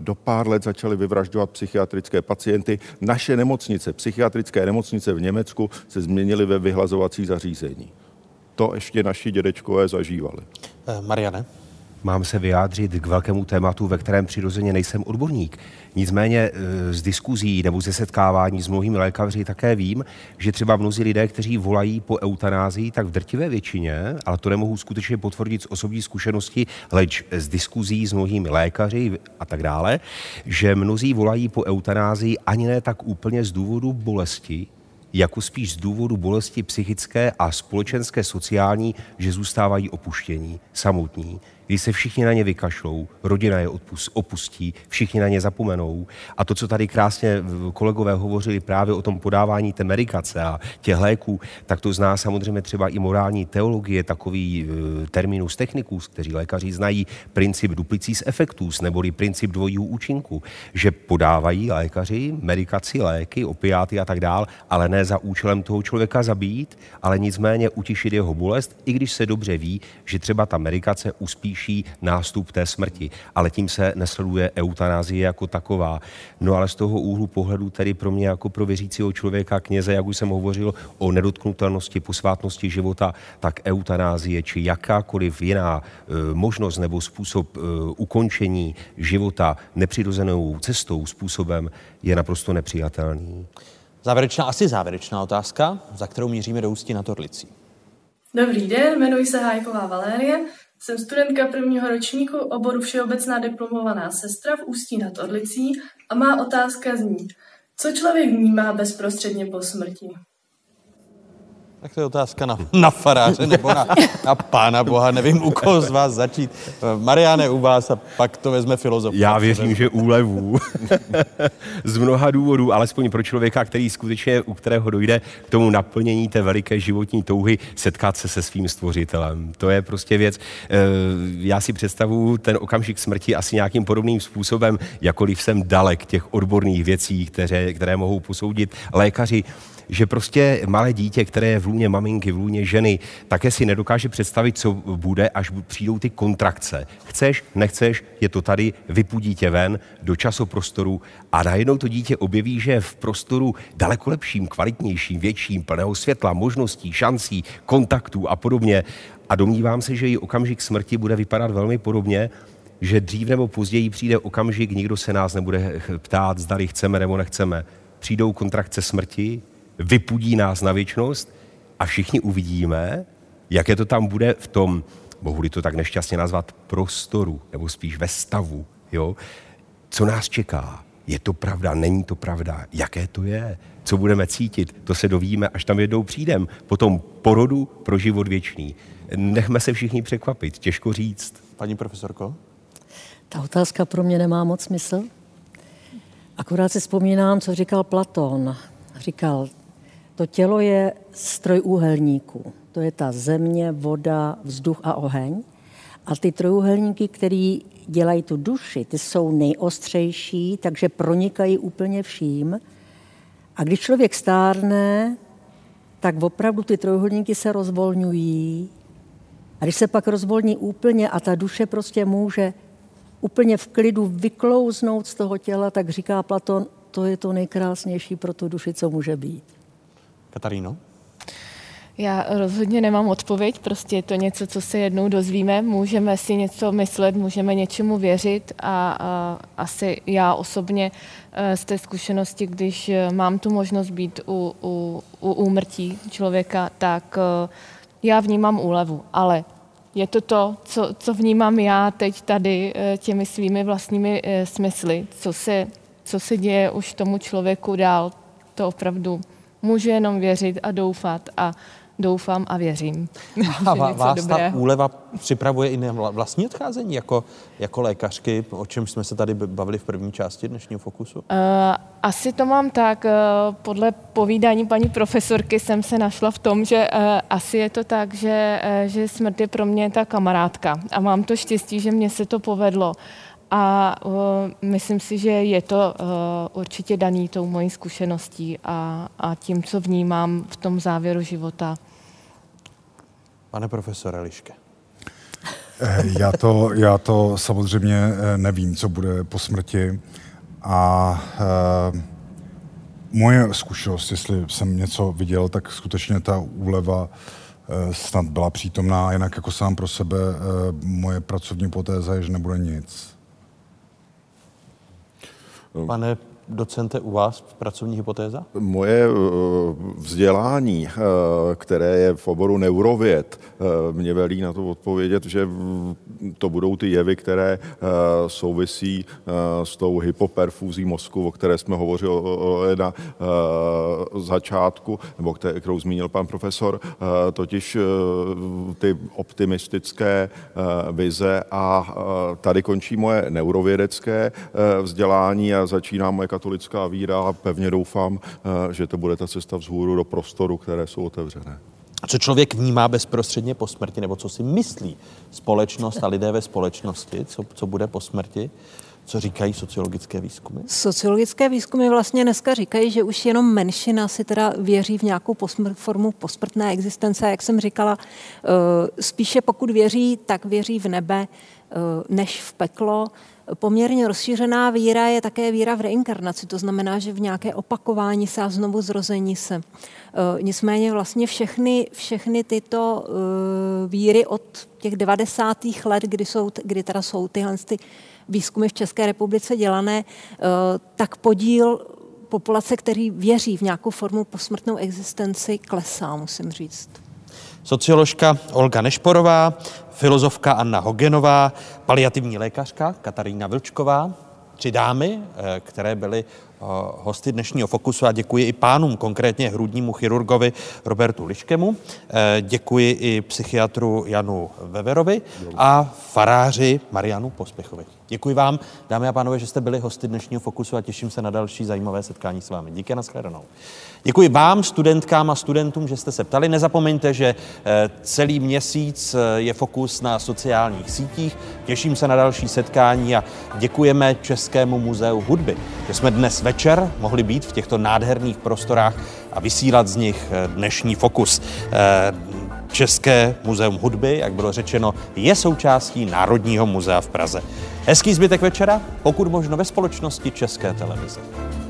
Q: do pár let začali vyvražďovat psychiatrické pacienty. Naše nemocnice, psychiatrické nemocnice v Německu se změnily ve vyhlazovací zařízení. To ještě naši dědečkové zažívali.
H: Mariane?
C: Mám se vyjádřit k velkému tématu, ve kterém přirozeně nejsem odborník. Nicméně z diskuzí nebo ze setkávání s mnohými lékaři také vím, že třeba mnozí lidé, kteří volají po eutanázii, tak v drtivé většině, ale to nemohu skutečně potvrdit z osobní zkušenosti, leč z diskuzí s mnohými lékaři a tak dále, že mnozí volají po eutanázii ani ne tak úplně z důvodu bolesti, jako spíš z důvodu bolesti psychické a společenské sociální, že zůstávají opuštění, samotní, když se všichni na ně vykašlou, rodina je opustí, všichni na ně zapomenou. A to, co tady krásně kolegové hovořili právě o tom podávání té medikace a těch léků, tak to zná samozřejmě třeba i morální teologie, takový e, terminus technicus, kteří lékaři znají, princip duplicis effectus, neboli princip dvojího účinku, že podávají lékaři medikaci, léky, opiáty a tak dál, ale ne za účelem toho člověka zabít, ale nicméně utišit jeho bolest, i když se dobře ví, že třeba ta medikace uspíší nástup té smrti, ale tím se nesleduje eutanázie jako taková. No ale z toho úhlu pohledu tedy pro mě jako pro věřícího člověka, kněze, jak už jsem hovořil o nedotknutelnosti, posvátnosti života, tak eutanázie či jakákoliv jiná e, možnost nebo způsob e, ukončení života nepřirozenou cestou, způsobem je naprosto nepřijatelný.
H: Závěrečná, asi závěrečná otázka, za kterou míříme do Ústí nad Orlicí.
F: Dobrý den, jmenuji se Hájková Valérie, jsem studentka prvního ročníku oboru Všeobecná diplomovaná sestra v Ústí nad Orlicí a má otázka zní, co člověk vnímá bezprostředně po smrti?
H: Tak to je otázka na, na faráře nebo na, na Pána Boha, nevím, u koho z vás začít. Mariáne, u vás a pak to vezme filozof.
C: Já věřím, že úlevu. Z mnoha důvodů, alespoň pro člověka, který skutečně, u kterého dojde k tomu naplnění té veliké životní touhy setkat se se svým stvořitelem. To je prostě věc. Já si představuju ten okamžik smrti asi nějakým podobným způsobem, jakkoliv jsem dalek těch odborných věcí, které, které mohou posoudit lékaři, že prostě malé dítě, které je v lůně maminky, v lůně ženy, také si nedokáže představit, co bude, až přijdou ty kontrakce. Chceš, nechceš, je to tady, vypudí tě ven do časoprostoru a najednou to dítě objeví, že v prostoru daleko lepším, kvalitnějším, větším, plného světla, možností, šancí, kontaktů a podobně. A domnívám se, že i okamžik smrti bude vypadat velmi podobně, že dřív nebo později přijde okamžik, nikdo se nás nebude ptát, zdali chceme nebo nechceme. Přijdou kontrakce smrti, vypudí nás na věčnost a všichni uvidíme, jaké to tam bude v tom, mohu-li to tak nešťastně nazvat, prostoru, nebo spíš ve stavu, jo? Co nás čeká? Je to pravda, není to pravda? Jaké to je? Co budeme cítit? To se dovíme, až tam jednou přijdem. Potom porodu pro život věčný. Nechme se všichni překvapit, těžko říct.
H: Paní profesorko?
I: Ta otázka pro mě nemá moc smysl. Akorát si vzpomínám, co říkal Platón. Říkal, to tělo je z trojúhelníků. To je ta země, voda, vzduch a oheň. A ty trojúhelníky, které dělají tu duši, ty jsou nejostřejší, takže pronikají úplně vším. A když člověk stárne, tak opravdu ty trojúhelníky se rozvolňují. A když se pak rozvolní úplně a ta duše prostě může úplně v klidu vyklouznout z toho těla, tak říká Platon, to je to nejkrásnější pro tu duši, co může být.
H: Kataríno?
R: Já rozhodně nemám odpověď, prostě je to něco, co se jednou dozvíme, můžeme si něco myslet, můžeme něčemu věřit a, a asi já osobně z té zkušenosti, když mám tu možnost být u, u, u úmrtí člověka, tak já vnímám úlevu, ale je to to, co, co vnímám já teď tady těmi svými vlastními smysly, co se, co se děje už tomu člověku dál, to opravdu můžu jenom věřit a doufat a doufám a věřím.
H: A vás ta úleva připravuje i na vlastní odcházení jako, jako lékařky, o čem jsme se tady bavili v první části dnešního Fokusu? Uh,
R: asi to mám tak, uh, podle povídání paní profesorky jsem se našla v tom, že uh, asi je to tak, že, uh, že smrt je pro mě ta kamarádka a mám to štěstí, že mně se to povedlo. A uh, myslím si, že je to uh, určitě daný tou mojí zkušeností a, a tím, co vnímám v tom závěru života.
H: Pane profesore Liške.
M: Já to, já to samozřejmě nevím, co bude po smrti. A e, moje zkušenost, jestli jsem něco viděl, tak skutečně ta úleva e, snad byla přítomná. Jinak jako sám pro sebe e, moje pracovní hypotéza je, že nebude nic.
H: Pane docente, u vás pracovní hypotéza?
Q: Moje vzdělání, které je v oboru neurověd, mě velí na to odpovědět, že to budou ty jevy, které souvisí s tou hypoperfúzí mozku, o které jsme hovořili na začátku, nebo kterou zmínil pan profesor, totiž ty optimistické vize, a tady končí moje neurovědecké vzdělání a začíná moje katolická víra a pevně doufám, že to bude ta cesta vzhůru do prostoru, které jsou otevřené.
H: Co člověk vnímá bezprostředně po smrti, nebo co si myslí společnost a lidé ve společnosti, co, co bude po smrti? Co říkají sociologické výzkumy?
G: Sociologické výzkumy vlastně dneska říkají, že už jenom menšina si teda věří v nějakou posmrt, formu posmrtné existence. Jak jsem říkala, spíše pokud věří, tak věří v nebe než v peklo. Poměrně rozšířená víra je také víra v reinkarnaci, to znamená, že v nějaké opakování se a znovu zrození se. Nicméně vlastně všechny, všechny tyto víry od těch devadesátých let, kdy, jsou, kdy teda jsou tyhle ty výzkumy v České republice dělané, tak podíl populace, který věří v nějakou formu posmrtnou existenci, klesá, musím říct.
H: Socioložka Olga Nešporová, filozofka Anna Hogenová, paliativní lékařka Katarína Vlčková, tři dámy, které byly hosty dnešního Fokusu, a děkuji i pánům, konkrétně hrudnímu chirurgovi Robertu Liškemu, děkuji i psychiatru Janu Veverovi a faráři Marianu Pospěchovi. Děkuji vám, dámy a pánové, že jste byli hosty dnešního Fokusu a těším se na další zajímavé setkání s vámi. Díky, nashledanou. Děkuji vám, studentkám a studentům, že jste se ptali. Nezapomeňte, že celý měsíc je Fokus na sociálních sítích. Těším se na další setkání a děkujeme Českému muzeu hudby, že jsme dnes večer mohli být v těchto nádherných prostorách a vysílat z nich dnešní Fokus. České muzeum hudby, jak bylo řečeno, je součástí Národního muzea v Praze. Hezký zbytek večera, pokud možno ve společnosti České televize.